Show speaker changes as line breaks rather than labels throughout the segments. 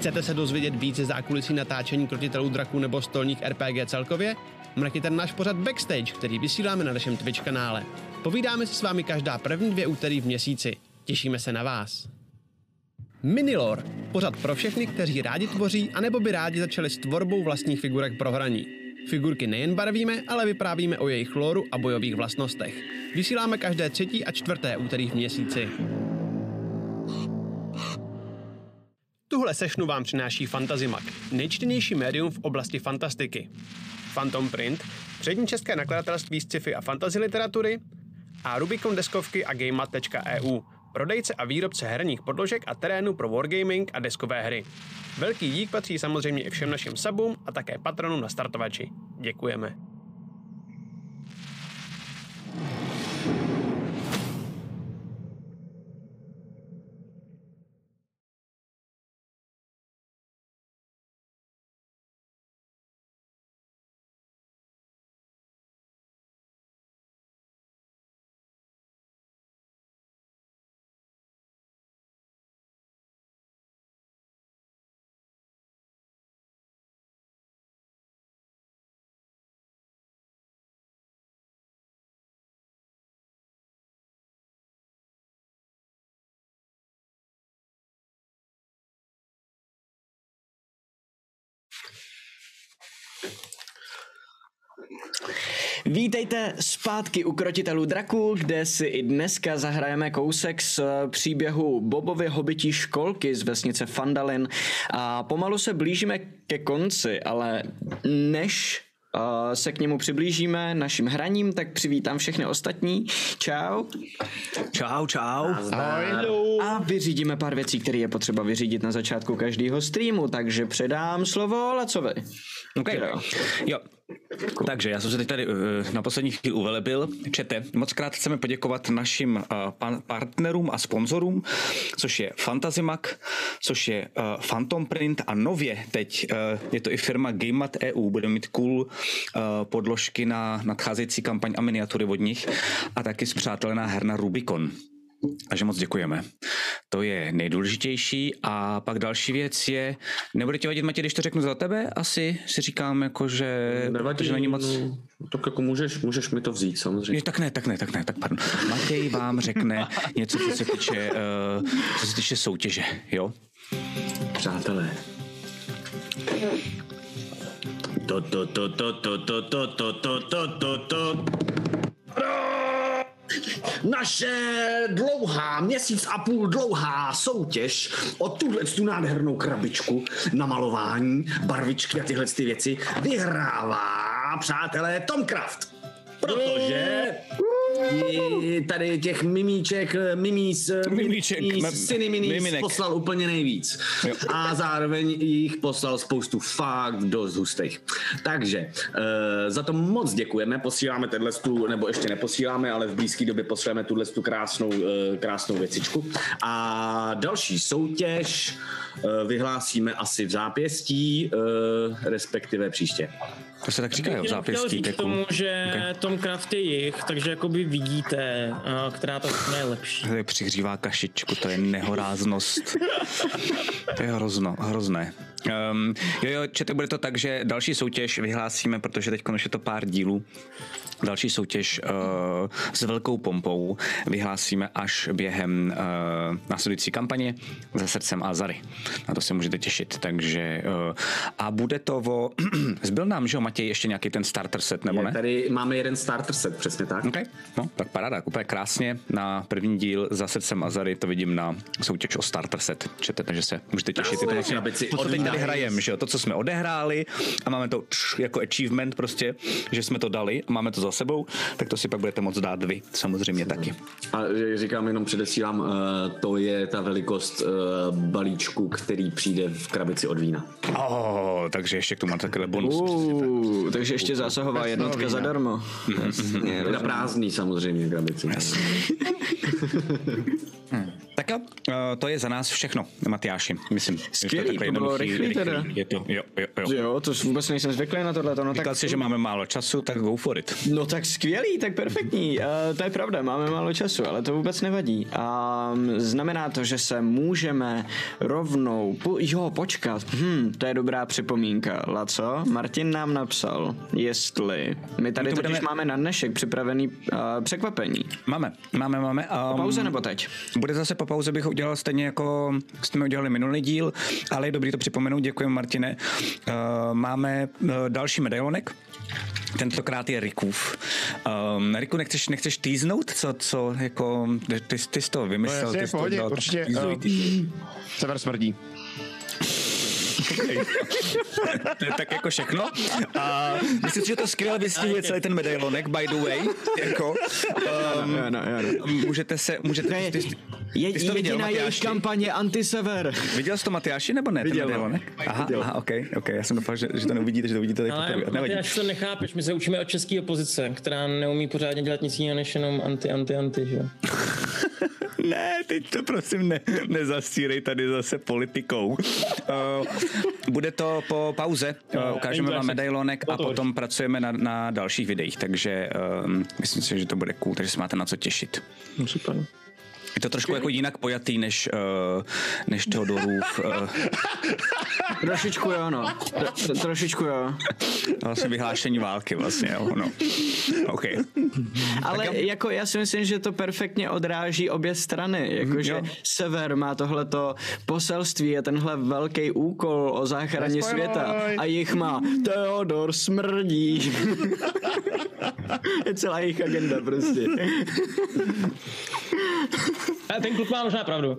Chcete se dozvědět víc ze zákulisí natáčení Krotitelů draků nebo stolních RPG celkově? Mrkněte náš pořad Backstage, který vysíláme na našem Twitch kanále. Povídáme si s vámi každá první 2 úterý v měsíci. Těšíme se na vás. Minilore, pořad pro všechny, kteří rádi tvoří, anebo by rádi začali s tvorbou vlastních figurek pro hraní. Figurky nejen barvíme, ale vyprávíme o jejich lóru a bojových vlastnostech. Vysíláme každé 3. a 4. úterý v měsíci. Tuhle sešnu vám přináší Fantasy-Mag, nejčtenější médium v oblasti fantastiky. Phantom Print, přední české nakladatelství z sci-fi a fantasy literatury a Rubicon deskovky a GameMat.eu, prodejce a výrobce herních podložek a terénu pro wargaming a deskové hry. Velký dík patří samozřejmě i všem našim subům a také patronům na startovači. Děkujeme.
Vítejte zpátky u Krotitelů draků, kde si i dneska zahrajeme kousek z příběhu Bobovy hobití školky z vesnice Phandalin a pomalu se blížíme ke konci, ale než se k němu přiblížíme naším hraním, tak přivítám všechny ostatní. Čau.
Čau, čau.
Ahoj. A vyřídíme pár věcí, které je potřeba vyřídit na začátku každého streamu, takže předám slovo Lacovi.
Okay. Jo. Takže já jsem se teď tady na poslední chvíli uvelebil. Čete, moc krát chceme poděkovat našim partnerům a sponzorům, což je Fantasy-Mag, což je Phantom Print a nově teď je to i firma GameMat.eu. Budeme mít cool podložky na nadcházející kampaň a miniatury od nich a taky zpřátelená herna Rubicon. Takže moc děkujeme. To je nejdůležitější a pak další věc je, nebude ti vadit, Matěj, když to řeknu za tebe? Asi si říkám, jako, že...
Nevadí,
že není moc...
Tak jako můžeš mi to vzít, samozřejmě.
Tak pardon. Matěj vám řekne něco, co se týče soutěže, jo?
Přátelé. Naše dlouhá, měsíc a půl dlouhá soutěž o tu nádhernou krabičku na malování, barvičky a tyhle ty věci vyhrává, přátelé, Tomcraft. Protože tady těch mimíček, Ciniminis poslal úplně nejvíc. Jo. A zároveň jich poslal spoustu fakt dost hustých. Takže za to moc děkujeme, posíláme nebo ještě neposíláme, ale v blízké době posíláme tu krásnou věcičku. A další soutěž vyhlásíme asi v zápěstí, respektive příště.
To se tak říká, v zápěstí.
K tomu, že okay. Tomcraft je jich, takže jakoby vidíte, která ta je lepší.
To je přihřívá kašičku, to je nehoráznost. To je hrozné. Čete, bude to tak, že další soutěž vyhlásíme, protože teď už je to pár dílů. Další soutěž s velkou pompou vyhlásíme až během následující kampaně za srdcem Azary. Na to se můžete těšit, takže a bude to zbyl nám, že Matěj, ještě nějaký ten starter set, nebo ne?
Tady máme jeden starter set, přesně tak.
Okay. No, tak paráda, úplně krásně. Na první díl za srdcem Azary to vidím na soutěž o starter set. Čete, takže se můžete těšit. Je to vlastně, to teď tady hrajem, že jo? To, co jsme odehráli a máme to jako achievement prostě, že jsme to dali a máme to za sebou, tak to si pak budete moct dát vy, samozřejmě taky.
A říkám, jenom předesílám, to je ta velikost balíčku, který přijde v krabici od vína.
Takže ještě k tomu má takhle bonus.
Takže ještě zásahová jednotka zadarmo.
Teda prázdný samozřejmě krabici.
Tak co? To je za nás všechno, Matyáši, myslím.
Skvělý, to bylo rychlý teda.
Je to, jo.
Jo, to vůbec nejsem zvyklý na tohle. No,
Říkal si, že máme málo času, tak go for it.
No tak skvělý, tak perfektní. To je pravda, máme málo času, ale to vůbec nevadí. Znamená to, že se můžeme rovnou... počkat. To je dobrá připomínka. Laco, Martin nám napsal, jestli... My tady totiž máme na dnešek připravený překvapení.
Máme.
Po pauze nebo teď?
Bude zase po pauze, bych udělal stejně jako jsme udělali minulý díl, ale je dobrý to připomenout, děkuji Martine. Máme další medailonek. Tentokrát je Rikův. Riku, nechceš týznout? Co jako, ty jsi to vymyslel?
No jasně,
ty jsi to
pohodě,
dal,
určitě. Sever smrdí. Okay.
To je tak jako všechno. A myslím si, že to skvěle vystihuje celý ten medailonek, by the way. Jako, můžete ty jsi to viděl,
jediná jejich kampaně anti-sever.
Viděl jsi to, Matyáši, nebo ne?
Viděl.
Ten medailonek? Aha, ok, já jsem doufal, že to neuvidíte, že to vidíte tady poprvé.
Ale Matyáš, to nechápeš, my se učíme od české opozice, která neumí pořádně dělat nic jiného, než jenom anti, že jo?
Ne, teď to prosím nezastírej tady zase politikou. Bude to po pauze, ukážeme vám medailonek a potom pracujeme na dalších videích, takže myslím si, že to bude cool, takže se máte na co těšit.
Super.
Je to trošku jako jinak pojatý než Teodorův.
Trošičku jo, no. Trošičku jo.
Vlastně vyhlášení války vlastně, jo, no. OK.
Ale jako já si myslím, že to perfektně odráží obě strany, jakože sever má tohleto poselství a tenhle velký úkol o záchraně světa a jich má Teodor smrdí. Je celá jejich agenda prostě.
A ten kluk má možná pravdu.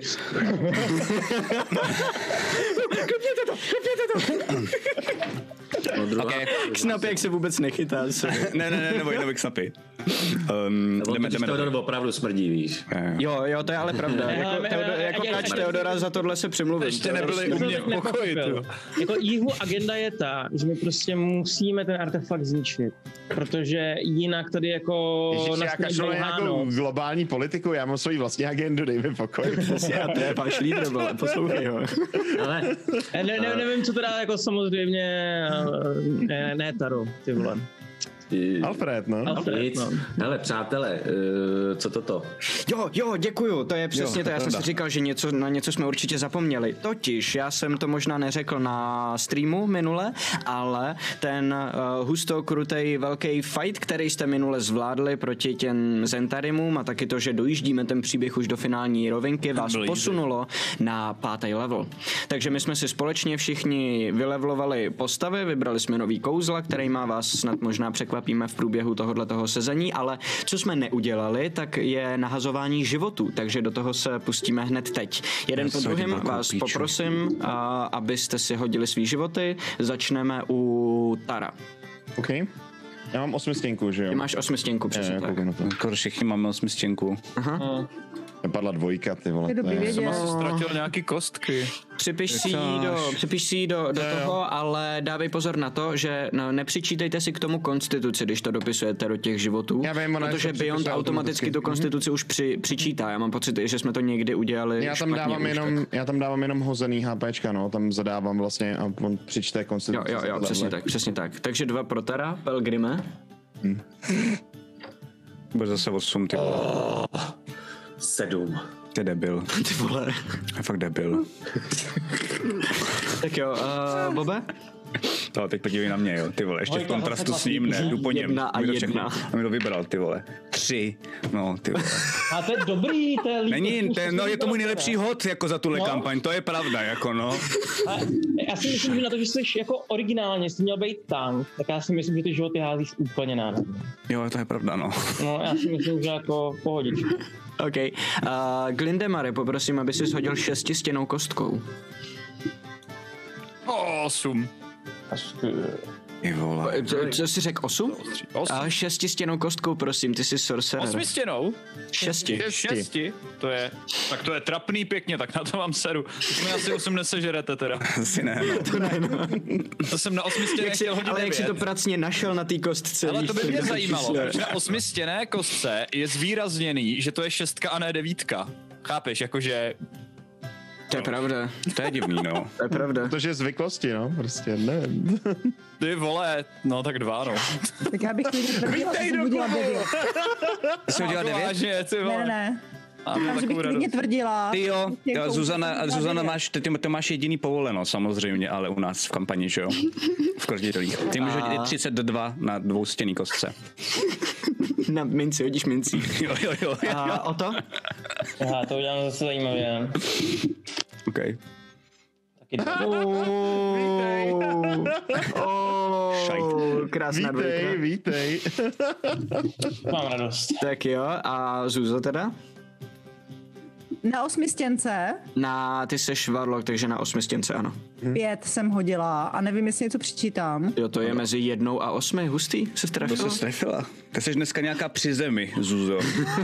Okay.
Knapěk se vůbec nechytá.
Ne, neboj k Snapy.
Jdeme. Teodor opravdu smrdí, víš.
Jo, to je ale pravda. Jako kač Teodora za tohle se přimluvím.
Ještě nebyli u mě v pokoji.
Jako jeho agenda je ta, že my prostě musíme ten artefakt zničit. Protože jinak tady jako...
Já kašlu na nějakou globální politiku, já mám svoji vlastní agendu, dej mi pokoj.
Já to je váš lídr, vole, poslouchej ho.
Ale... Nevím, co teda jako samozřejmě... Ne Taro, ty vole.
Alfred, no.
Hele, přátelé, co toto?
Jo, děkuju, to je přesně to, já jsem si říkal, že na něco jsme určitě zapomněli. Totiž, já jsem to možná neřekl na streamu minule, ale ten hustokrutej velký fight, který jste minule zvládli proti těm Zentarimům a taky to, že dojíždíme ten příběh už do finální rovinky, vás posunulo na 5. level. Takže my jsme si společně všichni vylevlovali postavy, vybrali jsme nový kouzla, který má vás snad možná překvapíme v průběhu tohoto sezení, ale co jsme neudělali, tak je nahazování životů, takže do toho se pustíme hned teď. Jeden po druhém vás poprosím, abyste si hodili svý životy. Začneme u Tara.
OK. Já mám 8 stěnku, že jo?
Ty máš 8 stěnku, přesně tak.
Skoro všichni máme 8 stěnku.
Aha.
Padla 2, ty vole.
Jsem asi ztratil nějaký kostky.
Připiš si ji do toho, ale dávej pozor na to, že nepřičítejte si k tomu konstituci, když to dopisujete do těch životů, protože Beyond automaticky tu konstituci už přičítá. Já mám pocit, že jsme to někdy udělali
Já tam dávám jenom hozený HPčka, no, tam zadávám vlastně a on přičte konstituci.
Jo, přesně tak. Takže 2 pro Tara, Pelgrime.
Bude zase 8, ty vole.
7.
Ty debil.
Ty vole.
Je fakt debil.
Tak jo, Bobe?
To teď podívej na mě, jo, ty vole, ještě v kontrastu s ním, ne, jdu po něm.
1 a 1.
A mi to vybral, ty vole. 3, no, ty vole.
A to je dobrý, to je líp.
Není, je to můj nejlepší hod, jako za tuhle kampaň, to je pravda, jako no.
A já si myslím, že na to, že jsi jako originálně, jsi měl být tank, tak já si myslím, že ty životy házíš úplně nádherně.
Jo, to je pravda, no.
No, já si myslím, že jako pohodičku.
OK. Glindemare, poprosím, aby si shodil 6stěnnou kostkou.
8.
Ty vole.
Co jsi řekl, 8?
8.
6stěnnou kostkou, prosím, ty jsi sorcerer.
8 stěnou?
6.
6. To je trapný pěkně, tak na to vám seru. Už mi asi 8 nesežerete teda.
Asi ne, no.
To ne, no.
To jsem na 8 stěně chtěl hodit 9.
Ale jak si to pracně našel na té kostce?
Ale to by mě zajímalo, protože na 8 stěné kostce je zvýrazněný, že to je 6 a ne 9. Chápeš, jakože...
To je pravda.
To je divný, no.
To je pravda.
Protože zvyklosti, no, prostě nevím.
Ty vole, no tak 2, no.
Tak já bych klidně tvrdila, že jsem hodila 9.
Ty jsi hodila 9?
Vážně, ty vole.
Ne.
Mám
Takže bych
takovou
klidně
radost.
tvrdila.
Ty jo,
Těch
Zuzana ty máš jediný povoleno samozřejmě, ale u nás v kampani, že jo? V krotitelích. Ty můžeš hodit 32 na dvoustěný kostce.
Na minci, hodíš mincí.
Jo.
A o to?
Aha, to udělám zase zajímavě.
OK.
Taky
Krásná dvojka.
Vítej.
mám radost.
Tak jo, a Zuzo teda?
Na 8 stěnce
Ty seš Warlock, takže na 8 stěnce, ano.
5 jsem hodila a nevím, jestli něco přičítám.
Jo, to je mezi 1 a 8, hustý, se
To
trefilo.
se strefila. Ty jsi dneska nějaká při zemi, Zuzo.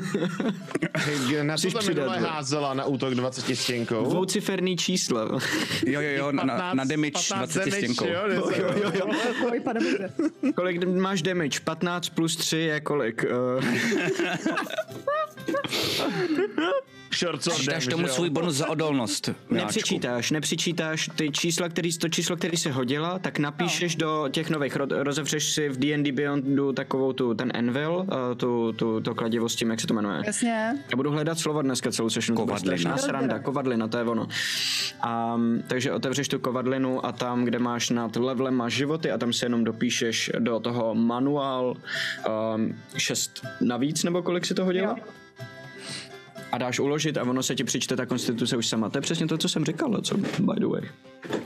Na co
Musíš
tam
přidat,
minule
jo.
házela na útok 20 stěnkou?
Dvouciferný číslo.
Jo, na damage 20 stěnkou.
Oj, pane bože.
Kolik máš damage? 15 plus 3 je kolik?
Dáš tomu svůj bonus za odolnost.
Nepřičítáš to číslo, který jsi hodila, tak napíšeš do těch nových, rozevřeš si v D&D Beyondu takovou ten anvil, to kladivo s tím, jak se to jmenuje.
Jasně.
Já budu hledat slova dneska celou session.
Kovadlina.
Strašná sranda, kovadlina, to je ono. Takže otevřeš tu kovadlinu a tam, kde máš nad levelem, máš životy a tam si jenom dopíšeš do toho manuál 6 navíc, nebo kolik si to hodila?
Jo.
A dáš uložit a ono se ti přičte ta konstituce už sama. To je přesně to, co jsem říkal, co by the way.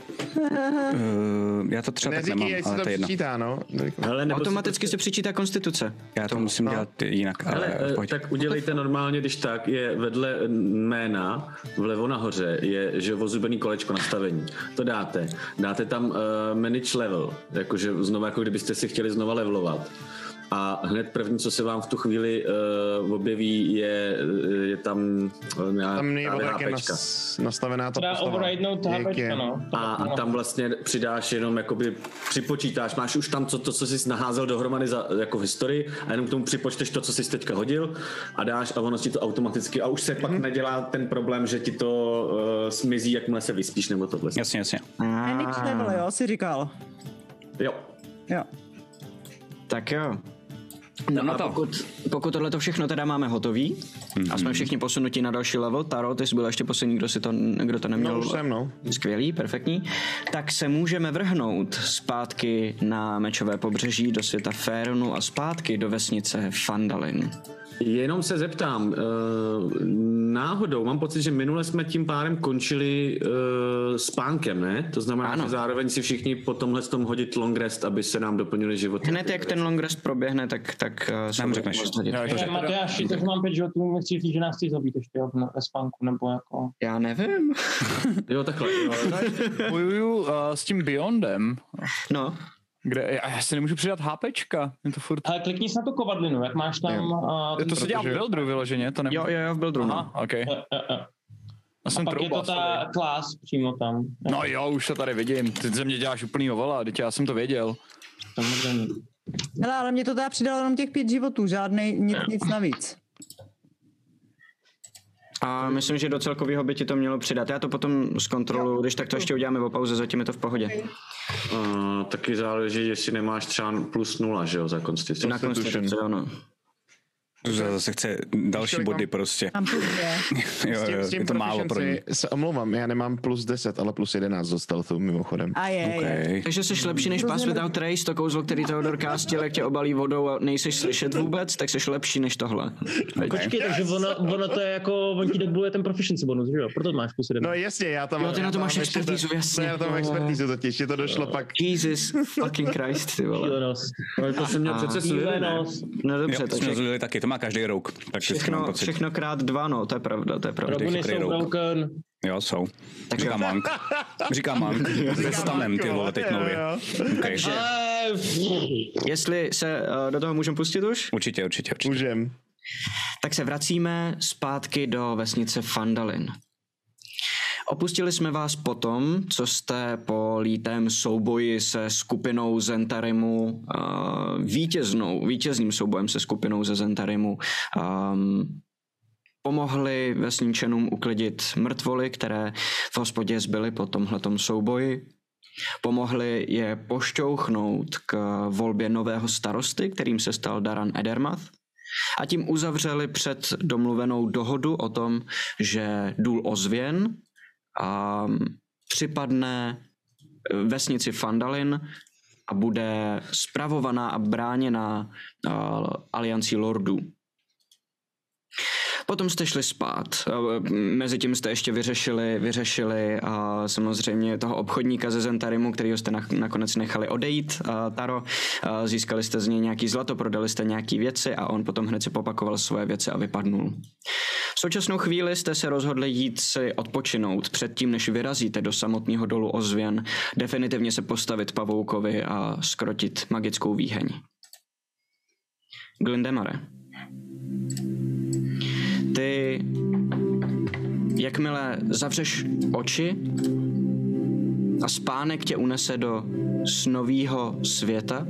Já to třeba tak
Neříkej,
nemám,
jak se
ale
to
to je jedno.
přičítá, no.
Hele,
Automaticky se přičítá konstituce.
Já to musím dělat jinak, ale
Ale
pojď.
tak udělejte normálně, když tak, je vedle jména vlevo nahoře je že ozubený kolečko nastavení. To dáte tam manage level, jakože znovu, jako kdybyste si chtěli znova levelovat. A hned první, co se vám v tu chvíli objeví, je tam
Tam je
právě
jak je
HPčka.
nastavená ta
Dá
postava.
overridenout HPčka, no.
A tam vlastně přidáš jenom, jakoby připočítáš, máš už tam to, co jsi naházel dohromady jako v historii a jenom k tomu připočteš to, co jsi teďka hodil a dáš a ono ti to automaticky a už se pak nedělá ten problém, že ti to smizí, jakmile se vyspíš nebo tohle.
Jasně.
Manage level, jo, si říkal.
Jo.
Jo.
Tak jo.
No
No a pokud tohleto všechno teda máme hotový a jsme všichni posunutí na další level, Taro, ty jsi byl ještě poslední, kdo to neměl.
No už jsem, no.
Skvělý, perfektní. Tak se můžeme vrhnout zpátky na mečové pobřeží do světa Faerunu a zpátky do vesnice Phandalin.
Jenom se zeptám, náhodou mám pocit, že minule jsme tím pádem končili spánkem, ne? To znamená,
Ano.
že zároveň si všichni po tomhle tom hodit long rest, aby se nám doplnili život.
Hned jak ten long rest proběhne, tak se
Nám
budeme
řekneš.
moct hodit.
Matyáši, tak mám 5 životů, nechci říct, že nás chci zabít ještě ve spánku, nebo jako...
Já nevím.
Jo, takhle. Jo.
Bojuju s tím Beyondem,
No,
kde já si nemůžu přidat HPčka, je to furt...
Ale klikni se na tu kovadlinu, jak máš tam...
To se dělá v buildru vyloženě, to nemůžu...
jo, v Buildru.
Aha, ok. Já
A
jsem
pak je to
troubas
ta
tady.
klás přímo tam.
No jo, už to tady vidím, ty ze mě děláš úplný ovala, teď já jsem to věděl.
Samozřejmě.
Hele, ale mě to teda přidalo jenom těch 5 životů, nic navíc.
A myslím, že do celkového by ti to mělo přidat. Já to potom zkontroluji, když tak to ještě uděláme o pauze, zatím je to v pohodě.
Taky záleží, jestli nemáš třeba plus 0, že jo, za konstituci.
Na konstituci, ano.
Zase chce další body prostě.
Mám plus 2.
Jo,
S tím
je to málo pro ní.
se omlouvám, já nemám plus 10, ale plus 11 do stealthu mimochodem.
A je.
Okay.
Takže jsi lepší než Pass Without Trace, to kouzlo, který Theodor castil, jak tě obalí vodou a nejseš slyšet vůbec, tak jsi lepší než tohle.
Počkej, takže ono to je jako, on ti debluje ten proficiency bonus, že jo? Proto máš plus 1.
No jasně, já tam...
Jo, ty na to
já
máš
tam ještě
expertízu, jasně.
Já tam mám expertízu totiž, je to došlo pak...
Jesus fucking Christ, ty vole.
Šílenost.
Ale to jsem měl přece slivy, ne?
Šílenost.
No dobře,
Jo, to jsme
takže
zvolili taky, to má každý rok. Tak vždycky mám pocit.
všechno krát 2, no, to je pravda.
Robuny
chytrý
jsou
rouk.
broken.
Jo, jsou.
Takže-
Říká Mank. Se stanem, ty vole, teď nově. Okay.
Jestli se do toho můžeme pustit už,
Určitě.
Můžem.
tak se vracíme zpátky do vesnice Phandalin. Opustili jsme vás potom, co jste po lítém souboji se skupinou Zentarimu, vítězným soubojem se skupinou ze Zentarimu, pomohli vesničanům uklidit mrtvoly, které v hospodě zbyly po tomhletom souboji. Pomohli je pošťouchnout k volbě nového starosty, kterým se stal Daran Edermath. A tím uzavřeli před domluvenou dohodu o tom, že důl Ozvěn připadne vesnici Fandalin a bude spravovaná a bráněna aliancí lordů. Potom jste šli spát. Mezitím jste ještě vyřešili samozřejmě toho obchodníka ze Zentarimu, kterýho jste nakonec nechali odejít, Taro. Získali jste z něj nějaký zlato, prodali jste nějaký věci a on potom hned si popakoval svoje věci a vypadnul. V současnou chvíli jste se rozhodli jít si odpočinout předtím, než vyrazíte do samotného dolu Ozvěn, definitivně se postavit pavoukovi a skrotit magickou výheň. Glindemare. Ty, jakmile zavřeš oči a spánek tě unese do snovýho světa,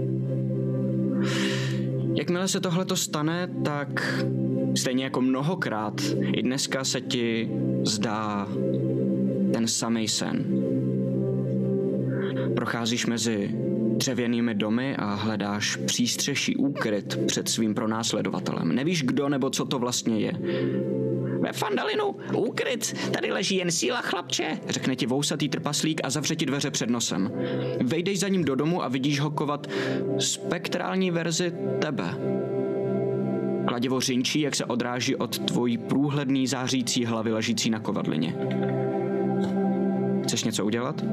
jakmile se tohleto stane, tak stejně jako mnohokrát i dneska se ti zdá ten samej sen. Procházíš mezi dřevěnými domy a hledáš přístřeší úkryt před svým pronásledovatelem. Nevíš, kdo nebo co to vlastně je. Ve Fandalinu, úkryt, tady leží jen síla, chlapče, řekne ti vousatý trpaslík a zavře ti dveře před nosem. Vejdeš za ním do domu a vidíš ho kovat spektrální verzi tebe. Kladivo řinčí, jak se odráží od tvojí průhledný zářící hlavy ležící na kovadlině. Chceš něco udělat?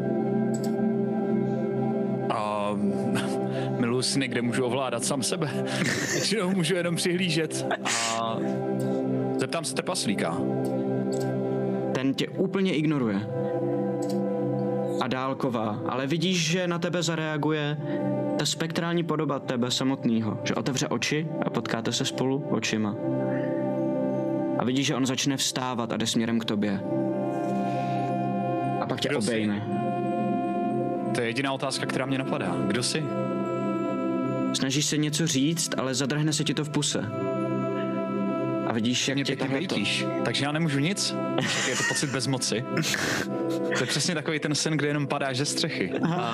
Miluji sny, kde můžu ovládat sám sebe. Většinou můžu jenom přihlížet. A zeptám se trpaslíka.
Ten tě úplně ignoruje. A dálková, ale vidíš, že na tebe zareaguje ta spektrální podoba tebe samotného, že otevře oči a potkáte se spolu očima. A vidíš, že on začne vstávat a jde směrem k tobě. A pak tě obejme.
To je jediná otázka, která mě napadá. Kdo jsi?
Snažíš se něco říct, ale zadrhne se ti to v puse. A vidíš, jak tě tohleto...
Takže já nemůžu nic? Je to pocit bezmoci? To je přesně takový ten sen, kde jenom padáš ze střechy.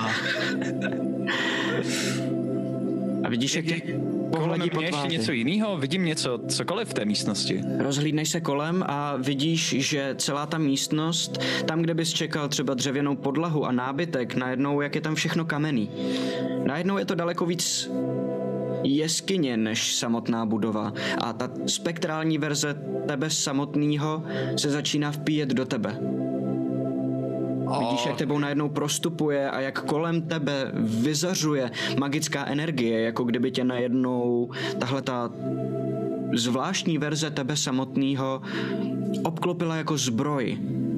A vidíš, jak tě pohledí po
ještě něco jiného? Vidím něco, cokoliv v té místnosti.
Rozhlídneš se kolem a vidíš, že celá ta místnost, tam, kde bys čekal třeba dřevěnou podlahu a nábytek, najednou, jak je tam všechno kamenný. Najednou je to daleko víc jeskyně než samotná budova a ta spektrální verze tebe samotného se začíná vpíjet do tebe. Vidíš, jak tebou najednou prostupuje a jak kolem tebe vyzařuje magická energie, jako kdyby tě najednou tahle ta zvláštní verze tebe samotného obklopila jako zbroj.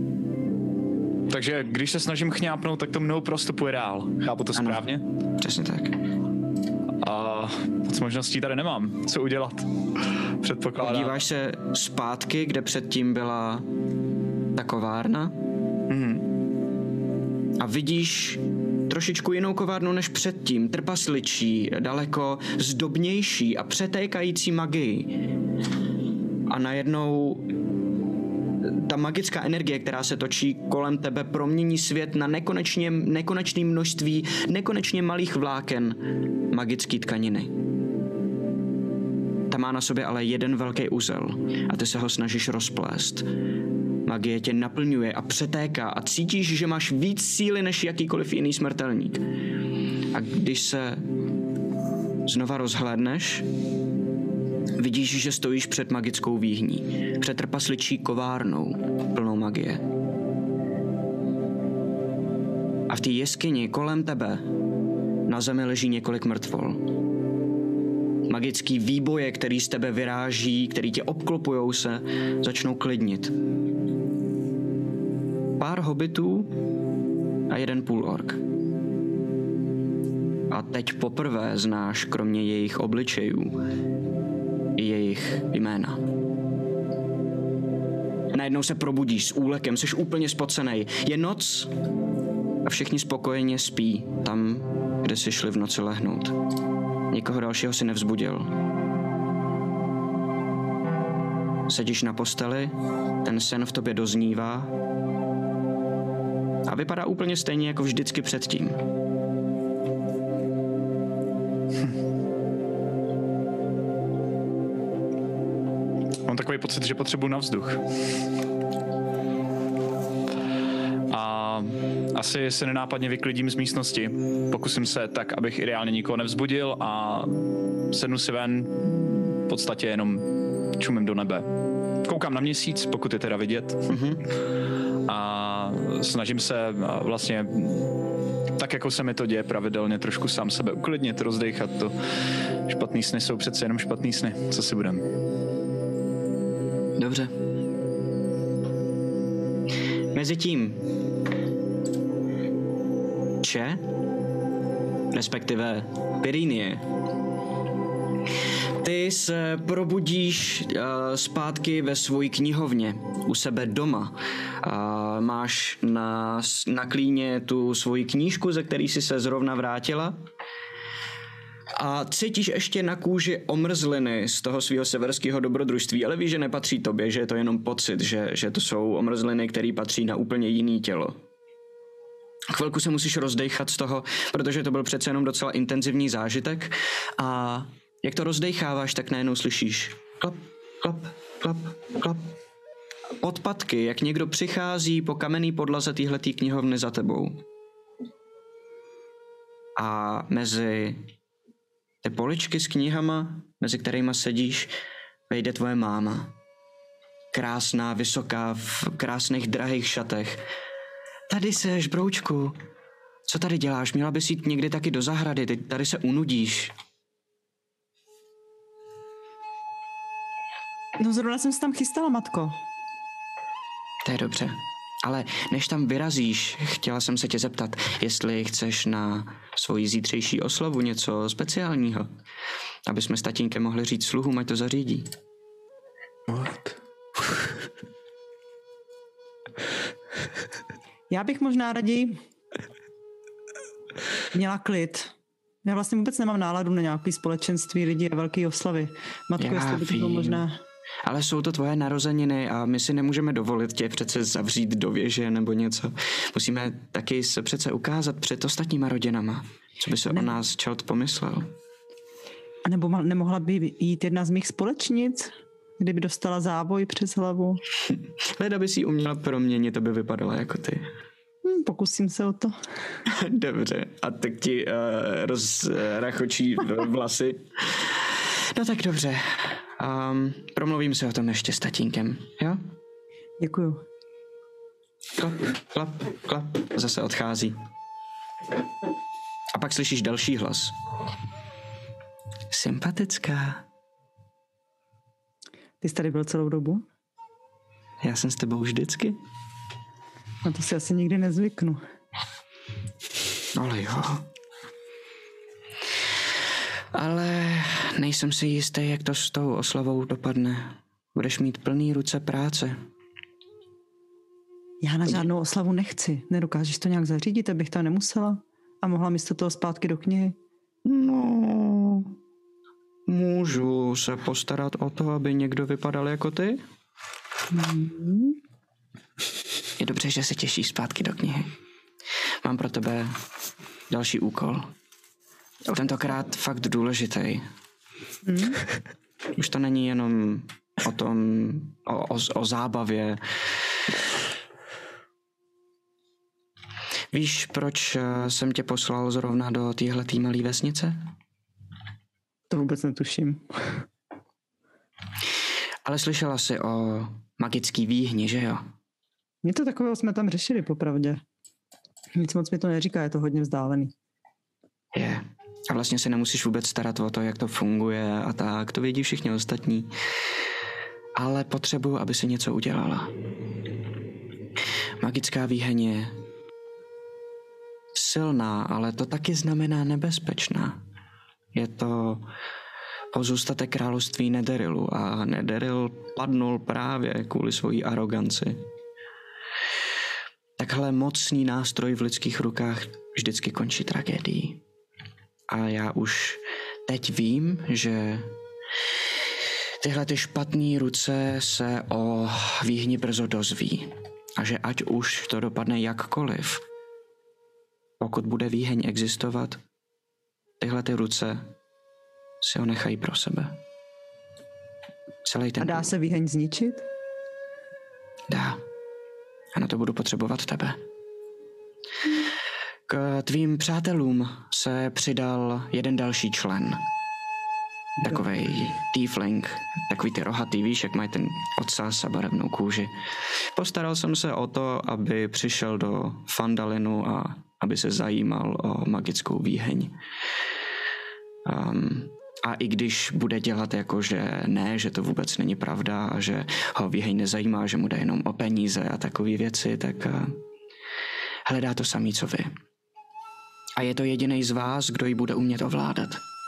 Takže když se snažím chňápnout, tak to mnou prostupuje dál. Chápu to správně?
Ano, přesně tak.
A moc možností tady nemám. Co udělat? Předpokládám.
Podíváš se zpátky, kde předtím byla ta kovárna. A vidíš trošičku jinou kovárnu než předtím, trpasličí, daleko zdobnější a přetékající magii. A najednou ta magická energie, která se točí kolem tebe, promění svět na nekonečné množství nekonečně malých vláken magické tkaniny. Ta má na sobě ale jeden velký uzel a ty se ho snažíš rozplést. Magie tě naplňuje a přetéká a cítíš, že máš víc síly než jakýkoliv jiný smrtelník. A když se znova rozhlédneš, vidíš, že stojíš před magickou výhní, před trpasličí kovárnou plnou magie. A v té jeskyni kolem tebe na zemi leží několik mrtvol. Magický výboje, který z tebe vyráží, který tě obklopujou se, začnou klidnit. Pár hobitů a jeden půlork. A teď poprvé znáš kromě jejich obličejů i jejich jména. Najednou se probudíš s úlekem, jsi úplně spocenej. Je noc a všichni spokojeně spí tam, kde si šli v noci lehnout. Nikoho dalšího si nevzbudil. sedíš na posteli, ten sen v tobě doznívá a vypadá úplně stejně jako vždycky předtím.
Mám takový pocit, že potřebuji na vzduch. A asi se nenápadně vyklidím z místnosti. Pokusím se tak, abych ideálně nikoho nevzbudil a sednu si ven, v podstatě jenom čumím do nebe. Koukám na měsíc, pokud je teda vidět. A snažím se vlastně tak, jako se mi to děje pravidelně, trošku sám sebe uklidnit, rozdechat to. Špatný sny jsou přece jenom špatný sny. Co si budem?
Dobře. Mezitím Če, respektive Pyrínie, ty se probudíš zpátky ve své knihovně, u sebe doma. Máš na klíně tu svoji knížku, ze který jsi se zrovna vrátila. A cítíš ještě na kůži omrzliny z toho svého severského dobrodružství, ale víš, že nepatří tobě, že je to jenom pocit, že to jsou omrzliny, které patří na úplně jiný tělo. Chvilku se musíš rozdejchat z toho, protože to byl přece jenom docela intenzivní zážitek a jak to rozdejcháváš, tak najednou slyšíš klap, klap, klap, klap. Odpadky, jak někdo přichází po kamenný podlaze téhletý knihovny za tebou. A mezi ty poličky s knihama, mezi kterýma sedíš, vejde tvoje máma. Krásná, vysoká, v krásných, drahých šatech. Tady seš, broučku. Co tady děláš? Měla bys jít někdy taky do zahrady, teď tady se unudíš.
No zrovna jsem se tam chystala, matko.
To je dobře. Ale než tam vyrazíš, chtěla jsem se tě zeptat, jestli chceš na svoji zítřejší oslavu něco speciálního, aby jsme s tatínkem mohli říct sluhům, ať to zařídí.
What?
Já bych možná raději měla klid. Já vlastně vůbec nemám náladu na nějaké společenství lidí a velké oslavy. Matko, jestli by to bylo možná...
Ale jsou to tvoje narozeniny a my si nemůžeme dovolit tě přece zavřít do věže nebo něco. Musíme taky se přece ukázat před ostatníma rodinama. Co by se o nás čelt pomyslel?
A nebo nemohla by jít jedna z mých společnic, kdyby dostala záboj přes hlavu?
Leda by si ji uměla proměnit, to by vypadala jako ty.
Pokusím se o to.
Dobře. A tak ti rozrachočí vlasy. No tak dobře. Promluvím se o tom ještě s tatínkem, jo?
Děkuju.
Klap, klap, klap. Zase odchází. A pak slyšíš další hlas. Sympatická.
Ty jsi tady byl celou dobu?
Já jsem s tebou vždycky.
Na to si asi nikdy nezvyknu.
Ale jo. Ale nejsem si jistý, jak to s tou oslavou dopadne. Budeš mít plný ruce práce.
Já na žádnou oslavu nechci. Nedokážeš to nějak zařídit, abych tam nemusela? A mohla místo toho zpátky do knihy?
No, můžu se postarat o to, aby někdo vypadal jako ty? Je dobře, že se těšíš zpátky do knihy. Mám pro tebe další úkol. Tentokrát fakt důležitý. Už to není jenom o tom, o zábavě. Víš, proč jsem tě poslal zrovna do téhletý malý vesnice?
To vůbec netuším.
Ale slyšela jsi o magický výhni, že jo?
Něco takového jsme tam řešili, popravdě. Nic moc mi to neříká, je to hodně vzdálený.
Je. A vlastně se nemusíš vůbec starat o to, jak to funguje a tak. To vědí všichni ostatní. Ale potřebuji, aby si něco udělala. Magická výheň je silná, ale to taky znamená nebezpečná. Je to pozůstatek království Nederilu a Nederil padnul právě kvůli svojí aroganci. Takhle mocný nástroj v lidských rukách vždycky končí tragédií. A já už teď vím, že tyhle ty špatné ruce se o výhni brzo dozví. A že ať už to dopadne jakkoliv, pokud bude výheň existovat, tyhle ty ruce si ho nechají pro sebe. Celý ten...
A dá se výheň zničit?
Dá. A na to budu potřebovat tebe. K tvým přátelům se přidal jeden další člen. Takovej tiefling, takový ty rohatý, víš, jak mají ten ocas a barevnou kůži. Postaral jsem se o to, aby přišel do Fandalinu a aby se zajímal o magickou výheň. A i když bude dělat jako, že ne, že to vůbec není pravda a že ho výheň nezajímá, že mu jde jenom o peníze a takové věci, tak hledá to samý, co vy. A je to jediný z vás, kdo ji bude umět ovládat.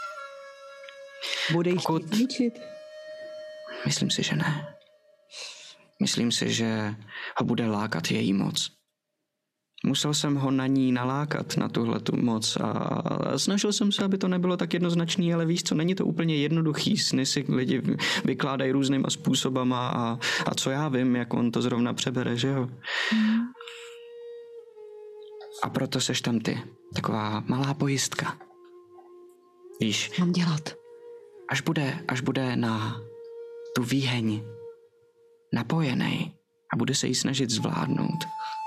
Bude jich zničit?
Myslím si, že ne. Myslím si, že ho bude lákat její moc. Musel jsem ho na ní nalákat, na tuhletu moc a snažil jsem se, aby to nebylo tak jednoznačný, ale víš co, není to úplně jednoduchý. Sny si lidi vykládají různýma způsobama a co já vím, jak on to zrovna přebere, že jo? A proto seš tam ty, taková malá pojistka. Víš?
Mám dělat.
Až bude na tu výheň napojený a bude se jí snažit zvládnout.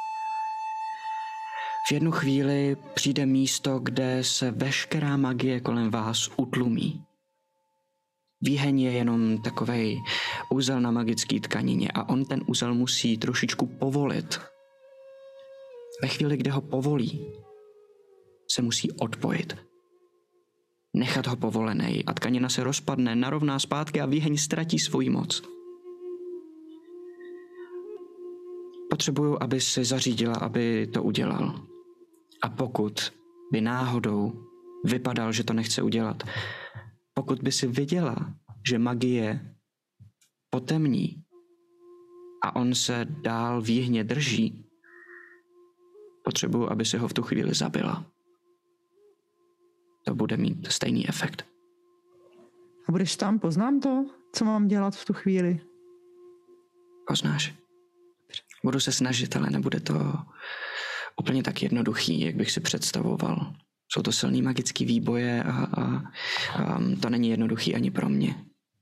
V jednu chvíli přijde místo, kde se veškerá magie kolem vás utlumí. Výheň je jenom takovej úzel na magické tkanině a on ten úzel musí trošičku povolit. Ve chvíli, kdy ho povolí, se musí odpojit. Nechat ho povolenej a tkanina se rozpadne, narovná zpátky a výheň ztratí svoji moc. Potřebuju, aby si zařídila, aby to udělal. A pokud by náhodou vypadal, že to nechce udělat, pokud by si viděla, že magie potemní a on se dál výhně drží, potřebuju, aby si ho v tu chvíli zabila. To bude mít stejný efekt.
A budeš tam, poznám to, co mám dělat v tu chvíli?
Poznáš. Budu se snažit, ale nebude to úplně tak jednoduchý, jak bych si představoval. Jsou to silný magický výboje a to není jednoduchý ani pro mě.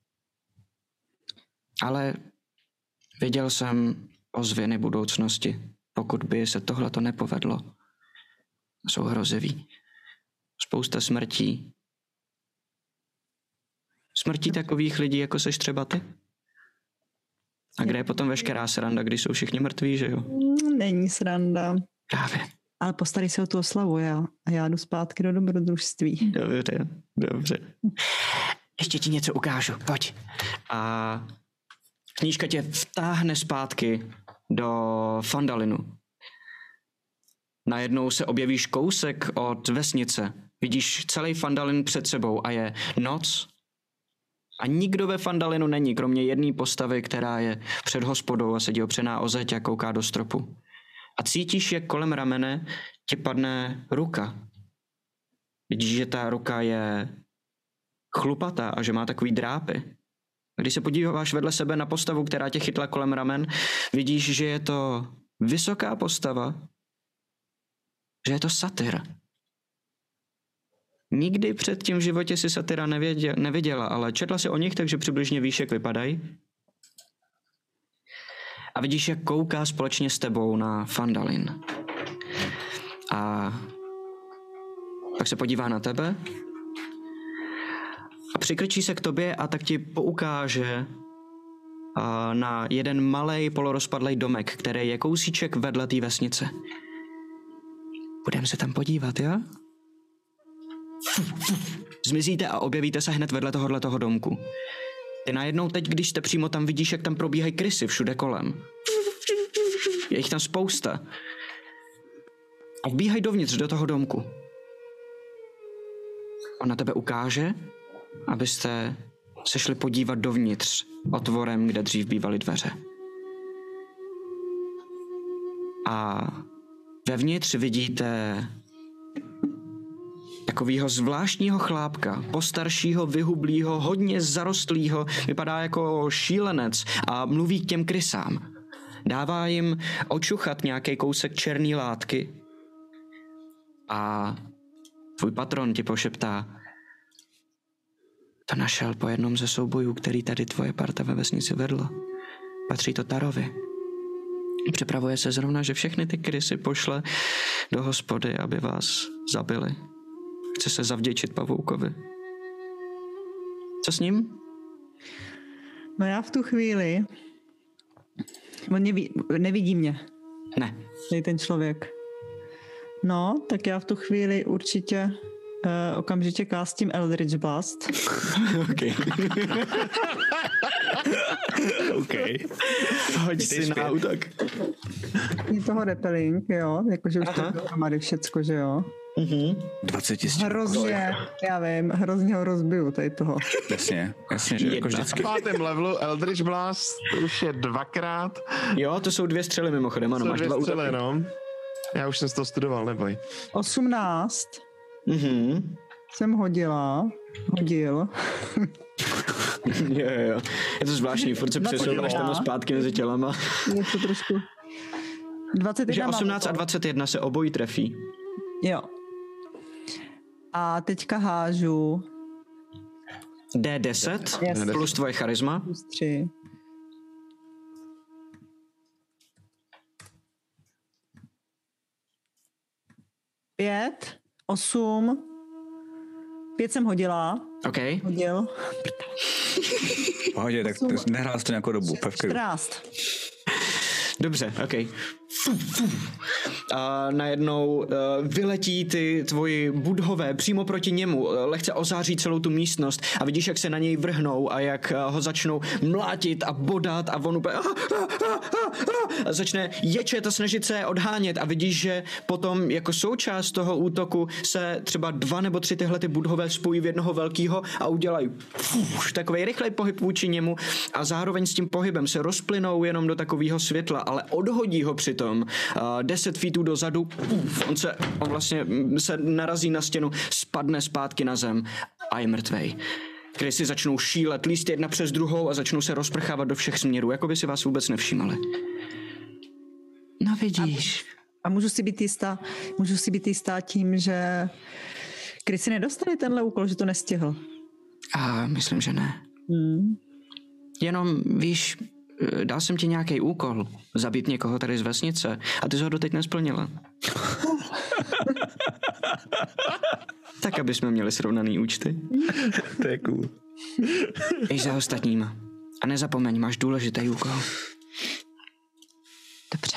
Ale viděl jsem ozvěny budoucnosti, pokud by se tohleto nepovedlo. Jsou hrozivý. Spousta smrtí. Smrtí takových lidí, jako seš třeba ty? A kde je potom veškerá sranda, když jsou všichni mrtví, že jo?
Není sranda.
Právě.
Ale postarej se o tu oslavu, a já jdu zpátky do dobrodružství.
Dobře. Ještě ti něco ukážu, pojď. A knížka tě vtáhne zpátky do Fandalinu. Najednou se objevíš kousek od vesnice. Vidíš celý Fandalin před sebou a je noc. A nikdo ve Fandalinu není, kromě jedné postavy, která je před hospodou a sedí opřená o zeď a kouká do stropu. A cítíš, jak kolem ramene ti padne ruka. Vidíš, že ta ruka je chlupatá a že má takový drápy. Když se podíváš vedle sebe na postavu, která tě chytla kolem ramen, vidíš, že je to vysoká postava, že je to satyr. Nikdy předtím v životě si satyra neviděla, ale četla si o nich, takže přibližně víš, jak vypadají. A vidíš, jak kouká společně s tebou na Fandalin. A pak se podívá na tebe a přikrčí se k tobě a tak ti poukáže na jeden malej polorozpadlej domek, který je kousíček vedle té vesnice. Budeme se tam podívat, jo? Zmizíte a objevíte se hned vedle tohoto domku. Ty najednou teď, když jste přímo tam, vidíš, jak tam probíhají krysy všude kolem. Je jich tam spousta. A vbíhají dovnitř do toho domku. On na tebe ukáže, abyste se šli podívat dovnitř otvorem, kde dřív bývaly dveře. A vevnitř vidíte takového zvláštního chlápka, postaršího, vyhublýho, hodně zarostlýho, vypadá jako šílenec a mluví k těm krysám. Dává jim očuchat nějaký kousek černý látky a tvůj patron ti pošeptá: to našel po jednom ze soubojů, který tady tvoje parta ve vesnici vedla. Patří to Tarovi. Připravuje se zrovna, že všechny ty krysy pošle do hospody, aby vás zabili. Chce se zavděčit pavoukovi. Co s ním?
No já v tu chvíli... On nevidí mě.
Ne.
Tady ten člověk. No, tak já v tu chvíli určitě okamžitě kástím Eldritch Blast.
OK.
OK.
Hoď si na útok.
Je toho repelling, jo, jakože už to dohromady všecko, že jo.
20 000.
Hrozně, já vím, hrozně ho rozbiju tady toho.
Jasně, že jako vždycky.
Na 5. levelu Eldritch Blast už je 2x.
Jo, to jsou 2 střely mimochodem, ano, máš 2 útoky.
No. Já už jsem si to studoval, neboj.
18 jsem hodil.
Jo. Je to zvláštní, furt se přesouváš tam a zpátky mezi tělama.
Je to trošku... 21
že 18 a 21 se obojí trefí.
Jo. A teďka hážu
D10 plus tvoje charisma.
Plus 3. Pět, 8, 5 jsem hodila.
OK.
Hodil.
Pohodě, tak nehrál jsi to nějakou dobu.
14.
Dobře, OK. A najednou vyletí ty tvoji budhové přímo proti němu, lehce ozáří celou tu místnost a vidíš, jak se na něj vrhnou a jak ho začnou mlátit a bodat a on úplně a začne ječet a snažit se odhánět a vidíš, že potom jako součást toho útoku se třeba 2 nebo 3 tyhle ty budhové spojí v jednoho velkýho a udělají takový rychlej pohyb vůči němu a zároveň s tím pohybem se rozplynou jenom do takového světla, ale odhodí ho přitom 10 feetů dozadu, on vlastně se narazí na stěnu, spadne zpátky na zem a je mrtvej. Krysy začnou šílet, líst jedna přes druhou a začnou se rozprchávat do všech směrů, jako by si vás vůbec nevšímali. No vidíš.
A můžu si být jistá tím, že Krysy nedostali tenhle úkol, že to nestihl.
A myslím, že ne. Jenom víš, dal jsem ti nějaký úkol, zabít někoho tady z vesnice a ty jsi ho doteď nesplnila. Tak, aby jsme měli srovnaný účty.
To je cool.
Jdeš za ostatníma. A nezapomeň, máš důležitý úkol.
Dobře.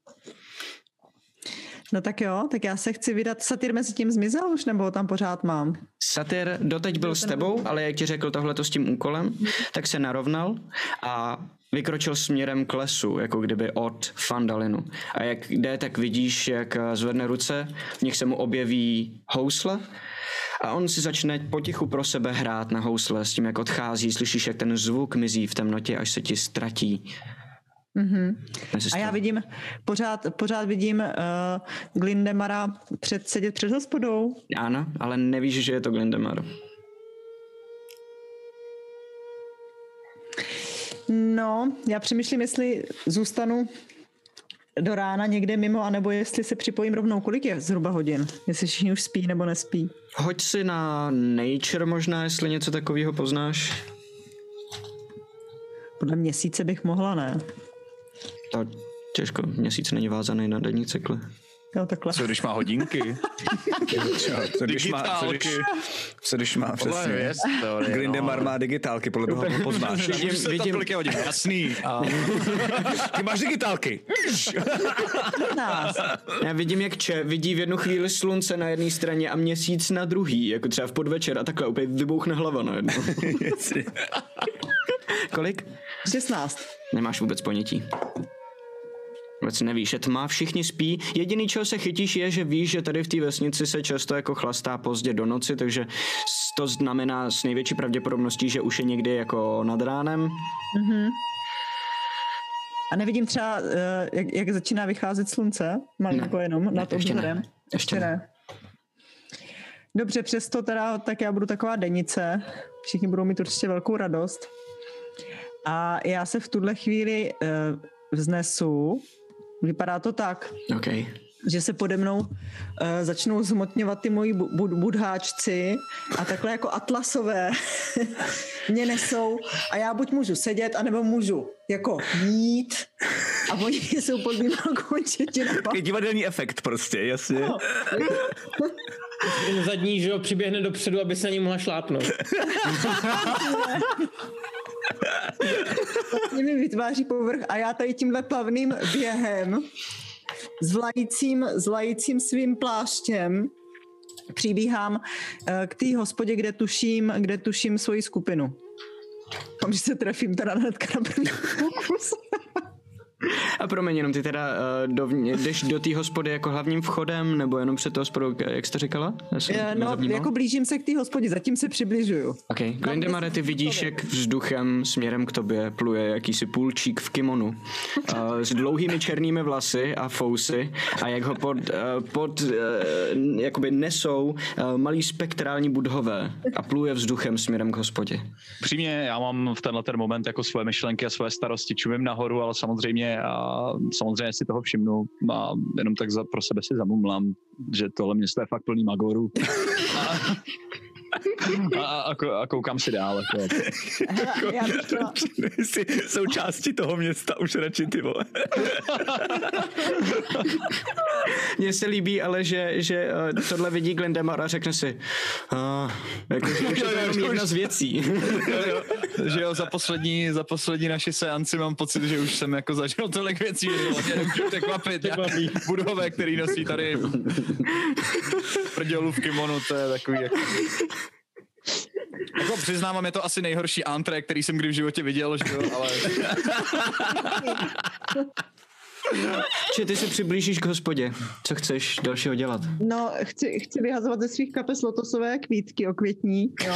No tak jo, tak já se chci vydat. Satyr mezi tím zmizel už, nebo ho tam pořád mám?
Satyr doteď byl s tebou, ale jak ti řekl tohleto s tím úkolem, tak se narovnal a vykročil směrem k lesu, jako kdyby od Fandalinu. A jak jde, tak vidíš, jak zvedne ruce, v nich se mu objeví housle a on si začne potichu pro sebe hrát na housle s tím, jak odchází. Slyšíš, jak ten zvuk mizí v temnotě, až se ti ztratí.
A já vidím, pořád vidím Glindemara sedět před hospodou.
Ano, ale nevíš, že je to Glindemar.
No, já přemýšlím, jestli zůstanu do rána někde mimo, anebo jestli se připojím rovnou. Kolik je zhruba hodin? Jestli všichni už spí nebo nespí?
Hoď si na Nature možná, jestli něco takového poznáš.
Podle měsíce bych mohla, ne?
To těžko, měsíc není vázaný na denní cykly.
Jo, takhle.
Co když má hodinky?
Co když má přesně. Glindemar má digitálky, podle toho ho poznáš.
Vidím,
Jasný. Ty máš digitálky.
Já vidím, jak vidí v jednu chvíli slunce na jedné straně a měsíc na druhý, jako třeba v podvečer a takhle úplně vybouchne hlava na jedno. Kolik?
16.
Nemáš vůbec ponětí. Vůbec nevíš, je tma, všichni spí. Jediný, čeho se chytíš, je, že víš, že tady v té vesnici se často jako chlastá pozdě do noci, takže to znamená s největší pravděpodobností, že už je někdy jako nad ránem.
A nevidím třeba, jak začíná vycházet slunce? Malinko jenom nad obzorem.
Ještě ne.
Dobře, přesto teda, tak já budu taková denice. Všichni budou mít určitě velkou radost. A já se v tuhle chvíli vznesu. Vypadá to tak, že se pode mnou začnou zhmotňovat ty moji budháčci a takhle jako atlasové mě nesou a já buď můžu sedět, anebo můžu jako jít a oni jsou pod mým končetinama.
Takový divadelní efekt prostě, jasně.
No.
Ten zadní, že jo, přiběhne dopředu, aby se na ní mohla šlápnout.
Vlastně mi vytváří povrch a já tady tímhle plavným během s vlajícím svým pláštěm přibíhám k té hospodě, kde tuším svoji skupinu. Tam, že se trefím teda hnedka na první pokus.
A promiň, jenom ty teda jdeš do té hospody jako hlavním vchodem, nebo jenom před tou hospodou, jak jste říkala?
No, jako blížím se k té hospodě, zatím se přibližuju.
Ok, Glindemare, ty vidíš, jak vzduchem směrem k tobě pluje jakýsi půlčík v kimonu s dlouhými černými vlasy a fousy a jak ho jakoby nesou malý spektrální budhové a pluje vzduchem směrem k hospodě.
Přímě, já mám v tenhle ten moment jako svoje myšlenky a svoje starosti, čumím nahoru, ale samozřejmě si toho všimnu a jenom tak pro sebe si zamumlám, že tohle město je fakt plný magorů. A koukám si dál.
Jsi součástí toho města, už radši ty vole.
Mně se líbí, ale že tohle vidí Glindemar a řekne si že už je to jenom jedna z věcí.
Že jo, za poslední naši seanci mám pocit, že už jsem jako zažil tolik věcí, že vlastně nemůžu překvapit nějaký budové, který nosí tady prdělu v kimonu, to je takový jako... Jako přiznávám, je to asi nejhorší antré, který jsem kdy v životě viděl, že jo, ale...
Či ty se přiblížíš k hospodě. Co chceš dalšího dělat?
No, chci vyhazovat ze svých kapes lotosové kvítky okvětní, jo.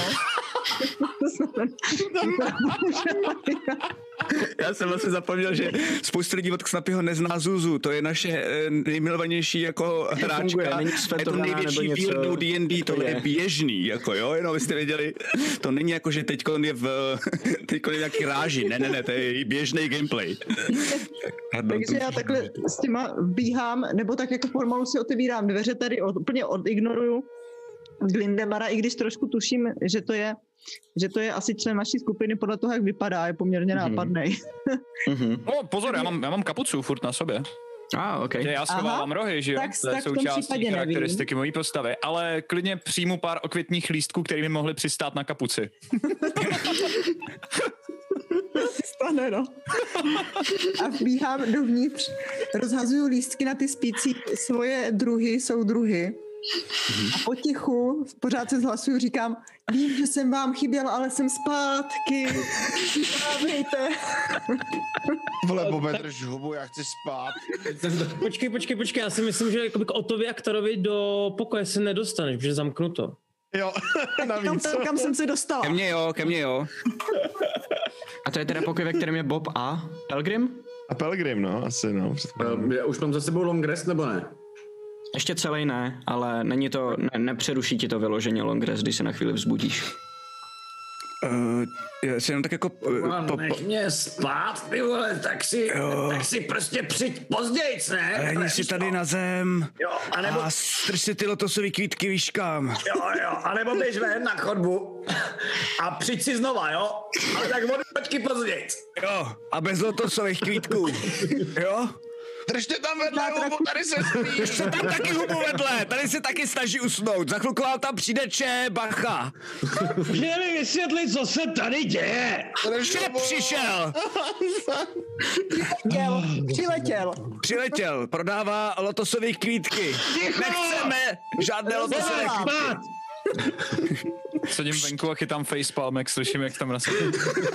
Já jsem vlastně zapomněl, že spoustu lidí od Xnapyho nezná Zuzu, to je naše nejmilovanější jako hráčka, je to největší výhodnou D&D, to je běžný, jako jo, jenom byste věděli, to není jako, že teďko je nějaký ráži, ne, to je běžný gameplay.
Takže já takhle s těma bíhám, nebo tak jako pomalu si otevírám dveře, tady úplně odignoruju Glindemara, i když trošku tuším, že to je asi člen naší skupiny, podle toho, jak vypadá, je poměrně nápadnej.
No, pozor, já mám kapucu furt na sobě.
Okay.
Já schovávám rohy, že jo? To je součástí charakteristiky mojí postavy, ale klidně přijmu pár okvětních lístků, které by mohly přistát na kapuci.
Stane, no. A vbíhám dovnitř, rozhazuju lístky na ty spící svoje soudruhy. A potichu, pořád se zhlasuju, říkám, vím, že jsem vám chyběla, ale jsem zpátky. Dávejte.
Vole, Bobe, drž hubu, já chci spát.
Počkej, já si myslím, že k Otovi aktorovi do pokoje se nedostaneš, protože zamknuto.
Jo, navíc.
Kam jsem se dostala.
Ke mně jo.
A to je teda pokoj, ve kterém je Bob a Pelgrim?
A Pelgrim, no, asi no.
Už mám za sebou long rest, nebo ne?
Ještě celý ne, ale není to, nepřeruší ti to vyloženě long rest, když se na chvíli vzbudíš.
Já si jenom tak jako...
Nech mě spát, ty vole, tak si prostě přijď pozdějc, ne?
Lehni si tady na zem
anebo...
a strž si ty lotosový kvítky, víš kam.
Jo, anebo běž ven na chodbu a přijď si znova, jo? Ale tak počkej pozdějc.
Jo, a bez lotosových kvítků, jo?
Držte tam vedle hubu, tady se spí.
Držte tam taky hubu vedle, tady se taky snaží usnout. Za chvilku vám tam přijde bacha.
Můžete mi vysvětlit, co se tady děje?
Přišel. Přiletěl, prodává lotosové kvítky. Nechceme žádné lotosové kvítky.
Sedím venku a chytám facepalm, jak slyším, jak tam nasadím.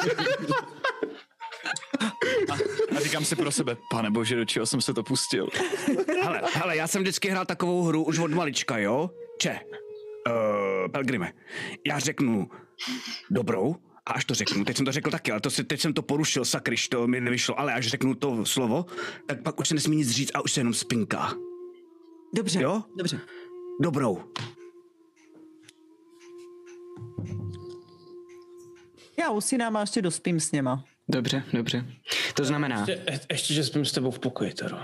A říkám si pro sebe, pane bože, do čeho jsem se to pustil.
Hele, já jsem vždycky hrál takovou hru už od malička, jo? Pelgrime, já řeknu dobrou a až to řeknu, teď jsem to řekl taky, ale teď jsem to porušil, sakryš, to mi nevyšlo, ale až řeknu to slovo, tak pak už se nesmí nic říct a už se jenom spinká.
Dobře,
jo?
Dobře.
Dobrou.
já usínám a ještě dospím s něma.
Dobře. To znamená...
Ještě, že spím s tebou v pokoji, Taro.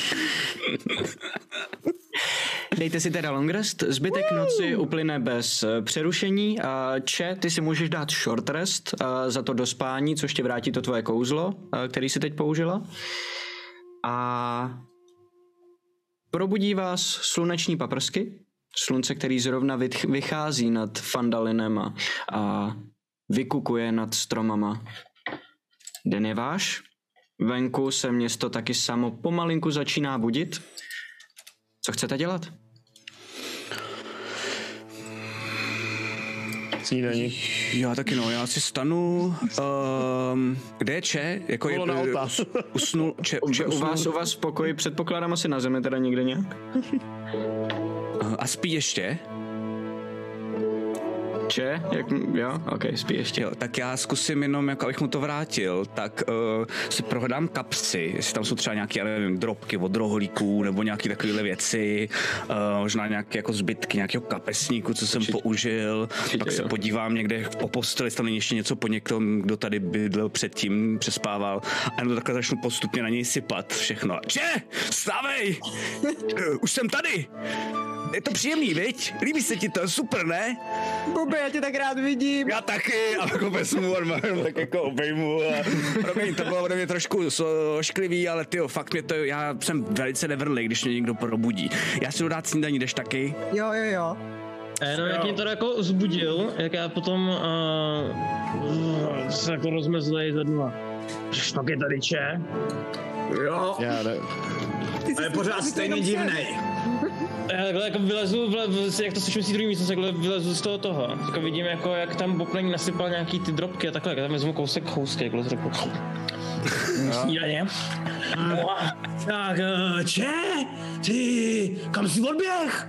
Dejte si teda long rest, zbytek noci uplyne bez přerušení a ty si můžeš dát short rest za to dospání, což ti vrátí to tvoje kouzlo, který si teď použila. A probudí vás sluneční paprsky, slunce, který zrovna vychází nad Fandalinem a vykukuje nad stromama. Den je váš, venku se město taky samo pomalinku začíná budit. Co chcete dělat?
Snídaní.
Já taky já si stanu. Kde je Če? Jako
Kolo na otaz.
Usnul. Če
U vás v pokoji, předpokládám asi na zemi, teda někde nějak?
A spí ještě?
Če? Jo, ok, spí ještě.
Jo, tak já zkusím jenom, jako abych mu to vrátil, tak si prohledám kapsy, jestli tam jsou třeba nějaké, já nevím, drobky od rohlíků, nebo nějaké takovéhle věci, možná nějaké jako zbytky nějakého kapesníku, co jsem použil, pak se podívám někde po posteli, jestli tam není ještě něco po někom, kdo tady bydlel předtím, přespával, a jenom takhle začnu postupně na něj sypat všechno. Če, vstávej! Už jsem tady! Je to příjemný, viď? Líbí se ti to, super, ne?
Bobe, já tě tak rád vidím.
Já taky, a jako vezmu tak jako obejmu a promiň, to bylo ode mě trošku ošklivý, ale tyjo, fakt mě to, já jsem velice nevrlý, když mě někdo probudí. Já si jdu dát snídaní, jdeš taky?
Jo.
A jenom jak mě to jako zbudil, jak já potom se jako rozmezlej ze dna. Pak je tady Če.
Jo, ale pořád stejně divnej.
Já takhle jako vylezu, jak to slyším si druhý místo, takhle vylezu z toho. Tak vidím, jako, jak tam Bob na ní nasypal nějaký ty drobky a takhle, jak tam vezmu kousek chousky, jakhle řekl. Snídaně. Tak, Če, ty, kam jsi odběh?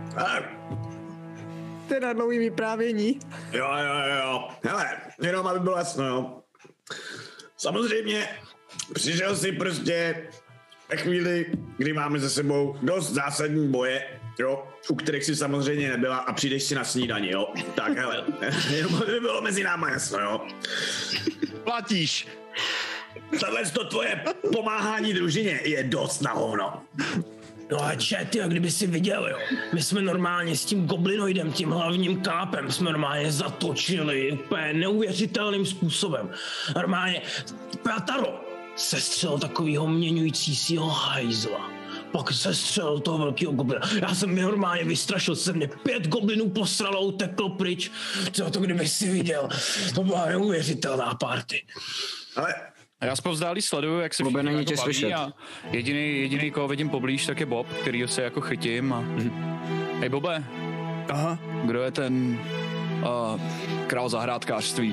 Teda dlouhý vyprávění.
Jo. Hele, jenom aby bylo jasno, jo. Samozřejmě, přišel si prostě ve chvíli, kdy máme za sebou dost zásadní boje, jo, u kterých si samozřejmě nebyla a přijdeš si na snídani, jo. Tak hele, jenom aby bylo mezi náma jasno, jo.
Platíš.
Tohle tvoje pomáhání družině je dost na hovno.
No a Čet, kdyby si viděl, jo. My jsme normálně s tím goblinoidem, tím hlavním kápem, jsme normálně zatočili úplně neuvěřitelným způsobem. Normálně, Taro sestřel takovýho měňujícího hajzla. Pak sestřel toho velkého goblina. Já jsem mi normálně vystrašil, se mě 5 goblinů posralo, uteklo pryč. To kdyby si viděl, to byla neuvěřitelná party.
Ale
A já zpovzdálí sleduju, jak se všichni
není
jako
tě
baví
slyšet.
a jediný, koho vidím poblíž, tak je Bob, kterýho se jako chytím a... Hej Bobe,
Aha.
kdo je ten král zahrádkářství?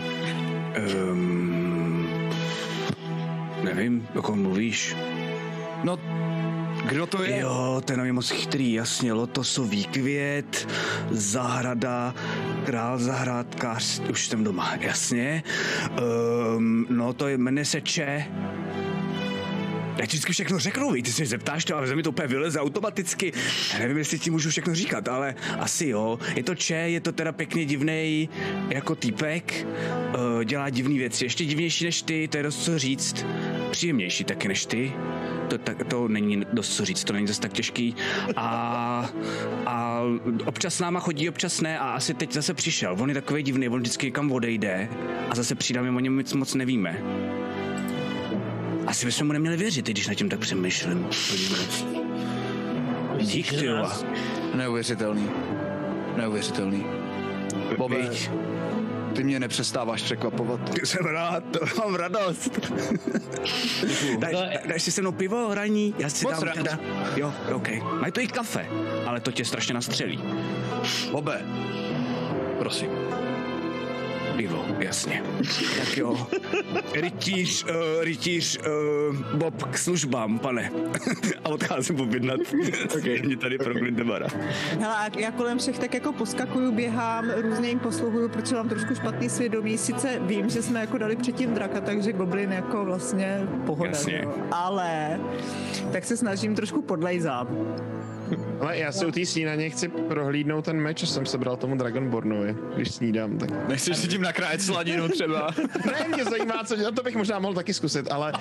Nevím, o kom mluvíš.
No, kdo to je?
Jo, ten je moc chytrý, jasně, lotosový květ, zahrada, král zahrádkář, už jsem doma, jasně. No to jmenuje se Če. Já ti vždycky všechno řeknu, víš, ty se mě zeptáš to, ale ze mi to úplně vyleze automaticky. Já nevím, jestli ti můžu všechno říkat, ale asi jo. Je to Če, je to teda pěkně divnej jako týpek, dělá divný věci, ještě divnější než ty, to je dost co říct. Příjemnější taky než ty. To není dost co říct, to není zase tak těžký. A občas s náma chodí, občas ne a asi teď zase přišel. On je takový divný, on vždycky někam odejde a zase přijde, my o něm moc nevíme. Asi bychom mu neměli věřit, když nad tím tak přemýšlím. Dík, ty jo.
Neuvěřitelný. Bobe, ty mě nepřestáváš překvapovat.
Jsem rád, mám radost. Dáš si se mnou pivo ranní? Já si dám teda. Jo, OK. Mají to i kafe, ale to tě strašně nastřelí.
Bobe, prosím.
Pivo, jasně. Tak jo. Rytíř Bob k službám, pane. A odcházím objednat. Okay. Mě tady pro Glindemara.
Hele, já kolem všech tak jako poskakuju, běhám, různě jim posluhuju, protože mám trošku špatný svědomí. Sice vím, že jsme jako dali předtím draka, takže goblin jako vlastně pohoda.
Jasně.
Jo. Ale tak se snažím trošku podlejzám.
Ale já si u té snídaně chci prohlídnout ten meč, co jsem sebral tomu Dragonbornovi, když snídám. Tak...
Nechceš si tím nakrájet slaninu třeba?
Ne, mě zajímá, co to bych možná mohl taky zkusit, ale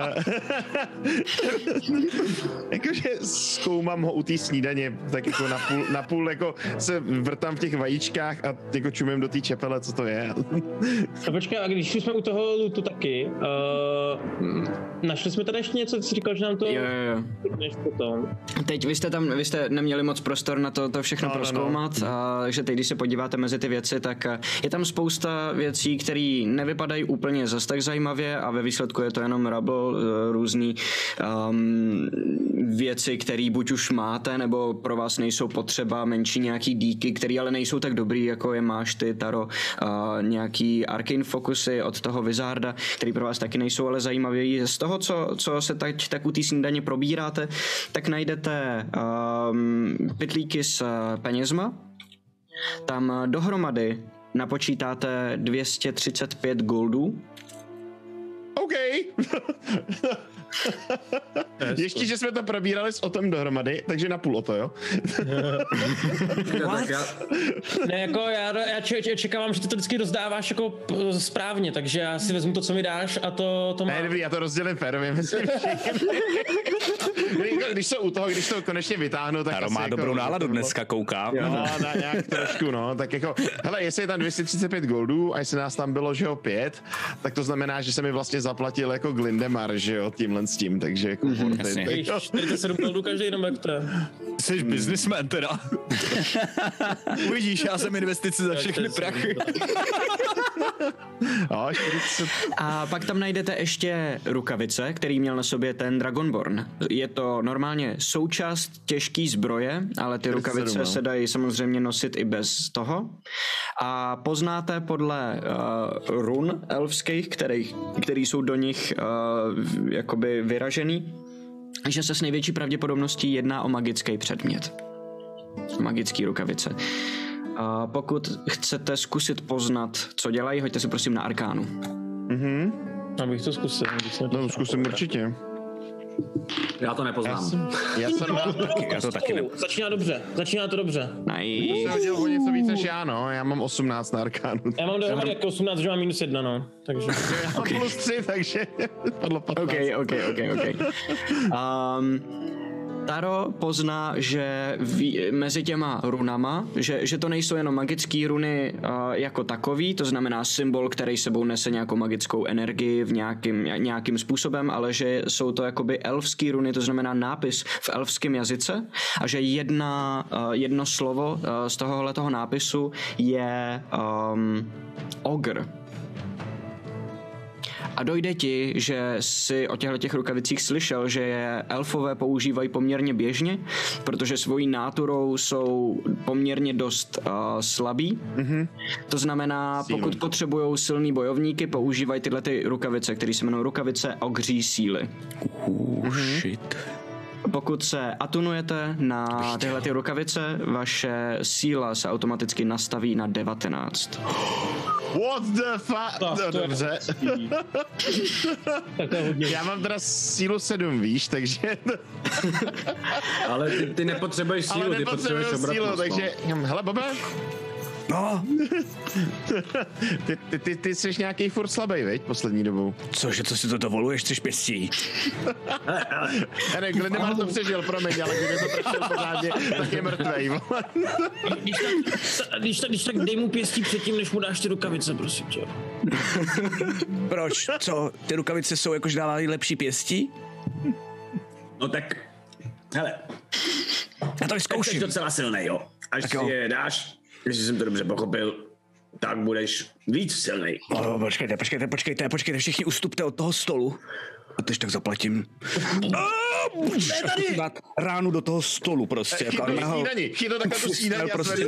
jakože zkoumám ho u té snídaně, tak jako napůl jako se vrtám v těch vajíčkách a jako čumím do té čepele, co to je.
A počkej, a když jsme u toho lootu taky, našli jsme tady ještě něco, ty jsi říkal, že nám to...
Jo.
Než potom.
Teď vy jste neměli moc prostor na to všechno prozkoumat, takže teď, když se podíváte mezi ty věci, tak je tam spousta věcí, které nevypadají úplně zas tak zajímavě a ve výsledku je to jenom rubble, různý věci, které buď už máte, nebo pro vás nejsou potřeba, menší nějaký díky, které ale nejsou tak dobrý, jako je máš ty, Taro, nějaký arcane fokusy od toho Wizarda, který pro vás taky nejsou ale zajímavé. Z toho, co se tak u té snídaně probíráte, tak najdete pytlíky s penězma. Tam dohromady napočítáte 235 goldů.
OK. Ještě, že jsme to probírali s Otem dohromady, takže napůl o to, jo?
Ne, jako já čekávám, že ty to vždycky rozdáváš jako správně, takže já si vezmu to, co mi dáš a to mám.
Ne, dobrý, já to rozdělím férově mezi když jsou u toho, když to konečně vytáhnu, tak
Taro má
jako,
dobrou náladu dneska, koukám.
Jo, na nějak trošku, no, tak jako, hele, jestli je tam 235 goldů a jestli nás tam bylo, že jo, 5, tak to znamená, že se mi vlastně zaplatil jako Glindemar, že jo, tímhle s tím, takže jako
47 goldů každý jenom jak to je.
Jsi businessman teda. Uvidíš, já jsem investice za všechny prachy.
A pak tam najdete ještě rukavice, který měl na sobě ten Dragonborn. Je to normálně součást těžké zbroje, ale ty rukavice se dají samozřejmě nosit i bez toho. A poznáte podle run elfských, který jsou do nich jakoby vyražený, že se s největší pravděpodobností jedná o magický předmět. Magický rukavice. Pokud chcete zkusit poznat, co dělají, hoďte si prosím na arkánu.
Abych to zkusil.
No, zkusím určitě.
Já to nepoznám.
Já to taky ne.
Začíná to dobře.
Nice.
Jsem hodil o něco víc než já, no. Já mám 18 na arkánu.
Já mám dohromady jako 18, že mám -1, no. Takže...
Já mám +3, takže padlo 15.
OK. Taro pozná, že mezi těma runama, že to nejsou jenom magické runy jako takový, to znamená symbol, který sebou nese nějakou magickou energii v nějakým způsobem, ale že jsou to jakoby elfský runy, to znamená nápis v elfském jazyce a že jedno slovo z tohohletoho nápisu je ogr. A dojde ti, že si o těchto rukavicích slyšel, že je elfové používají poměrně běžně, protože svojí náturou jsou poměrně dost slabí. To znamená, pokud potřebují silný bojovníky, používají tyhle ty rukavice, které se jmenují rukavice ogří síly.
Shit.
Pokud se atunujete na tyhle ty rukavice, vaše síla se automaticky nastaví na 19.
What the fuck? No, dobře. Já mám teda sílu 7, víš, takže...
Ale ty nepotřebuješ sílu, ty potřebuješ obratnost.
Takže, hele, Bobe.
No.
Ty jsi nějaký furt slabej, viď, poslední dobou.
Cože, co si to dovoluješ, chceš pěstí?
Ne, Glindemar to přežil, promiň, ale kdyby to trefil pořádně, tak je mrtvej.
Když tak dej mu pěstí předtím, než mu dáš ty rukavice, prosím tě.
Proč? Co? Ty rukavice jsou jakož dávají lepší pěstí?
No tak, hele.
Já to vyzkouším.
Jsi docela silnej, jo. Až si je dáš, jestli jsem to dobře pochopil, tak budeš víc silnej.
Počkejte, všichni ustupte od toho stolu. A tež tak zaplatím. Dát ránu do toho stolu prostě.
Chytl takhle tu snídaní a
prostě.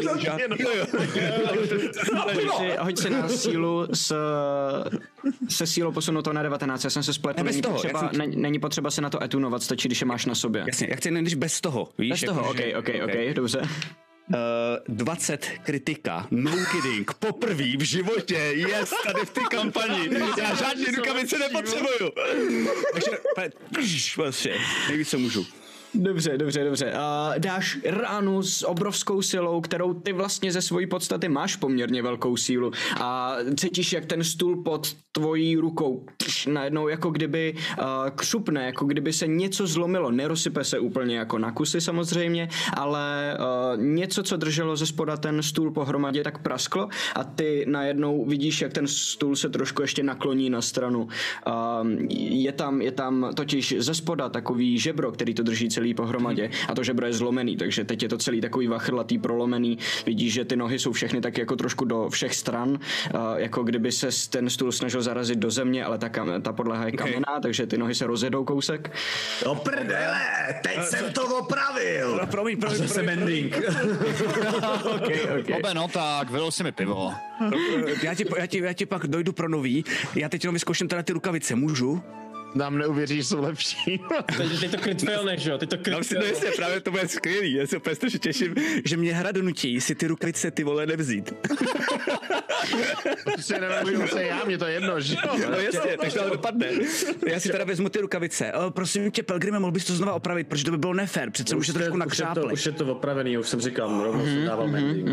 Hoď si na sílu se sílou posunutou na 19. Já jsem se spletl. Není potřeba se na to etunovat, stačí, když je máš na sobě.
Jasně, já chci jen když bez toho, víš?
Bez toho, ok, dobře.
20 kritika, no kidding, poprvý v životě, yes, tady v té kampani, já žádný rukavice nepotřebuju. Takže, vlastně, nejvíc co můžu.
Dobře. Dáš ránu s obrovskou silou, kterou ty vlastně ze svojí podstaty máš poměrně velkou sílu a cítíš, jak ten stůl pod tvojí rukou najednou jako kdyby křupne, jako kdyby se něco zlomilo. Nerozsype se úplně jako na kusy samozřejmě, ale něco, co drželo ze spoda ten stůl pohromadě, tak prasklo a ty najednou vidíš, jak ten stůl se trošku ještě nakloní na stranu. Je tam totiž ze spoda takový žebro, který to drží celý pohromadě a to žebro je zlomený, takže teď je to celý takový vachrlatý, prolomený. Vidíš, že ty nohy jsou všechny tak jako trošku do všech stran, jako kdyby se ten stůl snažil zarazit do země, ale ta podlaha je kamenná, takže ty nohy se rozjedou kousek.
Do prdele, teď jsem to opravil.
Promiň.
Zase mending.
Okay.
Obe, no tak, vylil si mi pivo.
Já ti pak dojdu pro nový. Já teď jenom vyzkouším teda ty rukavice, můžu?
Nám neuvěříš, jsou lepší.
Teď to crit fail, než jo?
No jasně, právě to bude skvělý. Já se úplně strašně těším, že mě hra donutí si ty rukavice ty vole nevzít.
To si nevěřím, co já, mě to je jedno, že jo?
No jasně, tak to dopadne. Já si teda vezmu ty rukavice. Prosím tě, Pelgrime, mohl bys to znova opravit, protože to by bylo nefér, přece už je trošku nakřápli.
Už je to opravený, už jsem říkal, rovnou jsem dával mending.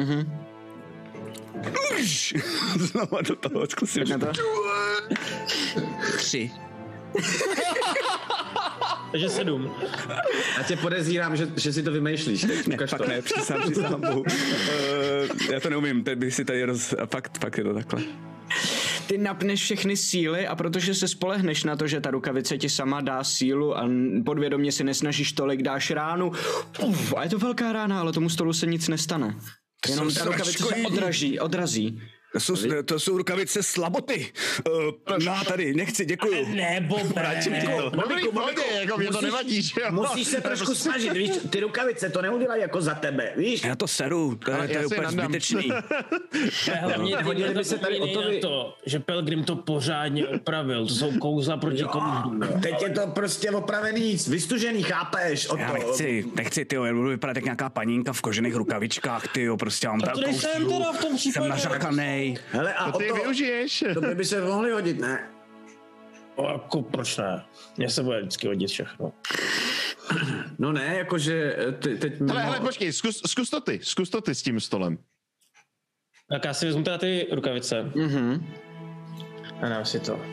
Znova do toho, zkusím. 3.
Takže 7.
Já tě podezírám, že si to vymýšlíš.
Ne, fakt ne, přísám Bohu. Já to neumím, teď bych si tady fakt je to takhle.
Ty napneš všechny síly a protože se spolehneš na to, že ta rukavice ti sama dá sílu a podvědomě si nesnažíš tolik, dáš ránu. A je to velká rána, ale tomu stolu se nic nestane. Jenom ta rukavice se odrazí.
To jsou rukavice slaboty. Tady, nechci, děkuju.
Ne, Bobe.
Dobrý, pohodě, jako mě to nevadí, že jo?
Musíš se trošku snažit, víš, ty rukavice to neudělají jako za tebe, víš?
Já to seru, to je úplně zbytečný.
Hlavně
hodili by se tady o
to, že Pelgrim to pořádně opravil, to jsou kouzla proti kouzlům.
Teď je to prostě opravený, vystužený, chápeš?
Já nechci, tyjo, já budu vypadat jak nějaká panínka v kožených rukavičkách, tyjo, prostě mám velkou sílu, jsem nažakanej.
Hele, a
to ty využiješ.
To by se mohli hodit, ne?
Jako proč ne? Mně se bude vždycky hodit všechno.
No ne, jakože teď...
Hele, počkej, zkus to ty s tím stolem.
Tak já si vezmu teda ty rukavice. A dám si to.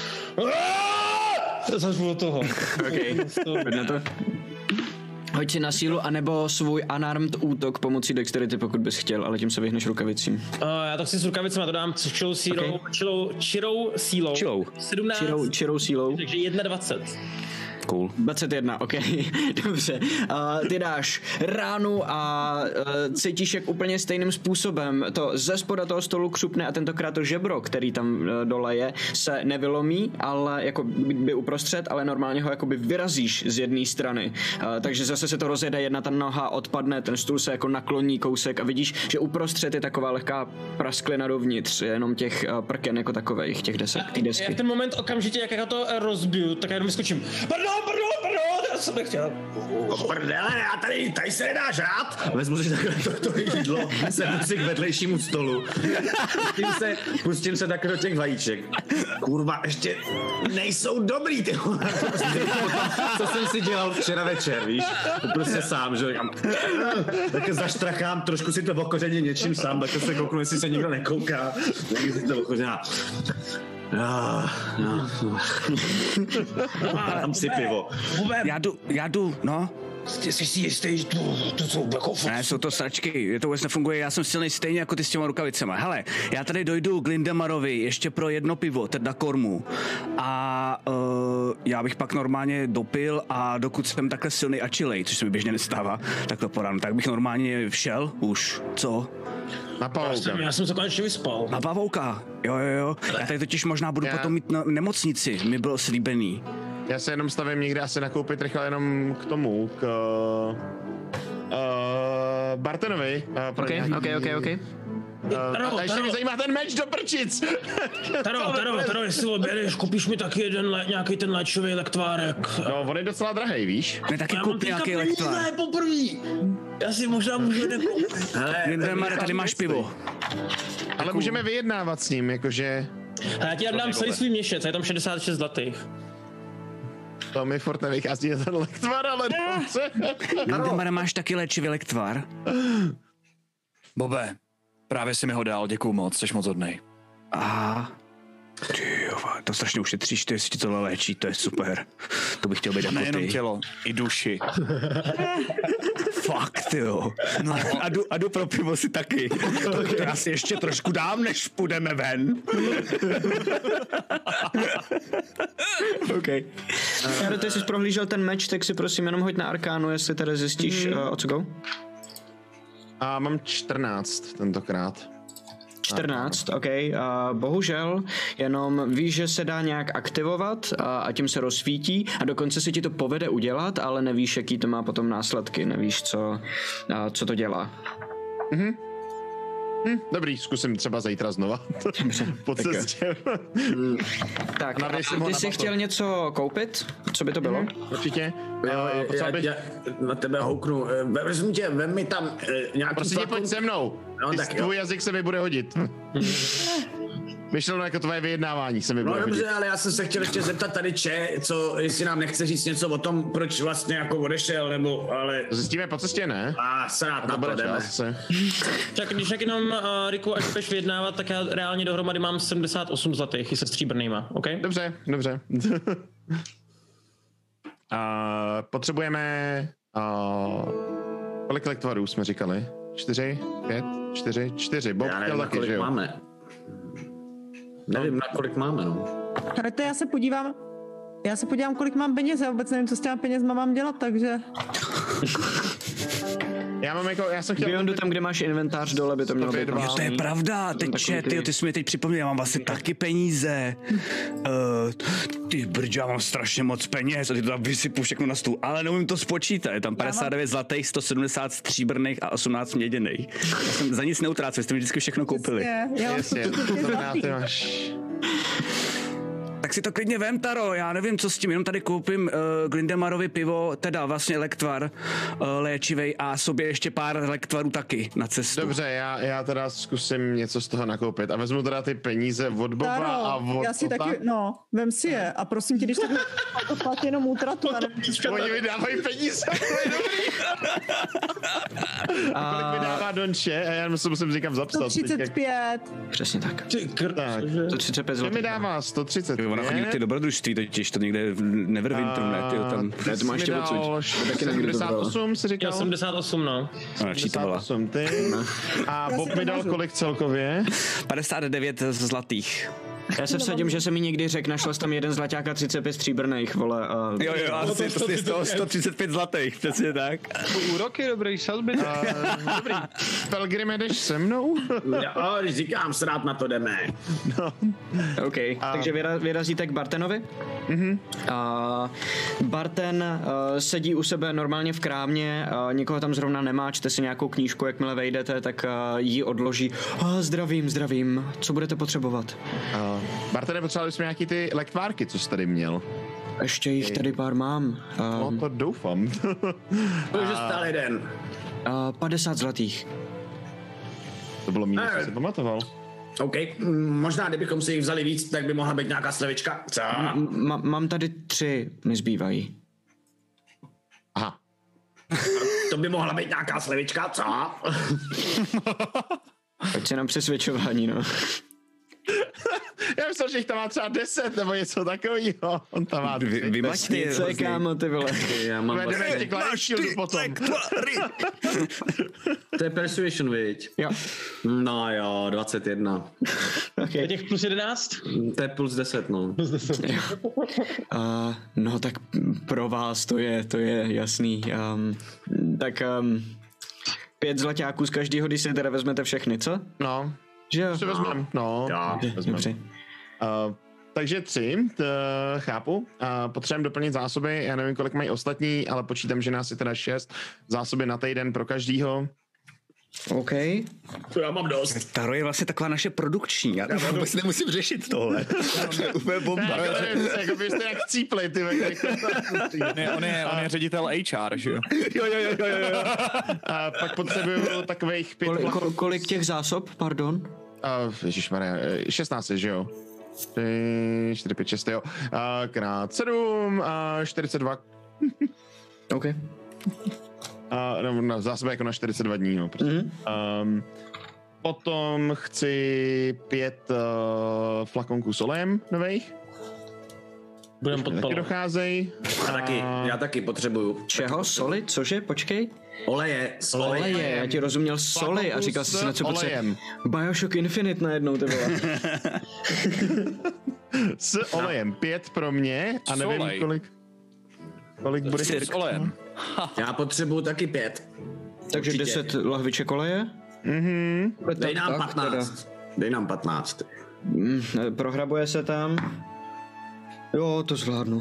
Zase budu toho.
Pojď na to. Hoď si na sílu, anebo svůj unarmed útok pomocí dexterity, pokud bys chtěl, ale tím se vyhneš rukavicím.
Já to chci s rukavicema, to dám čirou sílou. 17.
Čirou sílou.
Takže 21.
Cool.
21, ok, dobře. Ty dáš ránu a cítíš, jak úplně stejným způsobem to ze spoda toho stolu křupne a tentokrát to žebro, který tam dole je, se nevylomí, ale jako by uprostřed, ale normálně ho jakoby vyrazíš z jedné strany. Takže zase se to rozjede, jedna ta noha odpadne, ten stůl se jako nakloní kousek a vidíš, že uprostřed je taková lehká prasklina dovnitř, jenom těch prken jako takovejch, těch desek, ty desky.
Já v ten moment okamžitě, jak já to rozbiju, tak já jenom vyskočím. Pardon, já jsem nechtěl.
Prdele, já tady se nedá žrát. Vezmu si takhle to jídlo, sednu si k vedlejšímu stolu. Pustím se takhle do těch vajíček. Kurva, ještě nejsou dobrý ty vole. Co jsem si dělal včera večer, víš? Prostě sám, že tak zaštrachám, trošku si to okořením něčím sám, tak se kouknu, jestli se nikdo nekouká. Tak si to okořením. Tam si pivo.
Já jdu, no.
Jsi si jistý, to jsou jako
Ne, jsou to sračky, to vůbec nefunguje, já jsem silný stejně jako ty s těma rukavicema. Hele, já tady dojdu k Lindemarovi ještě pro jedno pivo, teda kormu. A já bych pak normálně dopil a dokud jsem takhle silný a chilej, což se mi běžně nestává, takhle po ránu, tak bych normálně všel už, co?
Na pavouka.
Já jsem se konečně vyspal.
Na pavouka, jo. Já tady totiž možná budu potom mít na nemocnici, mi bylo slíbený.
Já se jenom stavím někde asi nakoupit rychle jenom k tomu, k Bartenovi.
Ok.
A ještě mě zajímá ten meč do prčic.
Taro, jestli objedeš, koupíš mi taky nějaký ten léčivý lektvárek.
No, on je docela drahej, víš?
Ne, taky koupit nějaký lektvár.
Ne, poprvý. Já si možná můžu jeden koupit.
Lindemare, tady máš pivo.
Ale můžeme vyjednávat s ním, jakože...
Já ti dám celý svůj měšec, je tam 66 zlatých.
To mi furt nevychází ten lektvar, ale dobře.
Lindemare, máš taky léčivý lektvar?
Bobe, právě si mi ho dal, děkuju moc, jsi moc hodnej.
Aha. Tyjo, to strašně ušetříš, jestli ti tohle léčí, to je super. To bych chtěl být jako
Nejenom
ty.
tělo, i duši.
Fakt, jo. No. A jdu pro pivo si taky. To já si ještě trošku dám, než půjdeme ven.
OK. Jaro, ty jsi prohlížel ten meč, tak si prosím jenom hoď na arkánu, jestli teda zjistíš, o co go.
A mám 14 tentokrát.
14, OK. Bohužel, jenom víš, že se dá nějak aktivovat a tím se rozsvítí a dokonce se ti to povede udělat, ale nevíš, jaký to má potom následky, nevíš, co to dělá.
Dobrý, zkusím třeba zítra znova. Po cestě.
Tak, a ty jsi chtěl něco koupit? Co by to bylo?
Určitě.
Já na tebe houknu. Vezmu tě, vem mi tam nějaký
Prosím tě, pojď se mnou.
No, tak
Tvůj jazyk se mi bude hodit. Myšleno jako tvoje vyjednávání se mi bude hodit.
Dobře, ale já jsem se chtěl ještě zeptat tady jestli nám nechce říct něco o tom, proč vlastně jako odešel, nebo ale...
To zjistíme po cestě, ne?
Srát na to jdeme.
Tak když jak jenom Riku, až budeš vyjednávat, tak já reálně dohromady mám 78 zlatých i se stříbrnýma, OK?
Dobře. Potřebujeme... kolik lektvarů jsme říkali? 4, 5, 4. Bob
Já nevím,
chtěl
na
taky,
kolik
že jo?
máme. Nevím, na kolik máme, no.
Hrajte, já se podívám, kolik mám peněz, já vůbec nevím, co s těma penězma mám dělat, takže...
Já jsem chtěl...
Beyondu tam, kde máš inventář dole, by to mělo být.
Jo, to je pravda, ty jsi mi teď připomněl, já mám vlastně taky peníze. Ty brďo, já mám strašně moc peněz a ty to tam vysypu všechno na stůl, ale neumím to spočítat, je tam 59 zlatých, 170 stříbrných a 18 měděných. Já jsem za nic neutrácel, jste mi vždycky všechno koupili.
Jasně, ty máš...
Tak si to klidně vem, Taro, já nevím, co s tím, jenom tady koupím Glindemarovi pivo, teda vlastně lektvar léčivej a sobě ještě pár lektvarů taky na cestu.
Dobře, já teda zkusím něco z toho nakoupit a vezmu teda ty peníze od Boba a od...
já si taky, vem si je a prosím tě, když tak to platí jenom útratu a nevím,
Oni mi dávají peníze, to je dobrý. A kolik mi dává Donče? A já musím říkám zapsat.
135.
Přesně tak.
Tak.
135
To
zlatých.
mi dává 130.
Ona chodí ty dobrodružství, totiž to někde v Neverwinteru, ne? Tyjo, tam...
Ne, to máš ještě odsud. Taky nevím, kdo to dal.
78 si říkal?
78, no.
to byla.
78 ty. A Bob mi dal kolik celkově?
59 zlatých.
Já se vsadím, že jsem mi někdy řekl, našel jsi tam jeden zlaťák a 35 stříbrných, vole.
Jo, asi to je z toho 135 zlatých, přesně tak.
Úroky, dobrý sazby.
Dobrý. Pelgrim, jdeš se mnou?
Jo, když říkám, srát na to jdeme.
OK, takže vyrazíte k Bartenovi. Barten sedí u sebe normálně v krámě, nikoho tam zrovna nemá, čte si nějakou knížku, jakmile vejdete, tak ji odloží. Zdravím, co budete potřebovat?
Bartene, potřebovali jsme nějaký ty lektvárky, co jsi tady měl.
Ještě jich tady pár mám.
No to doufám.
Protože stále jeden.
50 zlatých.
To bylo méně, co si pamatoval.
OK, možná kdybychom si jich vzali víc, tak by mohla být nějaká slevička. Co?
Mám tady 3, mi zbývají.
Aha.
To by mohla být nějaká slevička, co?
Pojď se na přesvědčování, no.
Já myslel, že jich tam má třeba 10 nebo něco takového. On tam má 3.
Vymačte
Co je, kámo, ty vole.
Já mám
Vedeme ještě Shieldu potom.
To je persuasion, viď?
Jo.
No jo, 21.
Okay.
Těch plus 11?
To je plus 10, no.
No tak pro vás to je jasný. Tak 5 zlaťáků z každého, když si teda vezmete všechny, co?
No,
Že jo?
si vezmem. No, vezmem.
Dobře.
Takže 3, chápu. Potřebujeme doplnit zásoby, já nevím, kolik mají ostatní, ale počítám, že nás je teda 6 zásoby na týden pro každýho.
OK.
To já mám dost.
Taro je vlastně taková naše produkční, já vůbec nemusím řešit tohle. To je úplně bomba.
Jako byste jak cípli, ty
On je ředitel HR, že jo?
Jo.
A pak potřebuju takových 5
Kolik těch zásob, pardon?
Ježišmarja, 16, že jo? 4, 5, 6, jo. Krát 7, 42.
OK.
No, zásebe jako na 42 dní, no. Prostě. Potom chci 5 flakonků s olejem nových.
Budem
Taky
podpalovat.
docházejí.
Já taky potřebuju.
Čeho? Soli? Cože? Počkej.
Oleje.
Oleje, já ti rozuměl soli a říkal jsi si na co potřebuje. Bioshock Infinite najednou, ty vole.
S olejem. 5 pro mě a nevím
Solej.
kolik bude.
S olejem.
Já potřebuju taky 5.
Takže
Určitě.
10 lahviček oleje?
Dej nám 15. Dej nám 15.
Prohrabuje se tam. Jo, to zvládnu.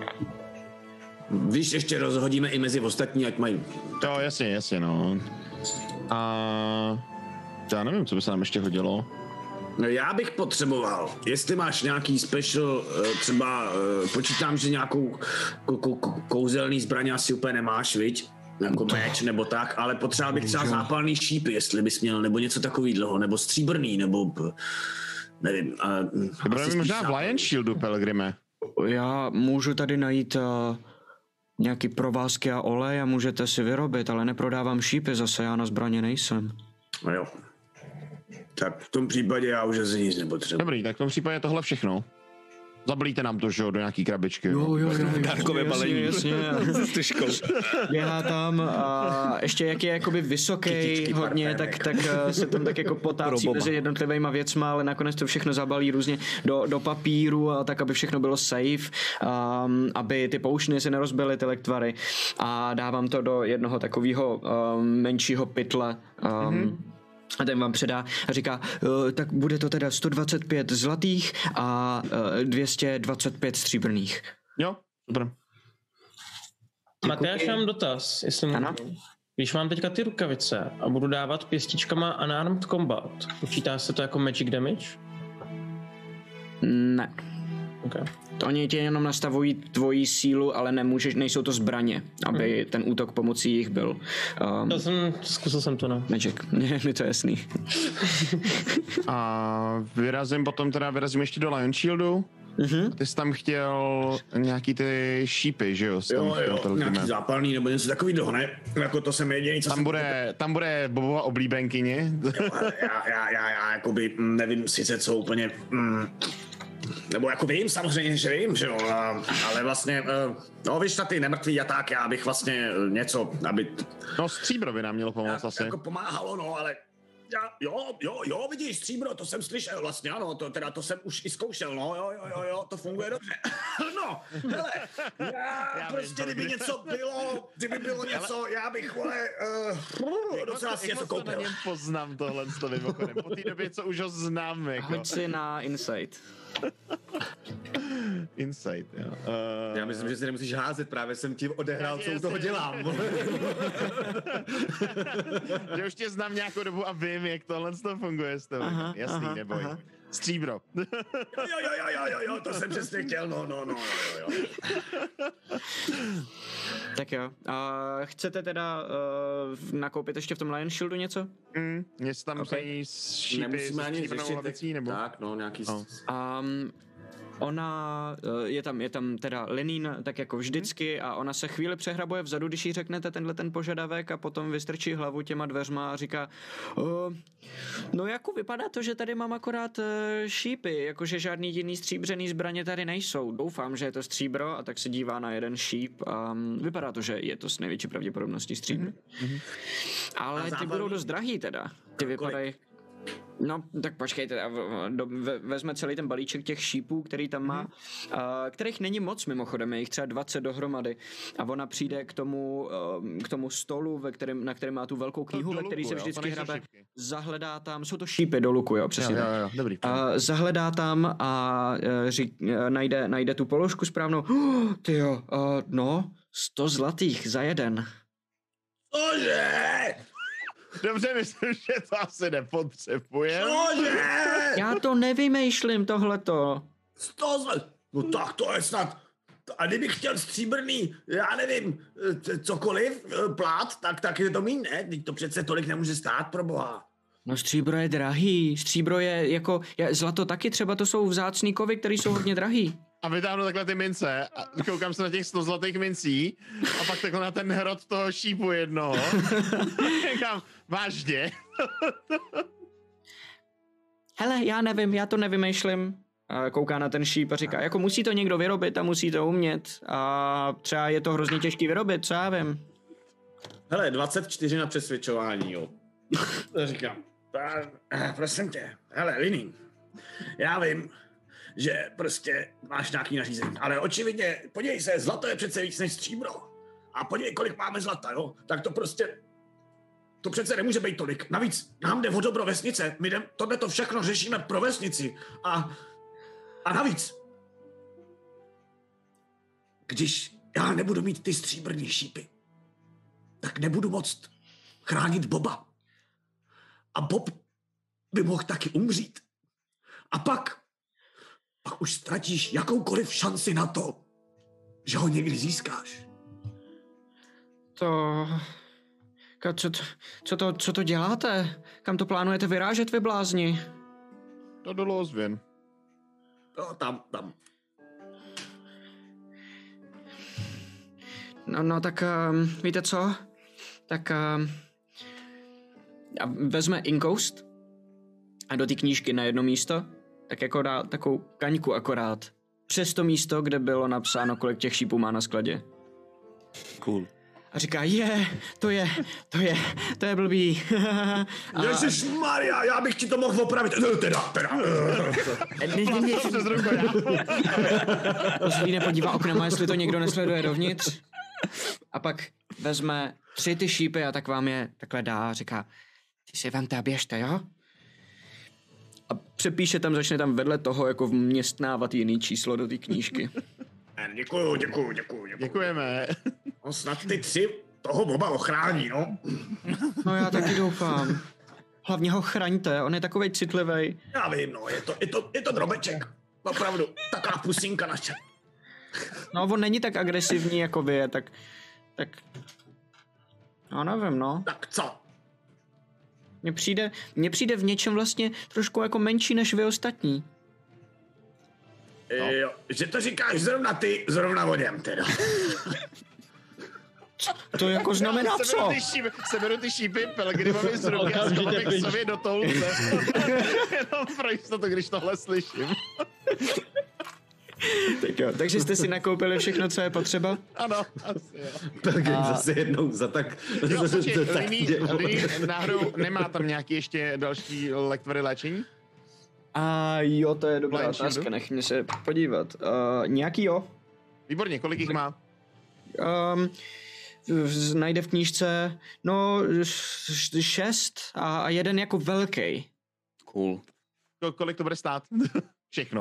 Víš, ještě rozhodíme i mezi ostatní, ať mají.
To jasně, no. A já nevím, co by se nám ještě hodilo.
No já bych potřeboval, jestli máš nějaký special, třeba počítám, že nějakou kouzelný zbraň asi úplně nemáš, viď? Jako meč nebo tak, ale potřeboval bych třeba zápalný šípy, jestli bys měl, nebo něco takového, nebo stříbrný, nebo nevím.
Budeme možná v Lion Shieldu, Pelgrime.
Já můžu tady najít nějaký provázky a olej a můžete si vyrobit, ale neprodávám šípy, zase já na zbraně nejsem.
No jo. Tak v tom případě já už asi nic nepotřebuji.
Dobrý, tak v tom případě tohle všechno. Zablíte nám to, že jo, do nějaký krabičky.
Jo.
Dárkové balení.
Jasně.
S tyžkou.
Běhá tam a ještě jak je jakoby vysoký hodně, tak se tam tak jako potácí mezi jednotlivýma věcma, ale nakonec to všechno zabalí různě do papíru a tak, aby všechno bylo safe, aby ty poušny se nerozbily, ty lektvary, a dávám to do jednoho takového menšího pytle. A ten vám předá a říká, tak bude to teda 125 zlatých a 225 stříbrných.
Jo, super.
Matyáš, mám dotaz, jestli můžu. Když mám teďka ty rukavice a budu dávat pěstičkama Unarmed Combat, počítá se to jako magic damage?
Ne.
Okay.
Oni ti jenom nastavují tvoji sílu, ale nejsou to zbraně, aby ten útok pomocí jich byl.
Zkusil jsem to, no.
Magic, mi to jasný.
A vyrazím ještě do Lion Shieldu. Ty jsi tam chtěl nějaký ty šípy, že jo?
Jo, nějaký zápalný nebo něco takového, ne? Jako to jsem jediný, co
tam bude Bobova oblíbenkyně.
Já jakoby nevím sice co úplně... nebo jako vím, samozřejmě, že vím, že jo, ale vlastně, no víš, ty nemrtví jaták, já bych vlastně něco, aby...
No stříbro by nám mělo pomoct asi.
Jako pomáhalo, no, ale... Jo, vidíš, stříbro, to jsem slyšel vlastně, ano, to jsem už i zkoušel, no, jo, to funguje dobře. No, hele, já prostě, kdyby bylo něco, já bych, vole, docela si něco koupil.
Já poznám tohle s to mimochodem, po té době, co už ho znám, jako.
Hoď si na Insight.
Insight, jo.
Já myslím, že si nemusíš házet, právě jsem ti odehrál, co u toho dělám.
Že už tě znám nějakou dobu a vím, jak tohle funguje s tebou. Jasný, neboj. Stříbro.
Jo, to jsem přesně chtěl, no.
Tak jo. Chcete teda nakoupit ještě v tom Lion Shieldu něco?
Něco tam okay. Šípy
nemusíme ani
řešit, nebo?
Tak, no, nějaký...
Ona, je tam teda Lenín, tak jako vždycky, a ona se chvíli přehrabuje vzadu, když jí řeknete tenhle ten požadavek, a potom vystrčí hlavu těma dveřma a říká, no jako vypadá to, že tady mám akorát šípy, jakože žádný jiný stříbřený zbraně tady nejsou. Doufám, že je to stříbro, a tak se dívá na jeden šíp a vypadá to, že je to s největší pravděpodobností stříbro. Ale ty budou dost drahý teda. Ty vypadají... No, tak počkejte, vezme celý ten balíček těch šípů, který tam má, kterých není moc mimochodem, je jich třeba 20 dohromady, a ona přijde k tomu stolu, na kterém má tu velkou knihu, ve který se vždycky hrabe, zahledá tam, jsou to šípy do luku, jo, přesně.
Jo, dobrý.
Zahledá tam a najde tu položku správnou, tyjo, no, 100 zlatých za jeden.
Cože?
Dobře, myslím, že to asi nepotřebujeme.
Cože?
Já to nevymýšlím, tohleto.
100 zlatých? No tak to je snad... A kdybych chtěl stříbrný, já nevím, cokoliv, plát, tak je to míň, ne? Teď to přece tolik nemůže stát, proboha.
No stříbro je drahý, stříbro je jako, zlato taky, třeba to jsou vzácný kovy, které jsou hodně drahý.
A vytáhnu takhle ty mince a koukám se na těch 100 zlatých mincí a pak takhle na ten hrot toho šípu jednoho. Říkám, vážně?
Hele, já nevím, já to nevymýšlím. A kouká na ten šíp a říká, jako musí to někdo vyrobit a musí to umět. A třeba je to hrozně těžký vyrobit, co já vím.
Hele, 24 na přesvědčování, jo. To říkám. Prosím tě, hele, Lini, já vím, že prostě máš nějaký nařízení, ale očividně, podívej se, zlato je přece víc než stříbro. A podívej, kolik máme zlata, jo? Tak to prostě, to přece nemůže být tolik. Navíc nám jde o dobro vesnice, my tohleto všechno řešíme pro vesnici. A navíc, když já nebudu mít ty stříbrný šípy, tak nebudu moct chránit Boba. A Bob by mohl taky umřít. A pak už ztratíš jakoukoliv šanci na to, že ho někdy získáš.
Co to děláte? Kam to plánujete vyrážet, vy blázni?
To dolů ozvěn.
No, tam.
No tak víte co? Tak vezme Inkoust a do té knížky na jedno místo, tak jako dá takovou kaňku akorát. Přes to místo, kde bylo napsáno, kolik těch šípů má na skladě.
Cool.
A říká, to je blbý.
Ježišmarja, já bych ti to mohl opravit. Teda.
To se nepodívá oknem, jestli to někdo nesleduje dovnitř. A pak vezme 3 ty šípy a tak vám je takhle dá a říká, ty si vemte a běžte, jo? A přepíše tam, začne tam vedle toho jako vměstnávat jiný číslo do té knížky.
Děkuju.
Děkujeme.
No snad ty 3 toho Boba ochrání, no.
No já taky doufám. Hlavně ho chraňte, on je takovej citlivej.
Já vím, no, je to drobeček. Opravdu, taková pusinka naše.
No on není tak agresivní jako vy, tak... No nevím, no.
Tak co?
Mně přijde v něčem vlastně trošku jako menší než vy ostatní.
No. Jo, že to říkáš zrovna ty, zrovna o něm teda.
To jako znamená co?
Seberu ty šípy Pelgrimovi z ruky a skolem k sobě do toulce. Jenom pro jistotu, když tohle slyším.
Tak jo, takže jste si nakoupili všechno, co je potřeba?
Ano, asi jo.
Pelgrim zase jednou za tak...
Náhodou nemá tam nějaký ještě další lektory léčení?
A jo, to je dobrá otázka, nech mě se podívat. Nějaký jo.
Výborně, kolik jich má?
Najde v knížce, 6 a jeden jako velký.
Cool.
Kolik to bude stát? Všechno.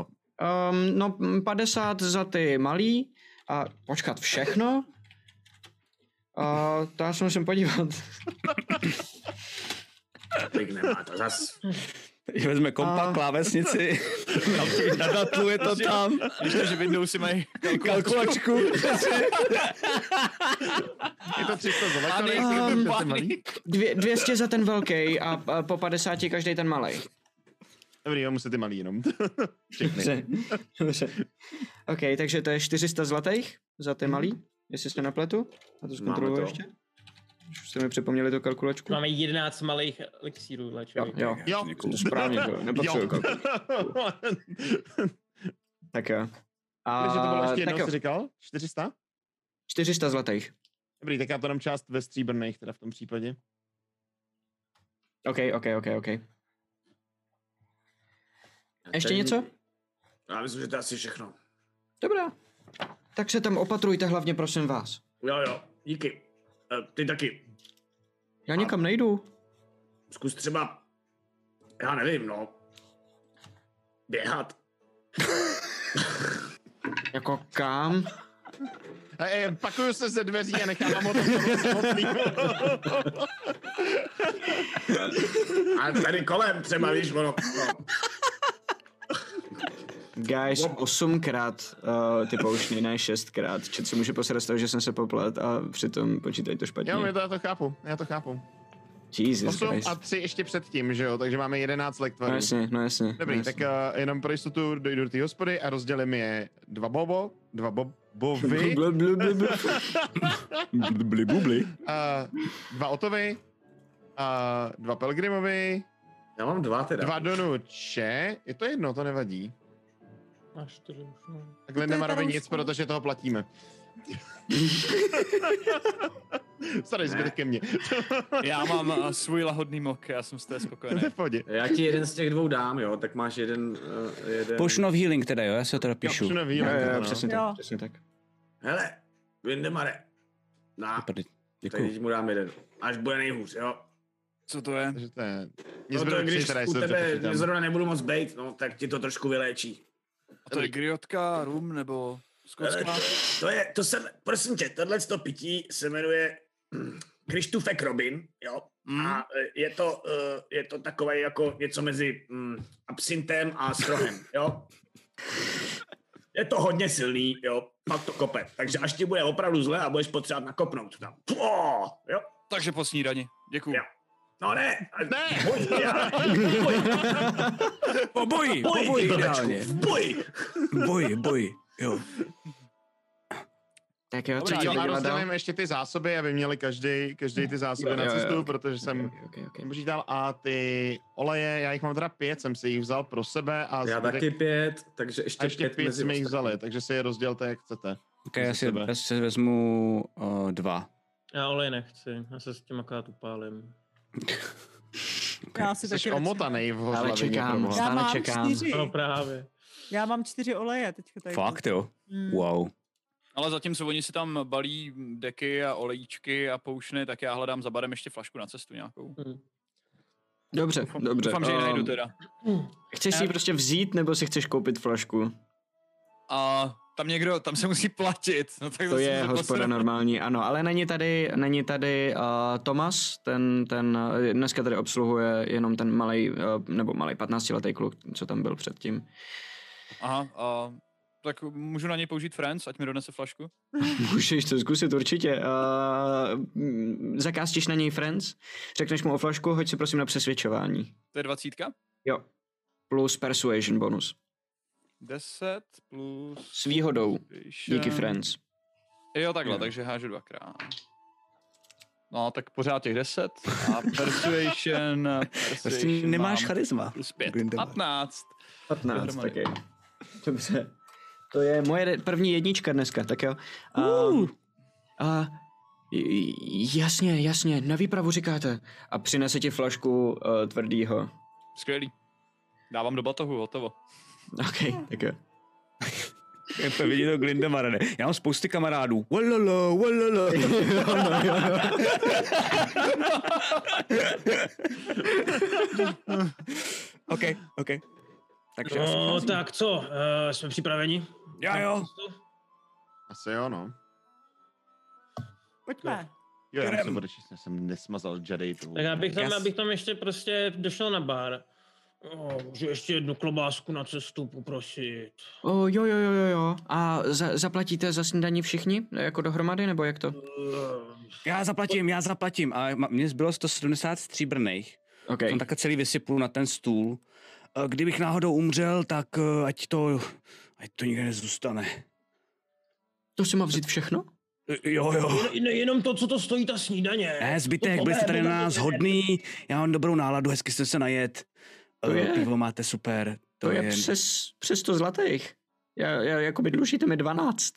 50 za ty malý a počkat, všechno? To já se musím podívat.
Tak nemá to zas.
Vezme kompa, klávesnici, nadatluje to tam.
Ještě, že Windows si mají
Kalkulačku.
Je to 300 za lektory?
200 za ten velký a po 50 každý ten malý.
Dobrý, jo, musíte malý jenom.
Dobře. OK, takže to je 400 zlatých za ty malý, jestli jste napletu. A to zkontroluji ještě. Už jste mi připomněli tu kalkulačku.
Máme 11 malých elixírů léčových.
Jo. To správně, nepotřebuji kalkulačku. Tak jo.
Takže to bylo ještě jednou, jsi říkal? 400?
400 zlatých.
Dobrý, tak já to dám část ve stříbrných teda v tom případě.
OK. Ještě něco?
Já myslím, že to je asi všechno.
Dobrá. Tak se tam opatrujte hlavně, prosím vás.
Jo, díky. Ty taky.
Já nikam nejdu.
Zkus třeba, já nevím, běhat.
Jako kam?
Pakuju se ze dveří a nechám ho tam samotný.
A tady kolem třeba, víš, ono.
Guys, 8krát ty poušny, ne 6krát. Čet si může posrat z toho, že jsem se poplet a přitom počítají to špatně.
Jo, já to chápu.
Jesus
8
Christ.
a 3 ještě předtím, že jo? Takže máme 11 lektvarů.
No jasně.
Dobrý, tak jenom pro jistotu dojdu do té hospody a rozdělím je 2 bobovy, a 2 otovy, a 2 pelgrimovi,
Já mám 2 teda.
2 donuče, je to jedno, to nevadí.
A 4 už no.
Tak Lindemarovi nic, protože toho platíme. Sorry, zbytek ke mně.
Já mám svůj lahodný mok, já jsem z té spokojený.
To je v pohodě.
Já ti jeden z těch 2 dám, jo, tak máš jeden...
Potion of healing teda, jo, já se to teda píšu.
Potion of healing,
Jo,
ano.
přesně tak.
Hele, Lindemare. Teď mu dám jeden. Až bude nejhůř, jo.
Co to je?
Takže to je...
No to je, když u tebe zrovna nebudu moc bejt, no, tak ti to trošku vyléčí.
A to je griotka, rum nebo skotská?
Prosím tě, tohleto pití se jmenuje Krištůfek Robin, jo. A je to takové jako něco mezi absintem a strohem, jo. Je to hodně silný, jo, pak to kope. Takže až ti bude opravdu zle a budeš potřebovat nakopnout tam. Jo.
Takže po snídani. Děkuju.
Jo. No ne.
Po boji ideálně.
V
boji, jo.
Tak jo,
Dobrá, a rozdělím ještě ty zásoby, aby měli každý ty zásoby na cestu, protože jsem počítal a ty oleje, já jich mám teda 5, jsem si jich vzal pro sebe a
já taky 5, takže ještě
5 jsme jich vzali, takže si je rozdělte, jak chcete.
Ok, já si vezmu 2.
Já olej nechci, já se s tím akorát upálím.
Já si taky
Jsi omotanej v
Ale
hořlavině.
čekám, stále čekám.
4.
No právě.
Já mám 4 oleje teďka tady.
Fakt jo? Wow.
Ale zatímco oni si tam balí deky a olejíčky a poušny, tak já hledám za barem ještě flašku na cestu nějakou.
Dobře.
Doufám, že ji najdu teda.
Chceš si ji prostě vzít, nebo si chceš koupit flašku?
A tam se musí platit. No, tak
To je hospoda normální, ano, ale není tady Tomas, ten dneska tady obsluhuje jenom ten malej 15letý kluk, co tam byl předtím.
Aha, tak můžu na něj použít Friends, ať mi donese flašku?
Můžeš to zkusit určitě. Zakástíš na něj Friends, řekneš mu o flašku, hoď si prosím na přesvědčování.
To je 20?
Jo. Plus persuasion bonus.
10 plus...
S výhodou. Díky Friends.
Jo, takhle, takže hážu 2krát. No, tak pořád těch 10 a persuasion
Nemáš charisma.
Plus 5. 15.
15, taky. Dobře. To je moje první jednička dneska, tak jo. Jasně, na výpravu říkáte. A přinese ti flašku tvrdýho.
Skvělý. Dávám do batohu, hotovo.
Ok, tak jo.
Je vidět to Glindemara, ne? Já mám spousty kamarádů. Walala. Ok. Takže
No, tak co, jsme připraveni?
Jo.
Asi jo, no.
Pojďme.
Jo, já se bude číst, jsem nesmazal Jady.
Tak abych tam ještě prostě došel na bar. Můžu ještě jednu klobásku na cestu poprosit.
Jo. A zaplatíte za snídaní všichni? Jako dohromady, nebo jak to?
Já zaplatím. A mně zbylo 170 stříbrných.
Okay.
Jsem takhle celý vysypnu na ten stůl. Kdybych náhodou umřel, tak ať to nikde nezůstane.
To si má vzít všechno?
Jo.
Jenom to, co to stojí, ta snídaně.
Ne, zbytek, byli jste tady na nás hodný, já mám dobrou náladu, hezky jste se najet. Pivo máte super.
To je přes 100 zlatých. Jakoby dlužíte mi 12.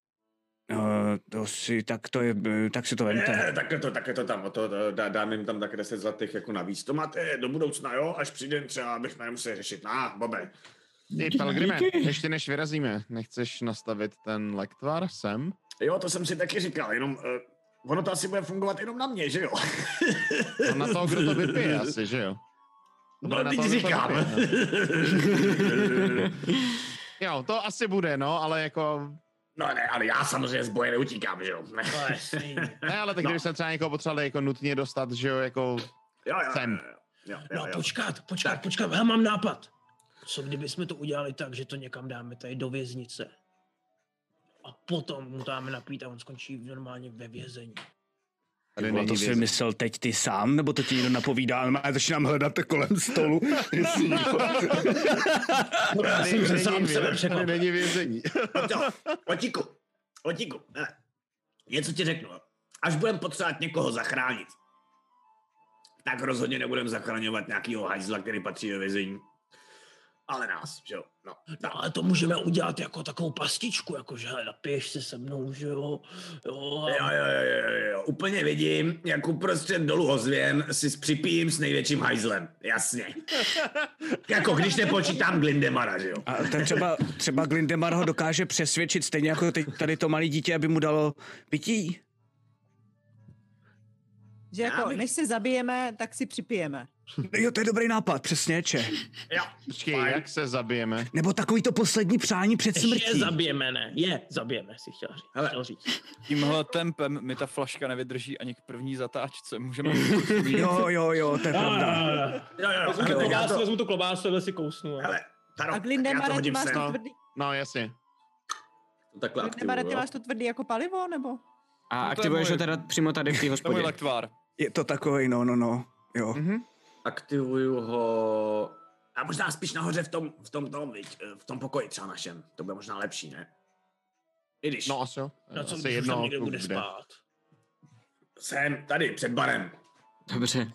Tak si to vemte.
Tak je to tam, dám jim tam tak 10 zlatých jako navíc. To máte do budoucna, jo? Až přijde třeba, abych nemusel řešit. Bobe.
Ty, Pelgrime, ještě než vyrazíme, nechceš nastavit ten lektvar sem?
Jo, to jsem si taky říkal, jenom ono to asi bude fungovat jenom na mě, že jo?
A na toho, kdo to vypije asi, že jo?
No, teď říkám.
Jo, to asi bude, no, ale jako...
No ne, ale já samozřejmě z boje neutíkám, že jo?
Ne, ale tak kdyby se třeba někoho potřebovali jako nutně dostat, že jo, jako sem.
No počkat, já mám nápad. Co kdyby jsme to udělali tak, že to někam dáme tady do věznice? A potom mu dáme napít a on skončí normálně ve vězení.
Tady
A
není
to si
vězeň.
vymyslel teď ty sám, nebo to ti někdo napovídá, ale začínám hledat kolem stolu. jestli někdo-
Já jsem se sám sebe
Tady
překvapil.
není vězení.
Otíku, hele, něco ti řeknu. Až budeme potřebovat někoho zachránit, tak rozhodně nebudeme zachraňovat nějakýho hajzla, který patří ve vězení. Ale nás, že jo. No.
No, ale to můžeme udělat jako takovou pastičku, jakože hele, napiješ se se mnou, že jo. Jo,
Jo. Úplně vidím, jak uprostřed dolu ozvěn si připijím s největším hajzlem. Jasně. Jako když nepočítám Glindemara, že jo.
A třeba Glindemar ho dokáže přesvědčit, stejně jako teď tady to malé dítě, aby mu dalo pití.
Že jako, než se zabijeme, tak si připijeme.
Jo, to je dobrý nápad, přesně,
Jo.
Počkej, jak se zabijeme?
Nebo takový to poslední přání před
ještě
smrtí.
zabijeme, ne? Zabijeme, si chtěl říct.
Tímhle tempem mi ta flaška nevydrží ani k první zatáčce. Můžeme...
Jo, to je pravda.
Jo.
Vezmu tu klobásu, takhle si kousnu.
Hele, Taro,
A
já to
Glindemare, ty
hodím
máš
sem.
to tvrdý,
No, jasně.
Takhle
Glindemare, ty
aktivuju,
máš to tvrdý jako palivo, nebo?
A
to je
aktivuješ
můj-
ho teda přímo tady v té
To je můj
hospodě.
lektvár.
Je to takový, no. Jo.
Aktivuju ho... A možná spíš nahoře v tom pokoji třeba našem. To bude možná lepší, ne? I když.
No, asi jo.
No co,
Asi
když už
jedno,
tam někde
jako
bude
kde.
spát.
Jsem tady, před barem.
Dobře.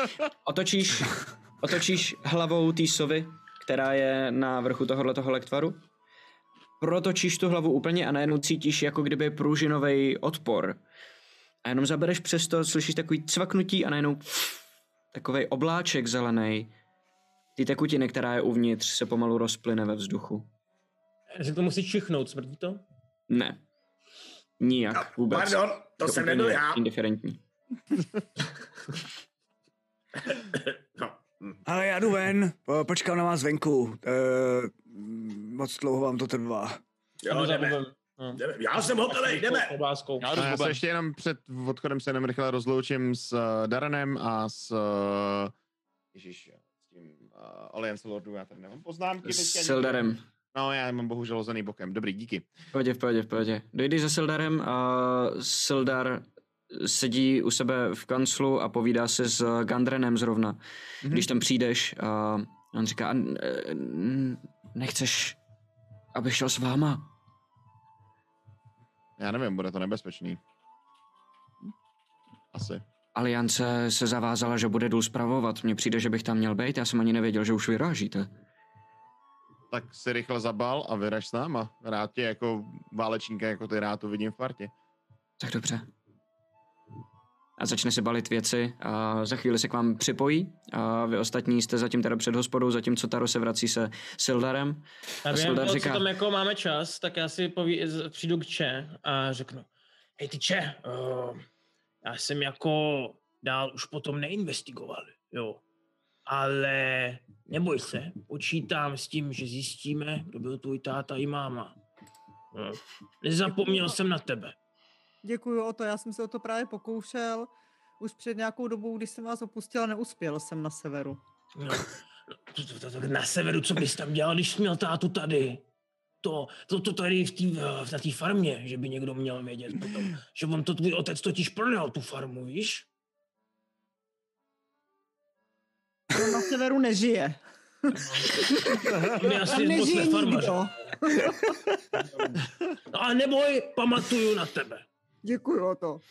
Otočíš hlavou té sovy, která je na vrchu tohoto lektvaru. Protočíš tu hlavu úplně a najednou cítíš jako kdyby průžinový odpor. A jenom zabereš přes to, slyšíš takový cvaknutí a najednou takovej obláček zelený. Ty tekutiny, která je uvnitř, se pomalu rozplyne ve vzduchu.
Že to musíš čichnout, smrdí to?
Ne. Nijak vůbec.
Pardon, to jsem
úplně
nebyl já.
Indiferentní.
No.
Ale já jdu ven, počkám na vás venku. Moc dlouho vám to trvá.
Jo, jdeme. Já jsem hotovej, jdeme.
Klobáskou.
Já
A
jdu s
já se
Bobem.
ještě jenom před odchodem se jenom rychle rozloučím s Daranem a s... Ježíš, s tím Alliance Lordu, já tady nemám poznámky.
S
teďka.
Sildarem.
No, já mám bohužel hozený bokem. Dobrý, díky.
V pohodě. Dojdeš za Sildarem a Sildar sedí u sebe v kanclu a povídá se s Gandrenem zrovna. Když tam přijdeš a on říká, nechceš, abych šel s váma?
Já nevím, bude to nebezpečný. Asi.
Aliance se zavázala, že bude důl spravovat. Mně přijde, že bych tam měl být, já jsem ani nevěděl, že už vyrážíte.
Tak si rychle zabal a vyraž s náma. Rád tě jako válečníka, jako ty rád uvidím v partě.
Tak dobře. A začne si balit věci a za chvíli se k vám připojí a vy ostatní jste zatím teda před hospodou, zatímco Taro se vrací se Sildarem.
A
A
během
Sildar
toho,
říká,
co tam jako máme čas, tak já si přijdu k Če a řeknu, hej ty Če, já jsem jako dál už potom neinvestigoval, jo. Ale neboj se, počítám s tím, že zjistíme, kdo byl tvůj táta i máma. No. Nezapomněl jsem na tebe.
Děkuju o to, já jsem se o to právě pokoušel. Už před nějakou dobou, když jsem vás opustil, neuspěl jsem na severu.
No. Na severu, co bys tam dělal, když jsi měl tátu tady? To tady na té farmě, že by někdo měl vědět potom. Že on to tvůj otec totiž prodal tu farmu, víš?
On na severu nežije.
On je
Tam
asi moc
nežije
nefarmař.
nikdo.
No a neboj, pamatuju na tebe.
Děkuju o to.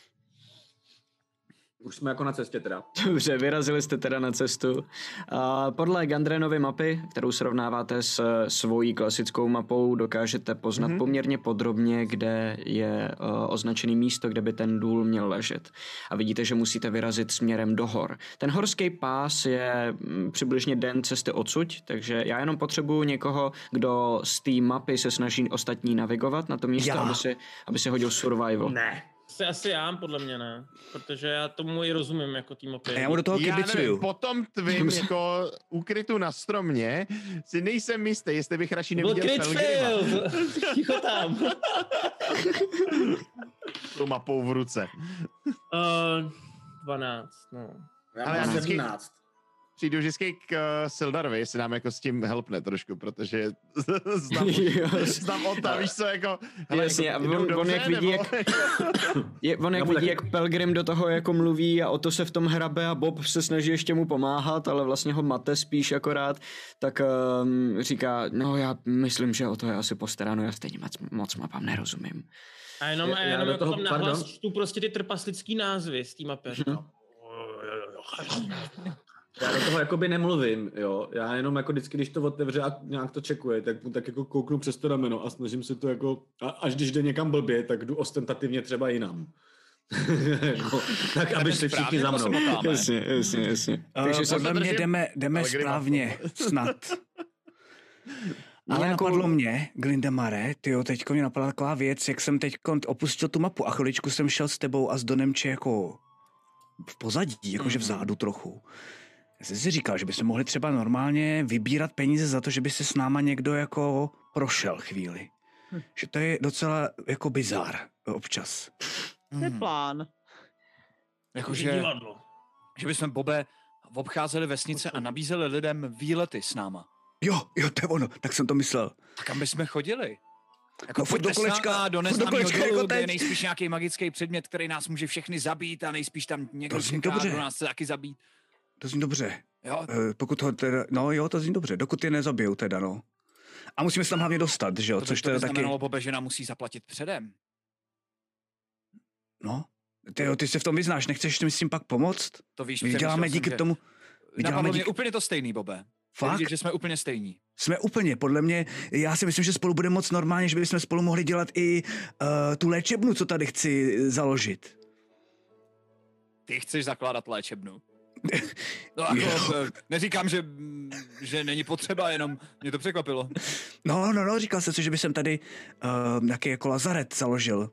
Už jsme jako na cestě teda.
dobře, vyrazili jste teda na cestu. A podle Gandrenovy mapy, kterou srovnáváte s svojí klasickou mapou, dokážete poznat poměrně podrobně, kde je označený místo, kde by ten důl měl ležet. A vidíte, že musíte vyrazit směrem do hor. Ten horský pás je přibližně den cesty odsuť, takže já jenom potřebuju někoho, kdo z té mapy se snaží ostatní navigovat na to místo, aby si hodil survival.
Ne.
Asi já, podle mě ne. Protože já tomu i rozumím jako tým
A já mu do toho
Já nevím,
kibicuju.
po tom tvým jako ukrytu na stromě si nejsem jistý, jestli bych radši
Byl
neviděl
crit
Felgrima
fail! Ticho tam.
tou mapou v ruce.
12, no.
Já
Ale já
mám
vždycky-
17.
přijdu vždycky k Sildarovi, jestli nám jako s tím helpne trošku, protože znám on tam, víš co, jako... Hele,
jasně,
jako,
a on jak vidí, jak vidí, jak Pelgrim do toho jako mluví a o to se v tom hrabe a Bob se snaží ještě mu pomáhat, ale vlastně ho mate spíš akorát, tak říká, no já myslím, že o to je asi postaráno, já stejně moc mapám nerozumím.
A jenom
do toho,
tam nahlas čtu prostě ty trpaslický názvy s tím mapem.
Já do toho jakoby nemluvím, jo. Já jenom jako vždycky, když to otevře a nějak to čekuje, tak jako kouknu přes to rameno a snažím se to jako, až když jde někam blbě, tak jdu ostentativně třeba jinam. No, tak aby šli všichni za mnou.
Jasně.
Takže podle mě jdeme správně, snad. Ale napadlo mě, Glindemare, tyjo, teďko mě napadla taková věc, jak jsem teďko opustil tu mapu a chviličku jsem šel s tebou a s Donemče jako v pozadí, jakože vzadu trochu. Já jsem si říkal, že bychom mohli třeba normálně vybírat peníze za to, že by se s náma někdo jako prošel chvíli. Že to je docela jako bizár občas.
To je plán.
Jakože, že bychom, Bobe, obcházeli vesnice a nabízeli lidem výlety s náma.
Jo, to je ono, tak jsem to myslel.
A kam bychom chodili? Jako
no,
pojďte
do kolečka,
do neznámého dolu,
jako
kde je nejspíš nějaký magický předmět, který nás může všechny zabít a nejspíš tam někdo čeká, kdo nás chce taky zabít.
To zní dobře.
Jo?
Pokud ho teda, no jo, to zní dobře, dokud je nezabijou teda, no. A musíme se tam hlavně dostat, že jo, což
to by
taky...
znamenalo, Bobe, že nám musí zaplatit předem.
No, ty se v tom vyznáš, nechceš mi s tím pak pomoct?
To víš,
vyděláme díky tomu...
Napadlo mě úplně to stejný, Bobe.
Fakt?
Vidět, že jsme úplně stejní.
Jsme úplně, podle mě, já si myslím, že spolu budeme moc normálně, že bychom spolu mohli dělat i tu léčebnu, co tady chci založit.
Ty chceš zakládat léčebnu? No jako, neříkám, že není potřeba, jenom mě to překvapilo.
No, říkal jsem si, že bych tady nějaký jako lazaret založil.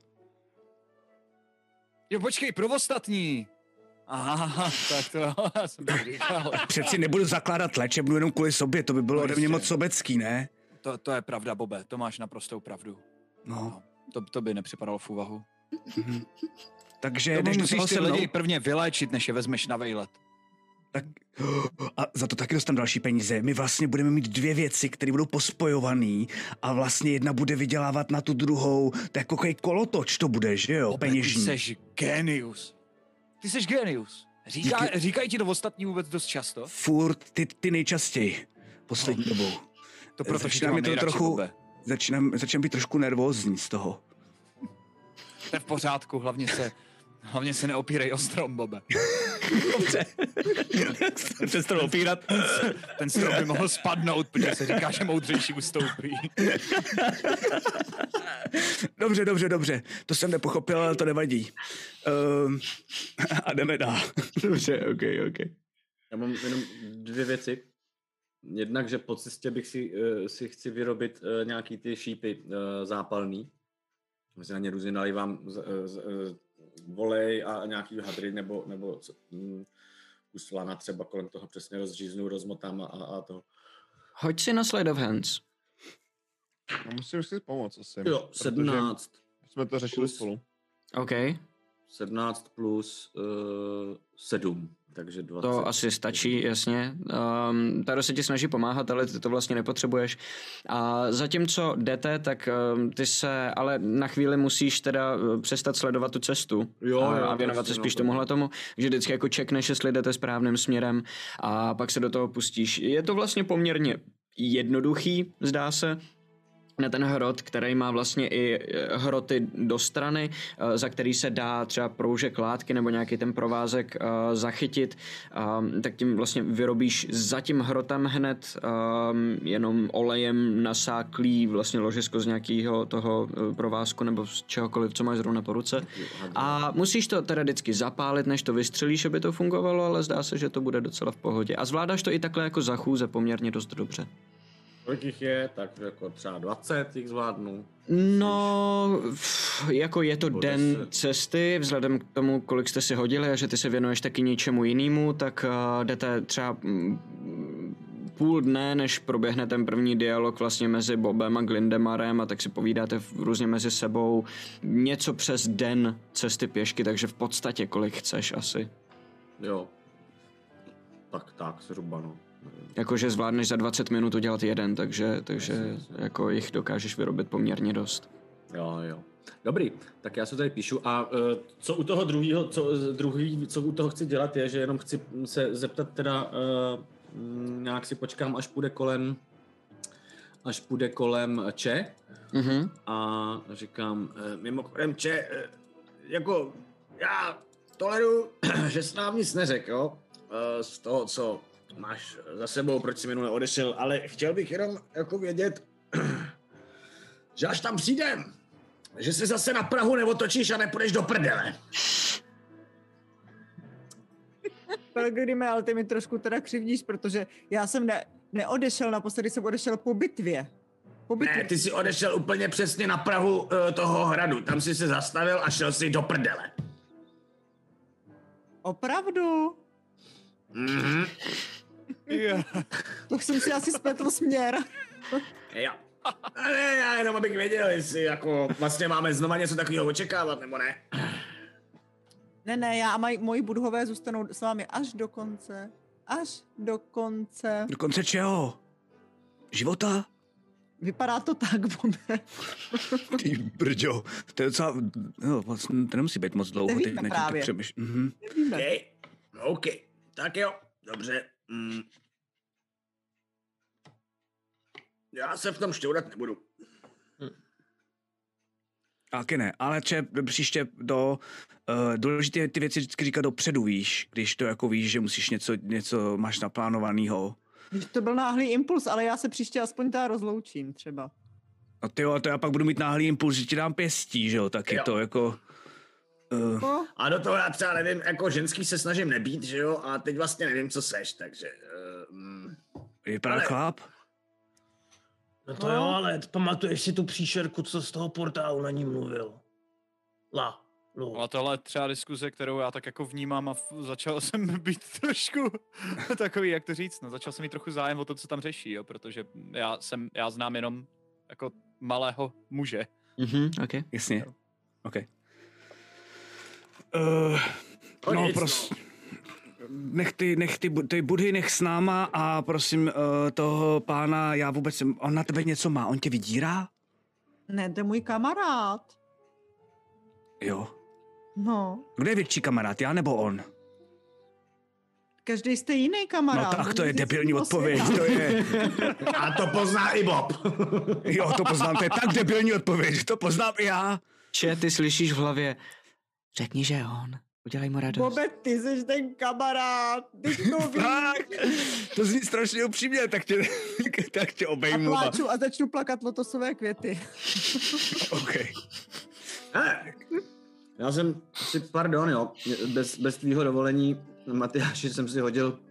Jo, počkej, pro ostatní. Aha, tak to já jsem to říkal.
Přeci nebudu zakládat léčebnu jenom kvůli sobě, to by bylo ode mě moc sobecký, ne?
To je pravda, Bobe, to máš naprostou pravdu. No. To by nepřipadalo v úvahu.
Takže jdeš do toho
musíš ty lidi prvně vyléčit, než je vezmeš na vejlet.
Tak, a za to taky dostanu další peníze. My vlastně budeme mít 2 věci, které budou pospojovaný a vlastně jedna bude vydělávat na tu druhou. To je jako kolotoč to bude, že jo, peněžní.
Ty seš genius. Říkají ti to ostatní vůbec dost často?
Furt, ty nejčastěji. Poslední dobou.
To proto začíná mi to trochu,
začínám být trošku nervózní z toho.
To je v pořádku, hlavně se neopírej o strom, Bobe.
Dobře. Přestal opírat.
Ten strom by mohl spadnout, protože se říká, že moudřejší ustoupí.
Dobře. To jsem nepochopil, ale to nevadí. A jdeme dál.
Dobře, ok.
Já mám jenom 2 věci. Jednak, že po cestě bych si chci vyrobit nějaký ty šípy zápalný. Myslím, na ně různě nalívám volej a nějaký hadry nebo kus lana třeba kolem toho přesně rozříznu, rozmotám a to.
Hoď si na Slide of Hands.
No, musím si pomoct asi.
Jo, 17.
Jsme to řešili spolu.
OK.
17 plus 7, takže 20.
To asi stačí, jasně. Taro se ti snaží pomáhat, ale ty to vlastně nepotřebuješ. A zatímco jdete, tak ty se ale na chvíli musíš teda přestat sledovat tu cestu a věnovat se spíš tomuhle tomu, že vždycky jako čekneš, jestli jdete správným směrem a pak se do toho pustíš. Je to vlastně poměrně jednoduchý, zdá se, na ten hrot, který má vlastně i hroty do strany, za který se dá třeba proužek látky nebo nějaký ten provázek zachytit, tak tím vlastně vyrobíš za tím hrotem hned jenom olejem nasáklý vlastně ložisko z nějakého toho provázku nebo z čehokoliv, co máš zrovna po ruce. A musíš to teda vždycky zapálit, než to vystřelíš, aby to fungovalo, ale zdá se, že to bude docela v pohodě. A zvládáš to i takhle jako za chůze poměrně dost dobře.
Kolik jich je, tak jako třeba 20 jich zvládnu.
No, jako je to den cesty, vzhledem k tomu, kolik jste si hodili a že ty se věnuješ taky něčemu jinému, tak jdete třeba půl dne, než proběhne ten první dialog vlastně mezi Bobem a Glindemarem a tak si povídáte různě mezi sebou. Něco přes den cesty pěšky, takže v podstatě kolik chceš asi.
Jo. Tak, zhruba, no.
Jakože zvládneš za 20 minut udělat jeden, takže jako jich dokážeš vyrobit poměrně dost.
Jo. Dobrý, tak já se tady píšu a co u toho co u toho chci dělat je, že jenom chci se zeptat teda, nějak si počkám, až půjde kolem Če a říkám, mimochodem Če, jako já toleruju, že jsi nám nic neřekl, jo, z toho, co máš za sebou, proč jsi minule odešel, ale chtěl bych jenom jako vědět, že až tam přijdem, že se zase na Prahu neotočíš a nepůjdeš do prdele.
Pelgrime, ale ty mi trošku křivdíš, protože já jsem neodešel, naposledy jsem odešel po bitvě.
Ne, ty jsi odešel úplně přesně na Prahu toho hradu, tam jsi se zastavil a šel jsi do prdele.
Opravdu?
Mhm.
To jsem si asi spletl směr.
Jo. Ne, já jenom abych věděl, jestli jako vlastně máme znova něco takového očekávat, nebo ne.
Ne, já a moji budhové zůstanou s vámi až do konce. Až do konce.
Do konce čeho? Života?
Vypadá to tak, Bobe.
Ty brďo, to je docela, no, to nemusí být moc dlouho,
Nevíme
teď na tím tak
právě.
přemýšlím.
OK, tak jo, dobře. Já se v tom šťourat nebudu.
Taky ne, ale příště důležité ty věci vždycky říkat dopředu, víš, když to jako víš, že musíš něco máš naplánovanýho.
Když to byl náhlý impuls, ale já se příště aspoň rozloučím třeba.
A tyjo, to já pak budu mít náhlý impuls, že ti dám pěstí, že jo, tak je to jako...
A do toho já třeba nevím, jako ženský se snažím nebýt, že jo, a teď vlastně nevím, co seš, takže...
Vypadá chlap?
No to jo, ale pamatuješ si tu příšerku, co z toho portálu na ní mluvil?
A tohle je třeba diskuze, kterou já tak jako vnímám a začal jsem být trošku takový, jak to říct, no, začal jsem mít trochu zájem o to, co tam řeší, jo, protože já znám jenom jako malého muže.
Okay.
Jasně, ok. No prostě, nech ty budhy nech s náma a prosím toho pána, já vůbec, on na tebe něco má, on tě vydírá?
Ne, to je můj kamarád.
Jo.
No.
Kdo je větší kamarád, já nebo on?
Každý jste jiný kamarád.
No tak to je debilní odpověď, to je...
A to pozná i Bob.
Jo, to poznám, to je tak debilní odpověď, to poznám i já.
Če, ty slyšíš v hlavě, řekni, že on. Udělej mu radost.
Bobe, ty jsi ten kamarád. Ty to víš.
To zní strašně upřímně, tak tě obejmu.
A pláču a začnu plakat lotosové květy.
OK.
Já jsem si, pardon, jo, bez tvýho dovolení, Matyáši, jsem si hodil...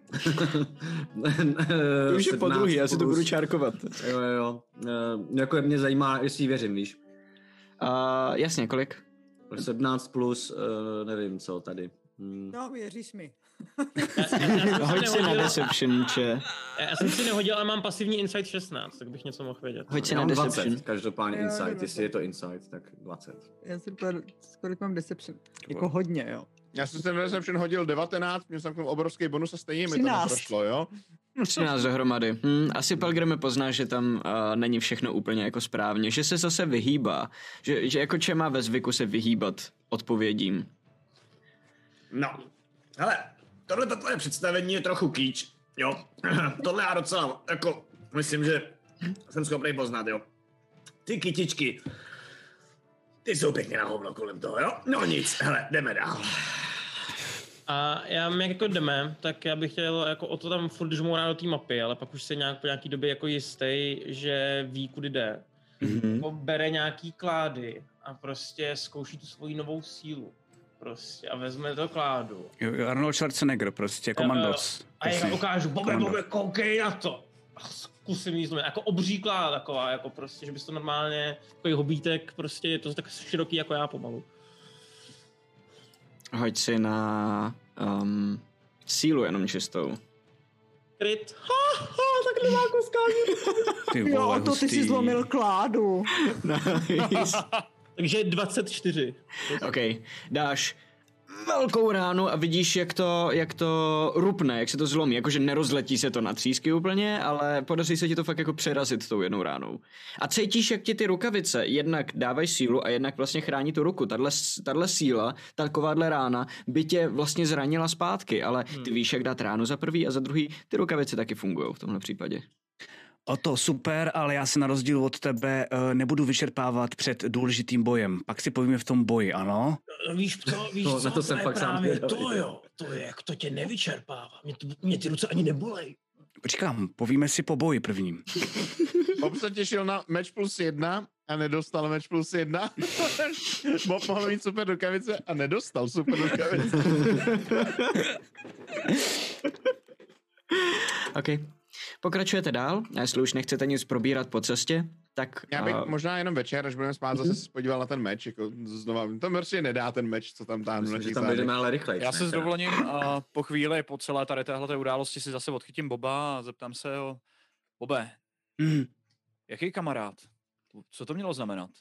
To už je po druhý, já si to budu čárkovat.
Jo. Jako mě zajímá, jestli věřím, víš.
Jasně, kolik?
17 plus, nevím co tady.
No, věříš mi.
Hoď si na Deception, Če.
Já jsem si nehodil, ale mám pasivní Insight 16, tak bych něco mohl vědět.
Hoď si
Já
na
mám
Deception.
20, každopádně
Jo,
Insight,
20.
jestli je to Insight, tak 20.
Já si kolik mám Deception. Jako hodně, jo.
Já jsem ten Reception hodil 19, měl jsem k tomu obrovský bonus a stejně mi to
13.
neprošlo, jo?
13 dohromady. Asi Pelgrime pozná, že tam není všechno úplně jako správně, že se zase vyhýbá, že jako Če má ve zvyku se vyhýbat odpovědím.
No, hele, tohle tvoje představení je trochu kýč, jo. Tohle já docela, jako, myslím, že jsem schopný poznat, jo. Ty kytičky, ty jsou pěkně na hovno kolem toho, jo. No nic, hele, jdeme dál.
A já jak jako jdeme, tak já bych chtěl jako o to tam furt žmourát do té mapy, ale pak už se nějak po nějaký době jako jistý, že ví, kudy jde. Jako bere nějaký klády a prostě zkouší tu svoji novou sílu. Prostě a vezme to kládu.
Jo, Arnold Schwarzenegger prostě, komandos.
A já ukážu, Bobe, koukej na to. A zkusím jí zlomit, jako obří kláda taková, jako prostě, že bys to normálně, takový hobítek, prostě je to tak široký jako já pomalu.
Hoď si na sílu jenom čistou.
Kryt. Tak nemá koskání.
Jo, a to ty si zlomil kládu.
Nice.
Takže 24.
OK, dáš velkou ránu a vidíš, jak to rupne, jak se to zlomí, jakože nerozletí se to na třísky úplně, ale podaří se ti to fakt jako přerazit tou jednou ránou. A cítíš, jak ti ty rukavice jednak dávají sílu a jednak vlastně chrání tu ruku. Tahle síla, takováhle rána by tě vlastně zranila zpátky, ale ty víš, jak dát ránu za prvý a za druhý, ty rukavice taky fungují v tomhle případě.
O to super, ale já se na rozdíl od tebe nebudu vyčerpávat před důležitým bojem. Pak si povíme v tom boji, ano?
Víš co,
na to jsem
je
fakt sám
právě
zvědavý.
to jo, to je, jak to tě nevyčerpává. Mě ty ruce ani nebolej.
Říkám, povíme si po boji prvním.
Bob se těšil na match +1 a nedostal match +1. Bob mohl mít super rukavice a nedostal super rukavice.
OK. Pokračujete dál a jestli už nechcete nic probírat po cestě, tak...
Já bych možná jenom večer, až budeme spát, zase se podíval na ten meč, jako znova, to prostě nedá ten meč, co tam táhnu na
Myslím, že
těch
tam
zádech.
dojdeme ale rychleji.
Já se s dovolením a po chvíli, po celé tady téhleté události si zase odchytím Boba a zeptám se ho, Bobe, jaký kamarád? Co to mělo znamenat?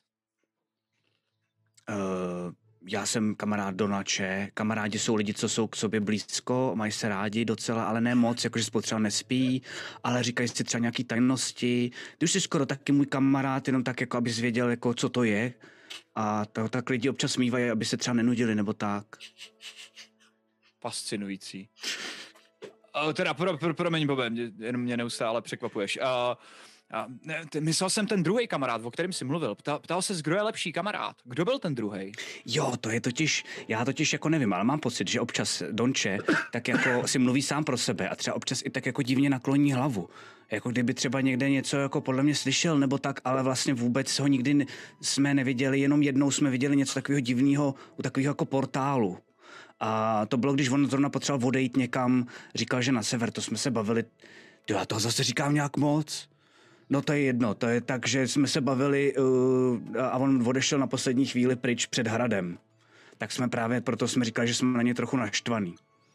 Já jsem kamarád Donače. Kamarádi jsou lidi, co jsou k sobě blízko, mají se rádi docela, ale ne moc, jakože spolu třeba nespí, ale říkají si třeba nějaký tajnosti. Ty už jsi skoro taky můj kamarád, jenom tak, jako abys věděl, jako, co to je. A to tak lidi občas mývají, aby se třeba nenudili, nebo tak.
Fascinující. Teda, promiň, Bobe, jenom mě neustále překvapuješ. Myslel jsem ten druhý kamarád, o kterém jsi mluvil. Ptal se, kdo je lepší kamarád. Kdo byl ten druhý?
Jo, to je totiž, já totiž jako nevím, ale mám pocit, že občas Donče tak jako si mluví sám pro sebe a třeba občas i tak jako divně nakloní hlavu. Jako kdyby třeba někde něco jako podle mě slyšel nebo tak, ale vlastně vůbec ho nikdy jsme neviděli, jenom jednou jsme viděli něco takového divného u takového jako portálu. A to bylo, když on zrovna potřeboval odejít někam, říkal, že na sever, to jsme se bavili. Já toho zase říkám nějak moc. No to je jedno, to je tak, že jsme se bavili a on odešel na poslední chvíli pryč před hradem. Tak jsme právě, proto jsme říkali, že jsme na ně trochu naštvaný.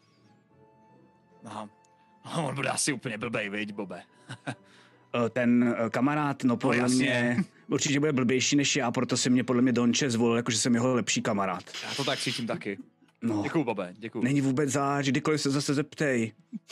Aha. On bude asi úplně blbej, viď, Bobe?
Ten kamarád, no podle mě určitě bude blbější než já, proto si mě podle mě Donče zvolil, jakože jsem jeho lepší kamarád.
Já to tak cítím taky.
No.
Děkuju, Bobe, děkuju.
Není vůbec záč, kdykoliv se zase zeptej.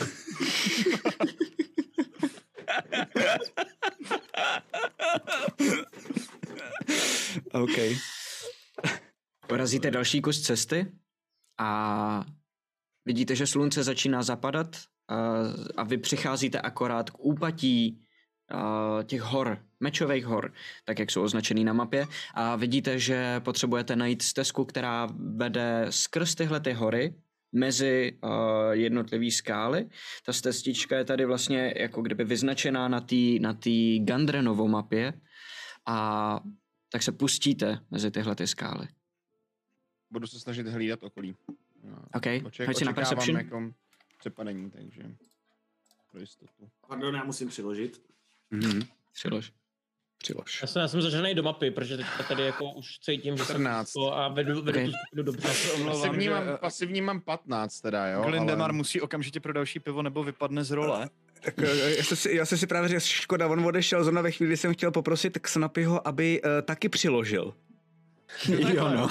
OK.
Porazíte další kus cesty a vidíte, že slunce začíná zapadat a vy přicházíte akorát k úpatí těch hor, mečových hor, tak jak jsou označený na mapě a vidíte, že potřebujete najít stezku, která vede skrz tyhle ty hory mezi jednotlivý skály. Ta steztička je tady vlastně jako kdyby vyznačená na té Gandrenovo mapě a tak se pustíte mezi tyhle ty skály.
Budu se snažit hlídat okolí.
OK, hoď si na Perception.
Jako přepadení, takže pro jistotu.
Pardon, já musím přiložit.
Přilož.
Já jsem zažený do mapy, protože teďka tady jako už cítím, že
14.
jsem a vedu tu skupinu dobře.
Pasivní mám 15 teda, jo.
Glindemar musí okamžitě pro další pivo nebo vypadne z role.
Tak já jsem si právě řekl, škoda, on odešel zrovna ve chvíli, kdy jsem chtěl poprosit Xnapyho, aby taky přiložil.
Jo, no.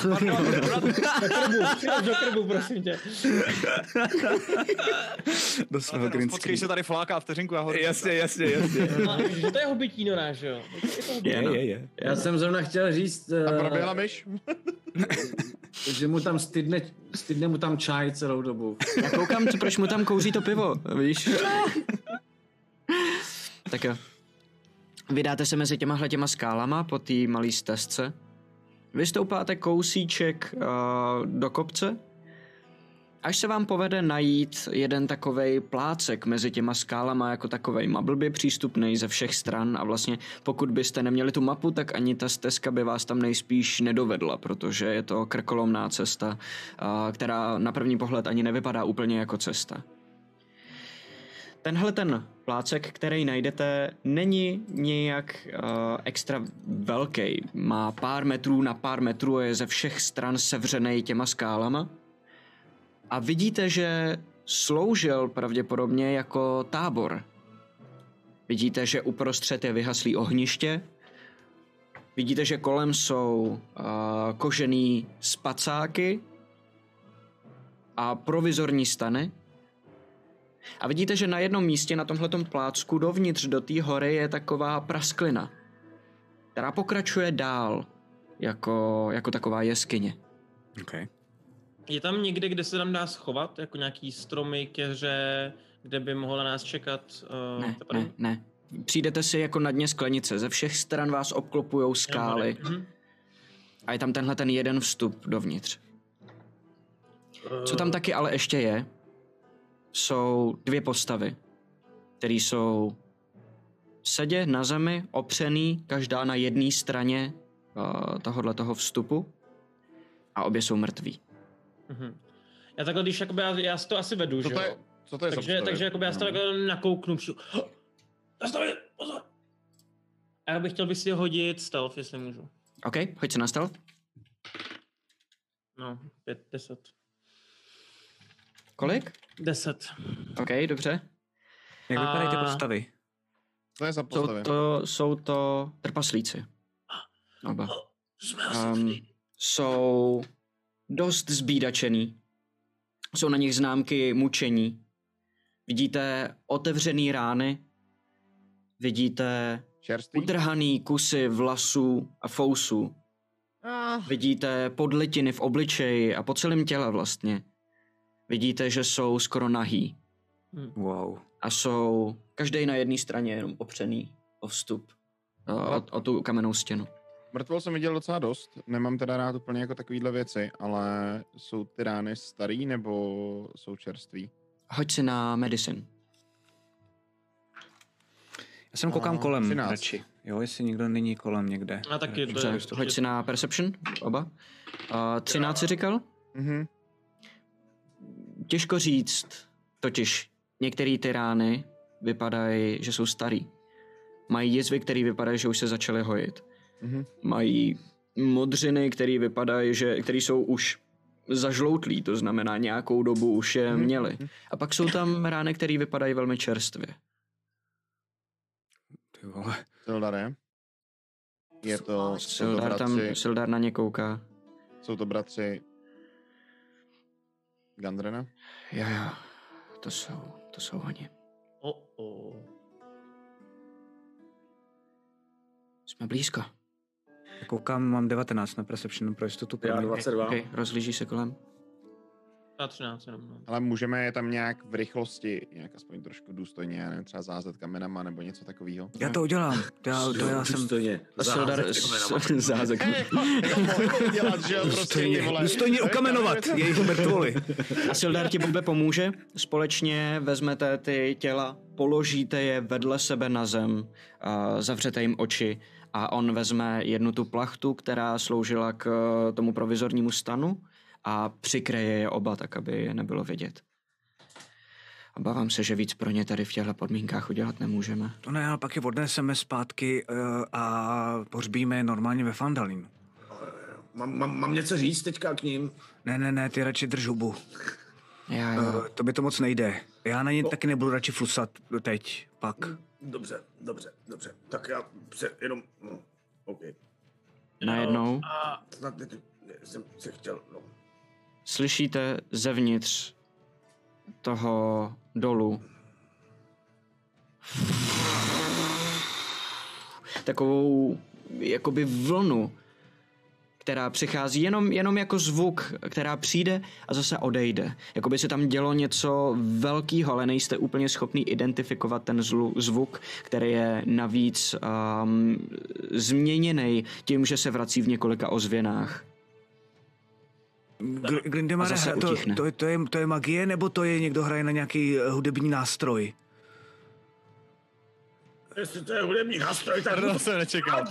Do krbu, prosím tě.
Do svého green
Potkej se tady fláka vteřinku, já ho...
Jasně.
Že to je hobitíno náš, jo.
Je.
Já jsem zrovna chtěl říct,
A proběhla myš?
že mu tam stydne mu tam čaj celou dobu.
Já koukám, proč mu tam kouří to pivo, víš? Tak jo. Vydáte se mezi těma skálama po té malé stezce. Vystoupáte kousíček do kopce, až se vám povede najít jeden takovej plácek mezi těma skálama jako takovej blbě přístupný ze všech stran a vlastně pokud byste neměli tu mapu, tak ani ta stezka by vás tam nejspíš nedovedla, protože je to krkolomná cesta, která na první pohled ani nevypadá úplně jako cesta. Tenhle ten plácek, který najdete, není nějak extra velký. Má pár metrů na pár metrů a je ze všech stran sevřený těma skálama. A vidíte, že sloužil pravděpodobně jako tábor. Vidíte, že uprostřed je vyhaslý ohniště. Vidíte, že kolem jsou kožený spacáky. a provizorní stany. A vidíte, že na jednom místě, na tomhletom plácku, dovnitř do té hory je taková prasklina, která pokračuje dál, jako taková jeskyně.
Okay.
Je tam někde, kde se tam dá schovat, jako nějaký stromy, keře, kde by mohlo na nás čekat?
Ne. Přijdete si jako na dně sklenice, ze všech stran vás obklopujou skály a je tam tenhle ten jeden vstup dovnitř. Co tam taky ale ještě je, jsou dvě postavy, které jsou sedě na zemi, opřený, každá na jedné straně toho vstupu a obě jsou mrtví.
Já takhle, když jakoby, já si to asi vedu, že jo?
Co to je
takže jakoby já si to takhle nakouknu, zastavit, pozor! A já bych chtěl si hodit stealth, jestli můžu.
OK, hoď se na stealth.
No, 10.
Kolik?
10.
OK, dobře.
Jak vypadají ty postavy?
Co je za postavy?
Jsou to trpaslíci. Oba.
Jsme
jsou dost zbídačený. Jsou na nich známky mučení. Vidíte otevřený rány. Vidíte
Čerstvý?
utrhaný kusy vlasů a fousů. Vidíte podlitiny v obličeji a po celém těle vlastně. Vidíte, že jsou skoro nahý.
Wow.
A jsou každý na jedné straně jenom opřený o vstup. O tu kamennou stěnu.
Mrtvol jsem viděl docela dost, nemám teda rád úplně jako takovýhle věci, ale jsou ty rány starý nebo jsou čerství?
Hoď si na medicine.
Já jsem koukám kolem
13.
radši. Jo, jestli nikdo není kolem někde.
A taky
Dobře, hoď si na perception, oba. 13 si říkal?
Mhm.
Těžko říct, totiž některé ty rány vypadají, že jsou starý. Mají jizvy, které vypadají, že už se začaly hojit. Mají modřiny, které vypadají, které jsou už zažloutlí, to znamená nějakou dobu už je měli. A pak jsou tam rány, které vypadají velmi čerstvě.
Ty vole.
Sildare? Je to...
Sildar na ně kouká.
Jsou to bratři Gandrena?
Jo, to jsou oni. Jsme blízko.
Já koukám, mám 19 na perception pro jistotu.
Já 22.
Okay, rozhlíží se kolem.
Já 13 jenom, no.
Ale můžeme je tam nějak v rychlosti, nějak aspoň trošku důstojně, já nevím, třeba zázet kamenama nebo něco takového.
Já to udělám. Já jsem...
Zázek.
Důstojně ukamenovat jejich mrtvoly.
A Sildar ti Bube pomůže. Společně vezmete ty těla, položíte je vedle sebe na zem, zavřete jim oči a on vezme jednu tu plachtu, která sloužila k tomu provizornímu stanu a přikryje je oba, tak aby je nebylo vidět. Obávám se, že víc pro ně tady v těchto podmínkách udělat nemůžeme.
To ne, ale pak je odneseme zpátky a pohřbíme je normálně ve Fandalinu.
Mám něco říct teďka k ním?
Ne, ty radši drž hubu.
Jo.
To by to moc nejde. Já na ně taky nebudu radši flusat teď, pak.
Dobře. Tak já se jenom... OK.
Najednou
jsem se chtěl...
slyšíte zevnitř toho dolu takovou jakoby vlnu, která přichází jenom jako zvuk, která přijde a zase odejde. Jakoby se tam dělo něco velkého, ale nejste úplně schopný identifikovat ten zvuk, který je navíc změněný tím, že se vrací v několika ozvěnách.
Glindemare, to je magie, nebo to je někdo hraje na nějaký hudební nástroj?
Jestli to je hudební nástroj, tak...
To jsem nečekal.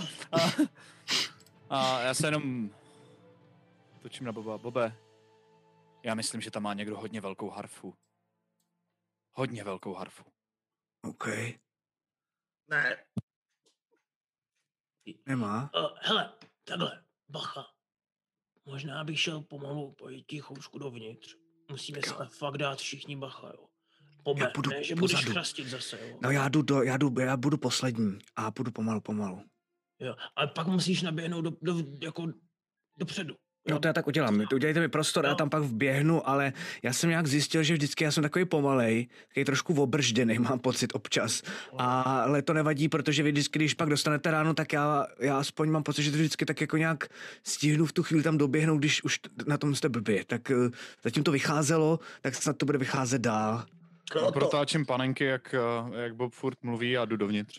A já se jenom točím na Boba. Bobe, já myslím, že tam má někdo hodně velkou harfu. Hodně velkou harfu.
OK.
Ne.
Nemá?
Hele, takhle, bacha. Možná bych šel pomalu pojít tichoušku dovnitř. Musíme se fakt dát všichni bacha, jo. Bobe, ne, že budeš chrastit zase, jo.
No já budu poslední a budu pomalu.
Jo, ale pak musíš naběhnout dopředu.
No to já tak udělám. Udělejte mi prostor, já tam pak vběhnu, ale já jsem nějak zjistil, že vždycky já jsem takový pomalej, takový trošku obržděný, mám pocit občas. Ale to nevadí, protože vy vždycky, když pak dostanete ráno, tak já aspoň mám pocit, že to vždycky tak jako nějak stihnu v tu chvíli tam doběhnout, když už na tom jste blbě. Tak zatím to vycházelo, tak snad to bude vycházet dál.
Protáčím panenky, jak Bob furt mluví a jdu dovnitř.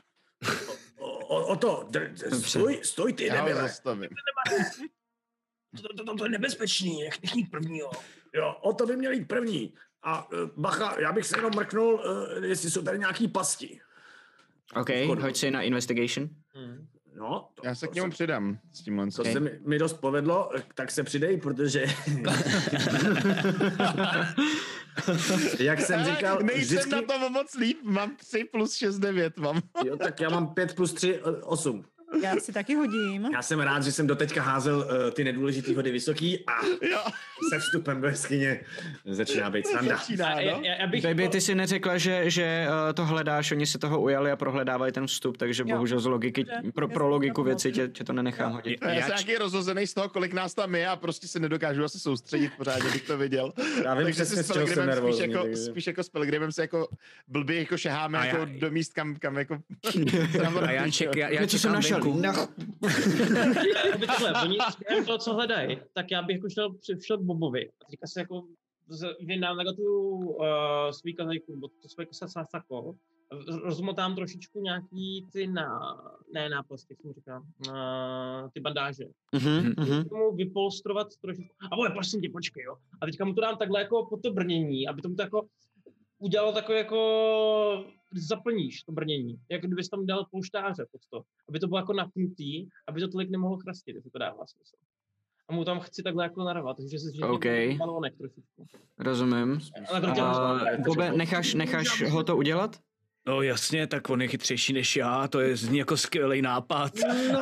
Stoj ty,
Já ho
nebyle.
zastavím.
To je nebezpečný, nech jít prvního. Jo, o to by měl jít první. A bacha, já bych se jenom mrknul, jestli jsou tady nějaký pasti.
OK, hoď si na investigation.
No,
Já se k němu přidám s tímhle.
to se mi dost povedlo, tak se přidej, protože jak jsem říkal,
Nejsem na to moc líp, mám 3 plus 6, 9 mám.
Jo, tak já mám 5 plus 3, 8.
Já si taky hodím.
Já jsem rád, že jsem doteďka házel ty nedůležitý hody vysoký a se vstupem do jeskyně začíná být sranda.
Baby, ty si neřekla, že to hledáš, oni si toho ujali a prohledávají ten vstup, takže bohužel z logiky, pro logiku věci tě to nenechám hodit.
Já jsem nějaký rozhozený z toho, kolik nás tam je a prostě si nedokážu asi soustředit pořádně, bych to viděl.
Já vím přesně, z čeho jsem nervózní.
Spíš jako s Pelgrimem se jako blbě jako šaháme jako do míst, kam jako...
A Janček, já
jsem našel.
Takhle, oni během toho, co hledají, tak já bych jako šel k Bobovi a teďka se jako vydám na tu svý kazajku, nebo to svoje sako, rozmotám trošičku nějaký ty náplasty, jak jsem říkal, ty bandáže. Tomu vypolstrovat trošičku. A vole, prosím tě, počkej, jo. A teďka mu to dám takhle jako pod to brnění, aby tomu to jako udělalo takové jako, zaplníš to brnění, jak kdybys tam dal polštáře pod to, aby to bylo jako napnutý, aby to tolik nemohlo chrastit, jestli to dává smysl. A mu tam chci takhle jako narvat, takže se
okay.
balonek trošičku.
Rozumím. Bobe, necháš ho to udělat?
No jasně, tak on je chytřejší než já, to je zní jako skvělý nápad,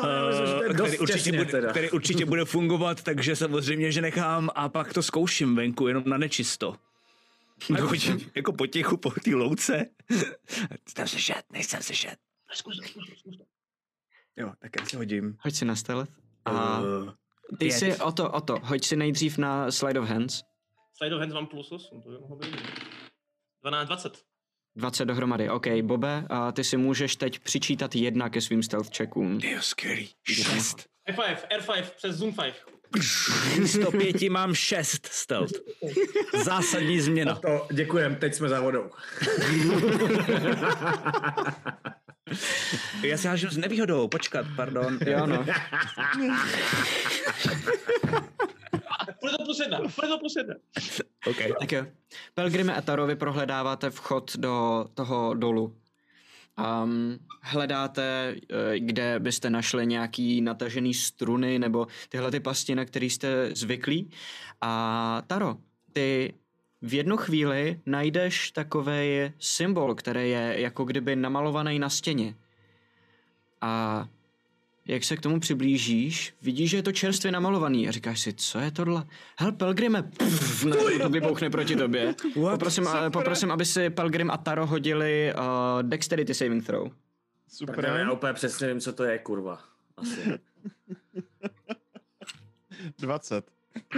který určitě bude fungovat, takže samozřejmě, že nechám a pak to zkouším venku, jenom na nečisto. A chodím jako potichu po té louce. Jsem slyšet, nejsem slyšet.
Zkus to.
Jo, tak já si hodím.
Hoď si na stealth. A ty si o to, hoď si nejdřív na slide of hands.
Slide of hands mám plus 8, to by mohlo být 20.
20 dohromady, OK. Bobe, ty si můžeš teď přičítat 1 ke svým stealth checkům.
Jo, skvělý. 6.
R5 přes Zoom 5.
105 mám 6 stealth. Zásadní změna.
To děkujem, teď jsme za vodou.
Já si hážu s nevýhodou, počkat, pardon.
Jo, no.
Půjde to plus 1.
Okay.
Tak jo. Pelgrime a Taro, vy prohledáváte vchod do toho dolu. Hledáte, kde byste našli nějaký natažený struny nebo tyhle ty pasti, na který jste zvyklí. A Taro, ty v jednu chvíli najdeš takovej symbol, který je jako kdyby namalovaný na stěně. A jak se k tomu přiblížíš, vidíš, že je to čerstvě namalovaný a říkáš si, co je tohle? Hel, Pelgrime, to vybouchne proti tobě. Poprosím, aby si Pelgrim a Taro hodili Dexterity saving throw.
Super.
Já úplně přesně vím, co to je, kurva. Asi.
20.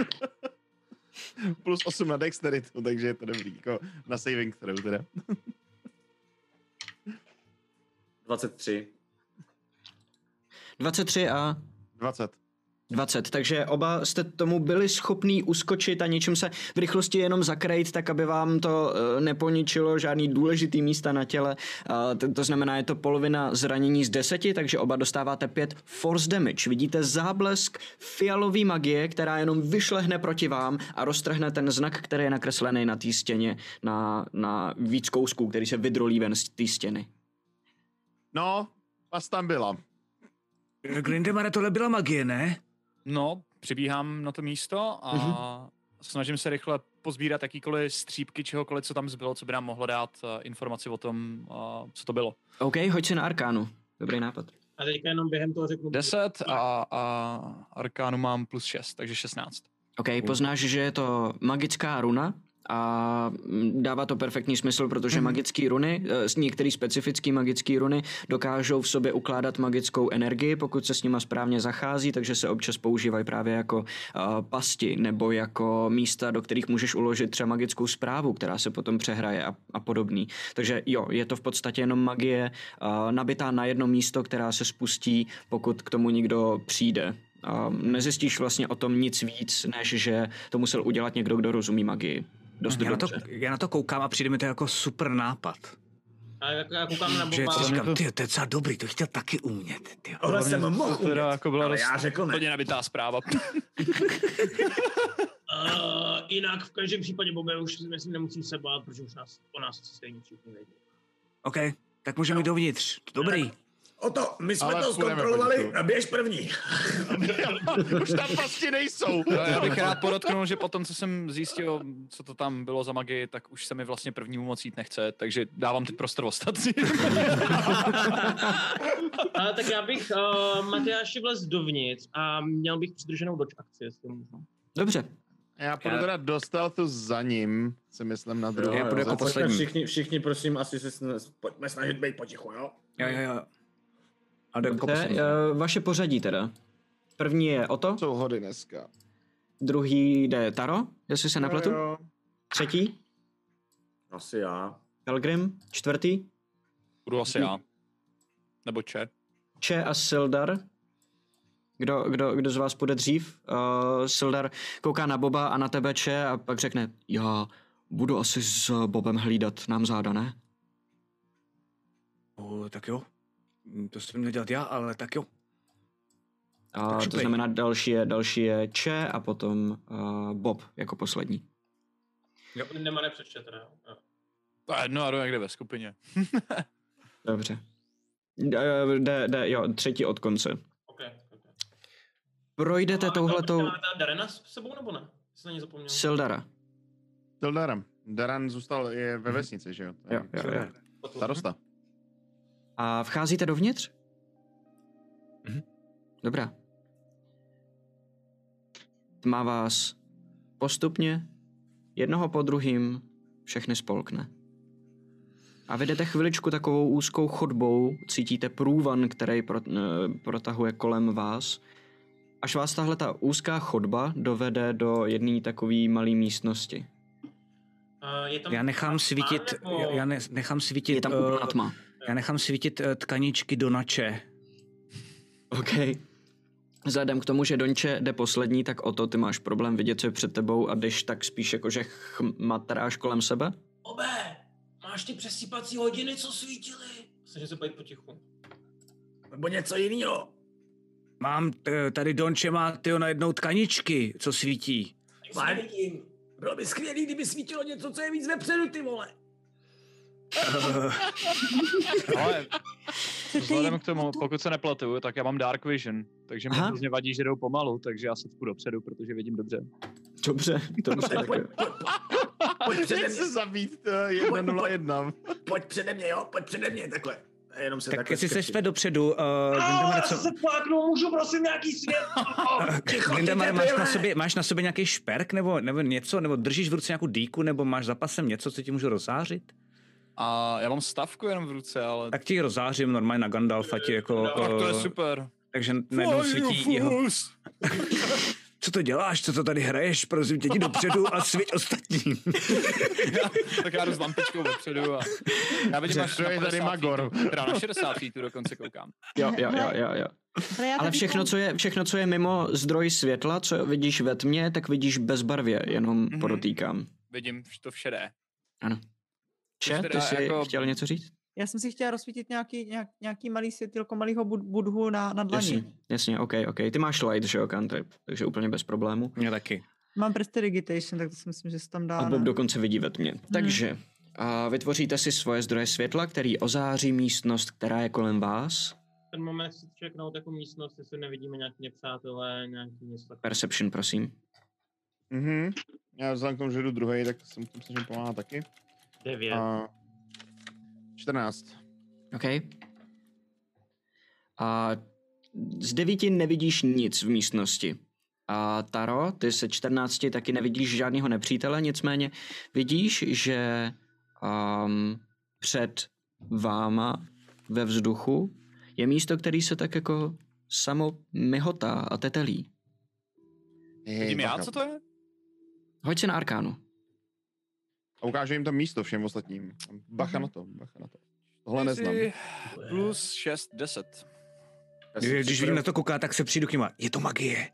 Plus 8 na Dexterity, takže je to dobrý. Jako na saving throw teda.
23.
23 a
20.
Takže oba jste tomu byli schopní uskočit a něčím se v rychlosti jenom zakrejt, tak aby vám to neponičilo žádný důležitý místa na těle. To znamená, je to polovina zranění z 10, takže oba dostáváte 5 force damage. Vidíte záblesk fialový magie, která jenom vyšlehne proti vám a roztrhne ten znak, který je nakreslený na té stěně, na víc kousků, který se vydrolí ven z té stěny.
No, pas tam byla.
Glindemare, tohle byla magie, ne?
No, přibíhám na to místo a snažím se rychle pozbírat jakýkoliv střípky, čehokoliv, co tam zbylo, co by nám mohlo dát informaci o tom, co to bylo.
OK, hoď si na arkánu. Dobrý nápad.
A teďka jenom během toho řeknu...
10 a arkánu mám plus 6, takže 16.
OK, poznáš, že je to magická runa A dává to perfektní smysl, protože magické runy, některé specifické magické runy dokážou v sobě ukládat magickou energii, pokud se s nima správně zachází, takže se občas používají právě jako pasti nebo jako místa, do kterých můžeš uložit třeba magickou zprávu, která se potom přehraje a podobný. Takže jo, je to v podstatě jenom magie nabitá na jedno místo, která se spustí, pokud k tomu někdo přijde. Nezjistíš vlastně o tom nic víc, než že to musel udělat někdo, kdo rozumí magii.
Já na to koukám a přijde mi to jako super nápad.
A já koukám na
Že
Boba.
si říkám, to je docela dobrý, to chtěl taky umět. Tyjo.
Tohle jsem mohl
To teda jako byla
ale já řekl ne.
hodně nabitá zpráva.
Jinak v každém případě, Bobe, už si myslím, nemusím se bát, protože už o nás stejně všichni vědí.
OK, tak můžeme jít dovnitř. Dobrý.
Oto, my jsme
Ale
to
půjdeme
zkontrolovali,
potichu.
běž první.
Už tam pasti nejsou.
Já bych rád podotknul, že potom, co jsem zjistil, co to tam bylo za magii, tak už se mi vlastně prvnímu moc jít nechce, takže dávám teď prostor ostatním.
Tak já bych Matyáši vlez dovnitř a měl bych přidrženou doč akci, jestli můžu.
Dobře.
Já půjdu teda do stealthu za ním, si myslím na druhou.
Já půjdu jako poslední.
Všichni prosím, asi se pojďme snažit být potichu, jo?
Jo. A jdu jako
Dobře,
poslední.
vaše pořadí teda. První je Oto,
Jsou hody dneska.
druhý jde Taro, jestli se nepletu.
Jo.
Třetí,
Asi já.
Pelgrim, čtvrtý,
Budu asi já. Nebo Če.
Če a Sildar. Kdo z vás půjde dřív? Sildar kouká na Boba a na tebe, Če, a pak řekne, já budu asi s Bobem hlídat nám záda, ne?
Tak jo. To jsem měl dělat já, ale tak jo.
A
Tak
to
šupej.
znamená, další je Če a potom Bob jako poslední.
Nemá nepřečte teda. Jo.
To je jedno, a jdu někde ve skupině.
Dobře. Jo, třetí od konce.
Okay.
Projdete touhletou
Máte Darena s sebou nebo ne? Jsi na ní zapomněl.
Sildara.
Tildaram. Daran zůstal je ve vesnici, že jo?
Jo.
Starosta.
A vcházíte dovnitř? Dobrá. Tma vás postupně, jednoho po druhým, všechny spolkne. A vy jdete chviličku takovou úzkou chodbou, cítíte průvan, který protahuje kolem vás, až vás tahle ta úzká chodba dovede do jedné takové malé místnosti.
Je tam
Já nechám svítit, nechám svítit,
Je tam úplná tma.
já nechám svítit tkaničky do nače.
OK. Vzhledem k tomu, že Donče jde poslední, tak o to ty máš problém vidět, co je před tebou a jdeš tak spíš jakože matráš kolem sebe?
Bobe, máš ty přesýpací hodiny, co svítily? Snažím se pojít potichu.
Nebo něco jiného.
Mám, tady Donče má najednou tkaničky, co svítí.
Nevidím.
Bylo by skvělý, kdyby svítilo něco, co je víc vepředu, ty vole.
Ale vzhledem k tomu, pokud se nepletu, tak já mám Dark Vision, takže mi hrozně vadí, že jdou pomalu, takže já se půjdu dopředu, protože vidím dobře.
Dobře.
Pojď přede
Jak
mě,
se zabít 1-0-1.
pojď přede mě, jo, pojď přede mě, takhle. A jenom se
Tak
takhle
jestli
skrčit.
jsi dopředu,
Já se pláknu, můžu prosím nějaký svět.
Lindemare, máš na sobě nějaký šperk nebo něco, nebo držíš v ruce nějakou dýku, nebo máš za pasem něco, co ti můžu rozzářit?
A já mám stavku jenom v ruce, ale...
Tak ti ji rozzářím normálně na Gandalfa ti jako...
Tak to je super.
Takže najednou svítí jeho... Co to děláš? Co to tady hraješ? Prosím tě, jdi dopředu a sviť ostatním.
Tak já jdu s lampičkou vepředu a... Já vidím až na
je tady
50
Magor.
feetů, teda na 60 feetů dokonce koukám.
Jo. Ale
tady
všechno, co je mimo zdroj světla, co vidíš ve tmě, tak vidíš bezbarvě, jenom podotýkám.
Vidím to v šedé.
Ano. Če,
teda
ty jsi
jako-
chtěl něco říct?
Já jsem si chtěla rozsvítit nějaký malý světilko malýho budhu na dlani.
Jasně, OK. Ty máš light, že jo, cantrip, takže úplně bez problému.
Mě taky.
Mám prestidigitation, tak to si myslím, že se tam dá.
A Bob
ne?
dokonce vidí ve tmě. Takže vytvoříte si svoje zdroje světla, který ozáří místnost, která je kolem vás.
Ten moment si čeknout jako místnost, jestli nevidíme nějaký nepřátelé, nějaký něco takového.
Perception, prosím.
Já vzhledem k tomu, že jdu druhej, tak jsem tím snažím pomáhat taky.
9.
14.
OK. A z 9 nevidíš nic v místnosti. A Taro, ty se 14 taky nevidíš žádného nepřítele, nicméně vidíš, že před váma ve vzduchu je místo, který se tak jako samo myhotá a tetelí.
Vidím já, co to je?
Hoď si na arkánu.
A ukážu jim to místo všem ostatním. Bacha na to, bacha na to. Tohle neznám.
Plus 6, 10.
Když vidím na to kouká, tak se přijdu k nima. Je to magie.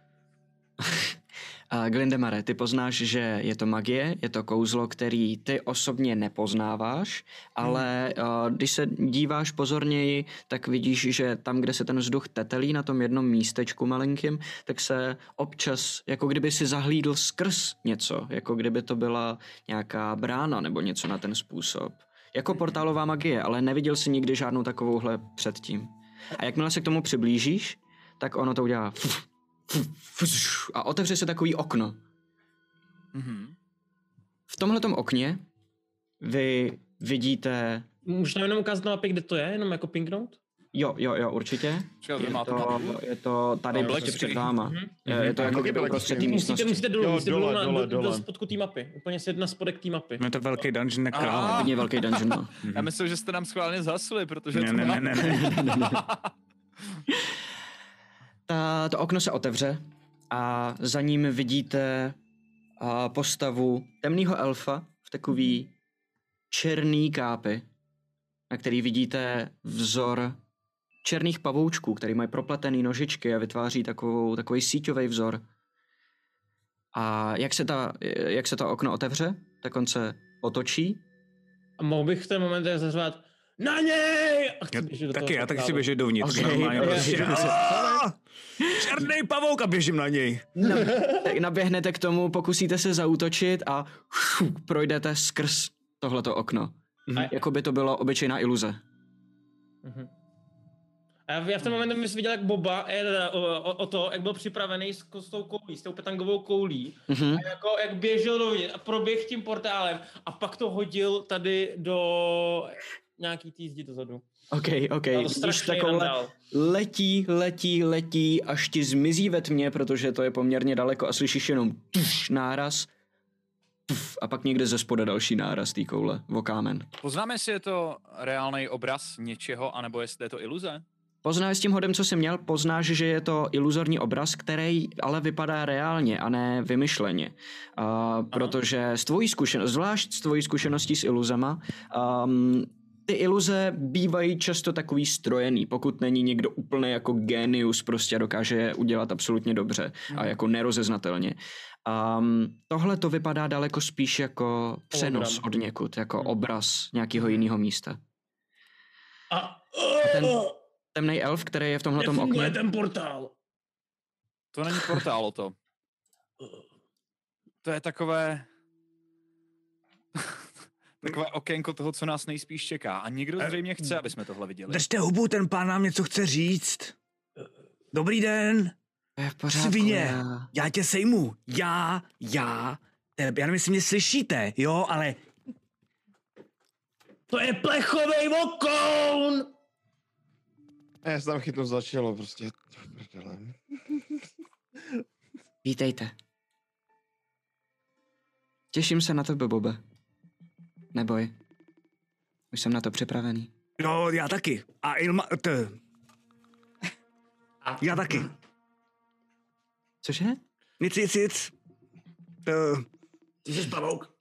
A Glindemare, ty poznáš, že je to magie, je to kouzlo, který ty osobně nepoznáváš, ale když se díváš pozorněji, tak vidíš, že tam, kde se ten vzduch tetelí na tom jednom místečku malinkým, tak se občas, jako kdyby si zahlídl skrz něco, jako kdyby to byla nějaká brána nebo něco na ten způsob. Jako portálová magie, ale neviděl jsi nikdy žádnou takovouhle předtím. A jakmile se k tomu přiblížíš, tak ono to udělá a otevře se takový okno.
Mm-hmm.
V tomhletom okně vy vidíte...
Můžeš nám jenom ukázat na mapě, kde to je, jenom jako pinknout?
Jo, určitě. Je to tady před váma. Je to jako kdyby uprostřed té místnosti.
Musíte dolů, do spodku té mapy. Úplně se na spodek té mapy.
Je to velký dungeon na krále.
Hodně velký dungeon, no.
Já myslím, že jste nám schválně zhasli, protože...
Ne.
To okno se otevře a za ním vidíte postavu temného elfa v takový černý kápi, na který vidíte vzor černých pavoučků, který mají propletený nožičky a vytváří takový síťový vzor. A jak se to okno otevře, tak on se otočí.
A mohl bych v ten moment zařvat na něj!
Já taky chci běžet dovnitř. Černý pavouk a běžím na něj.
Tak naběhnete k tomu, pokusíte se zaútočit a projdete skrz tohleto okno. Jako by to byla obyčejná iluze.
A já v ten moment jsem viděl, jak Boba o to, jak byl připravený s tou koulí, s tou petangovou koulí. A jako, jak běžel dovnitř a proběh tím portálem a pak to hodil tady do nějaký tý zdi dozadu.
OK. Když takové letí, až ti zmizí ve tmě, protože to je poměrně daleko a slyšíš jenom náraz a pak někde ze spoda další náraz té koule o kámen.
Poznáme, jestli je to reálný obraz něčeho, anebo jestli je to iluze?
Poznáš s tím hodem, co jsi měl, poznáš, že je to iluzorní obraz, který ale vypadá reálně a ne vymyšleně. Protože z tvojí zkušenosti, zvlášť z tvojí zkušeností s iluzema, ty iluze bývají často takový strojený, pokud není někdo úplně jako genius, prostě dokáže je udělat absolutně dobře a jako nerozeznatelně. Tohle to vypadá daleko spíš jako přenos od někud, jako obraz nějakého jiného místa. A ten temnej elf, který je v tomhletom okně...
Nefunguje ten portál.
To není portál, to. To je takové okénko toho, co nás nejspíš čeká. A nikdo zřejmě chce, aby jsme tohle viděli.
Držte hubu, ten pán nám něco chce říct. Dobrý den.
Je v pořádku,
Svině, já tě sejmu. Já nevím, jestli mě slyšíte, jo, ale...
To je plechovej vokoun!
Já se tam chytnu začalo, prostě.
Vítejte. Těším se na tebe, Bobe. Neboj. Už jsem na to připravený.
No, já taky. A Ilma... Já taky.
Cože?
Nic.
Ty jsi pavouk.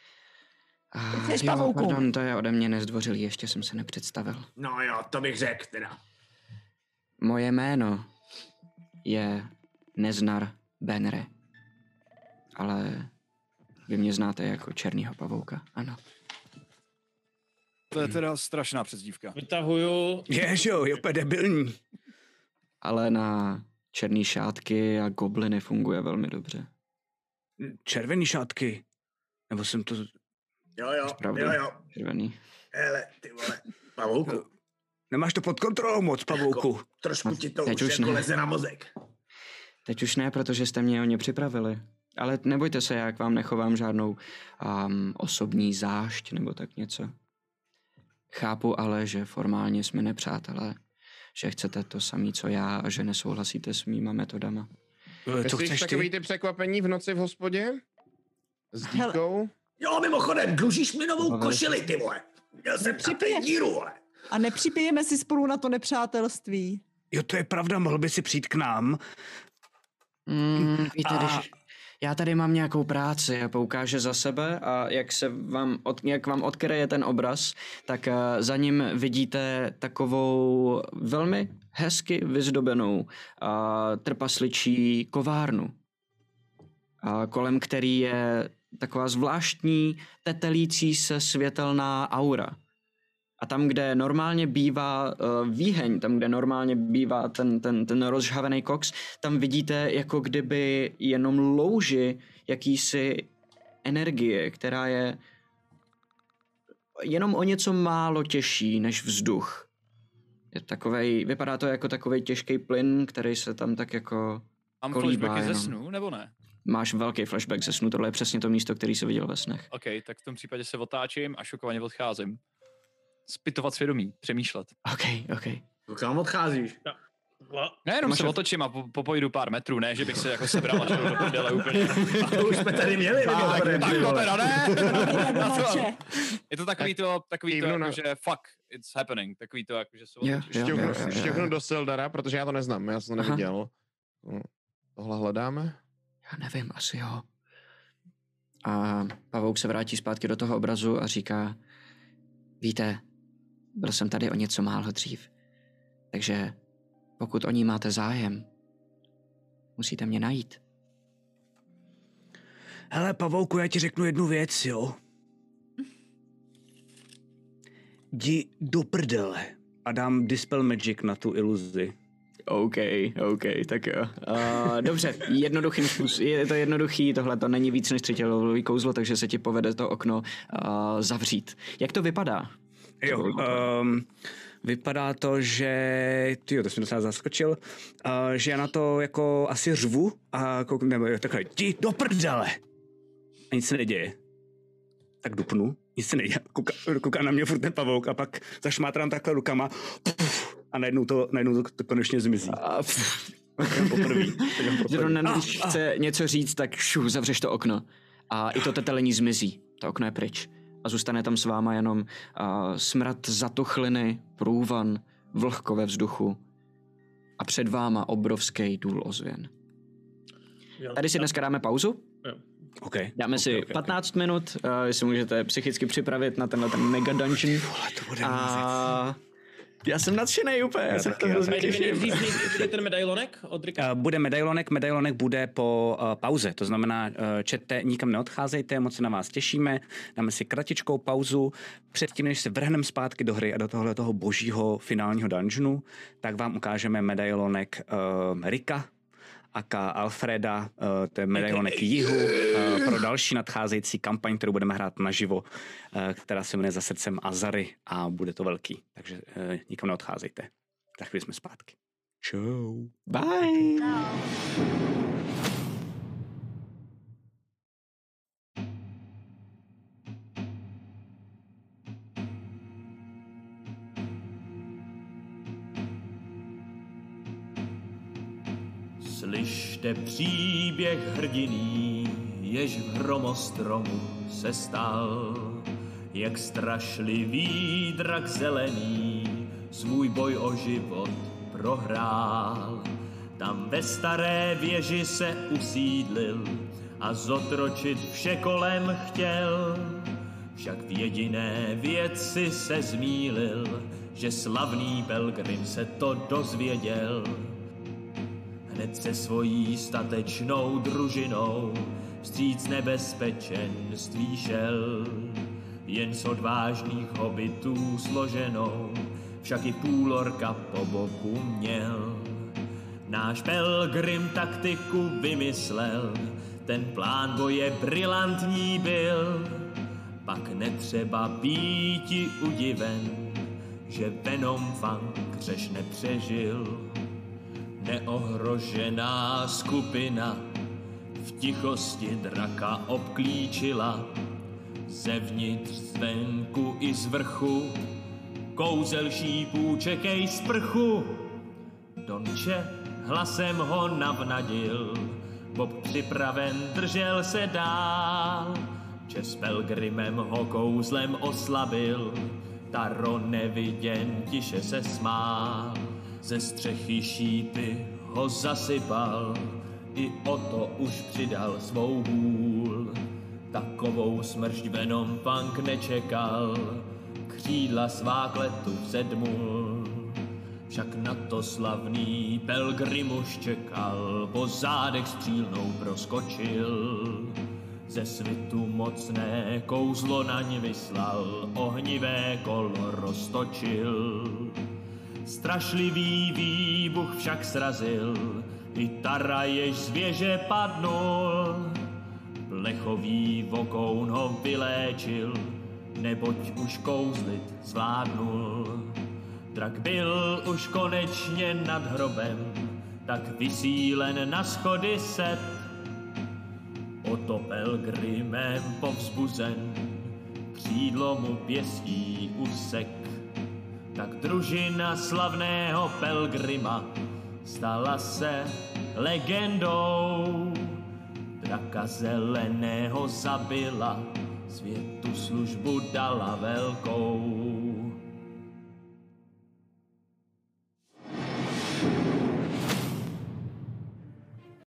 Pardon, to je ode mě nezdvořilý, ještě jsem se nepředstavil.
No jo, to bych řekl teda.
Moje jméno je Neznar Benre. Ale vy mě znáte jako Černýho pavouka, ano.
To je teda strašná přezdívka.
Vytahuju.
Ježo, je úplně debilní.
Ale na černý šátky a gobliny funguje velmi dobře.
Červený šátky. Nebo jsem to...
Jo.
Červený.
Hele, ty vole, pavouku.
Nemáš to pod kontrolou moc, pavouku.
Jako, trošku ti to
teď
už jako
ne.
leze na mozek.
Teď už ne, protože jste mě o ně připravili. Ale nebojte se, já k vám nechovám žádnou osobní zášť nebo tak něco. Chápu ale, že formálně jsme nepřátelé. Že chcete to samé, co já a že nesouhlasíte s mýma metodama.
Co chceš
takový
ty?
ty překvapení v noci v hospodě? S díkou?
Jo, mimochodem, dlužíš mi novou košili, ty vole. Měl jsem
Připije.
díru, vole.
A nepřipijeme si spolu na to nepřátelství.
Jo, to je pravda, mohl by si přijít k nám.
Víte, když já tady mám nějakou práci a poukáže za sebe a jak vám odkryje ten obraz, tak za ním vidíte takovou velmi hezky vyzdobenou trpasličí kovárnu, kolem který je taková zvláštní tetelící se světelná aura. A tam, kde normálně bývá výheň, tam, kde normálně bývá ten rozžhavený koks, tam vidíte jako kdyby jenom louži jakýsi energie, která je jenom o něco málo těžší než vzduch. Je takovej, vypadá to jako takovej těžký plyn, který se tam tak jako
Mám
kolíbá
flashbacky ze
jenom.
snu, nebo ne?
Máš velký flashback ze snu, tohle je přesně to místo, který se viděl ve snech.
OK, tak v tom případě se otáčím a šokovaně odcházím. Zpytovat svědomí, přemýšlet.
OK.
Kam odcházíš?
Ne, jenom se otočím a popojdu pár metrů, ne, že bych se jako sebral a šel do prdele úplně.
To už jsme tady měli.
Tak to teda ne!
Mače.
Je to takový to jako, že fuck, it's happening, takový to jako, že se otočíš.
Šťouchnu do Sildara, protože já to neznám, já jsem to neviděl. Tohle hledáme?
Já nevím, asi jo. A pavouk se vrátí zpátky do toho obrazu a říká: víte, byl jsem tady o něco málo dřív, takže pokud o ní máte zájem, musíte mě najít.
Hele, pavouku, já ti řeknu jednu věc, jo? Jdi do prdele a dám Dispel Magic na tu iluzi.
OK, tak jo. Dobře, je to jednoduchý, tohle to není víc než třetí kouzlo, takže se ti povede to okno zavřít. Jak to vypadá?
Jo, vypadá to, že... Tyjo, to jsem docela zaskočil. Že já na to jako asi řvu a nebo takhle, jdi do prdele! A nic se neděje. Tak dupnu, nic se neděje. Kouká na mě furt ten pavouk a pak zašmátrám takhle rukama a najednou to konečně zmizí. Poprvý.
Když chce něco říct, tak zavřeš to okno. A i to tetelení zmizí. To okno je pryč. A zůstane tam s váma jenom smrad zatuchliny, průvan, vlhko ve vzduchu. A před váma obrovský důl ozvěn. Tady si dneska dáme pauzu.
Okay.
Dáme si 15 minut, jestli můžete psychicky připravit na tenhle ten mega dungeon. A já jsem nadšenej úplně. Já jsem
Bude ten medailonek od Rika?
Bude medailonek bude po pauze, to znamená, čete, nikam neodcházejte, moc se na vás těšíme, dáme si kratičkou pauzu, předtím, než se vrhneme zpátky do hry a do toho božího finálního dungeonu, tak vám ukážeme medailonek Rika, aka Alfreda, to je medailonek jihu, pro další nadcházející kampaň, kterou budeme hrát naživo, která se jmenuje Za srdcem Azary a bude to velký, takže nikam neodcházejte. Tak chvíli jsme zpátky. Čau.
Bye.
Slyšte příběh hrdiný, jež v hromostromu se stal, jak strašlivý drak zelený svůj boj o život prohrál. Tam ve staré věži se usídlil a zotročit vše kolem chtěl. Však v jediné věci se zmýlil, že slavný Pelgrim se to dozvěděl. Hned se svojí statečnou družinou vstříc nebezpečenství šel. Jen z odvážných hobitů složenou, však i půlorka po boku měl. Náš Pelgrim taktiku vymyslel, ten plán boje brilantní byl. Pak netřeba býti udiven, že Venom Fang řeš nepřežil. Neohrožená skupina v tichosti draka obklíčila, zevnitř, zvenku i z vrchu, kouzel šípů čekej sprchu. Donče hlasem ho navnadil. Bob připraven držel se dál, Čes Pelgrimem ho kouzlem oslabil, Taro neviděn tiše se smál. Ze střechy šípy ho zasypal, i o to už přidal svou hůl. Takovou smršť Venom Fang nečekal, křídla svá kletu vzedmul. Však na to slavný Pelgrim už čekal, po zádech střílnou proskočil. Ze svitu mocné kouzlo na ně vyslal, ohnivé kolo roztočil. Strašlivý výbuch však srazil, i Tara jež z věže padnul. Plechový vokoun ho vyléčil, neboť už kouzlit zvládnul. Drak byl už konečně nad hrobem, tak vysílen na schody set. O to Pelgrimem povzbuzen, křídlo mu pěstí usek. Tak družina slavného Pelgrima stala se legendou. Draka zeleného zabila, světu službu dala velkou.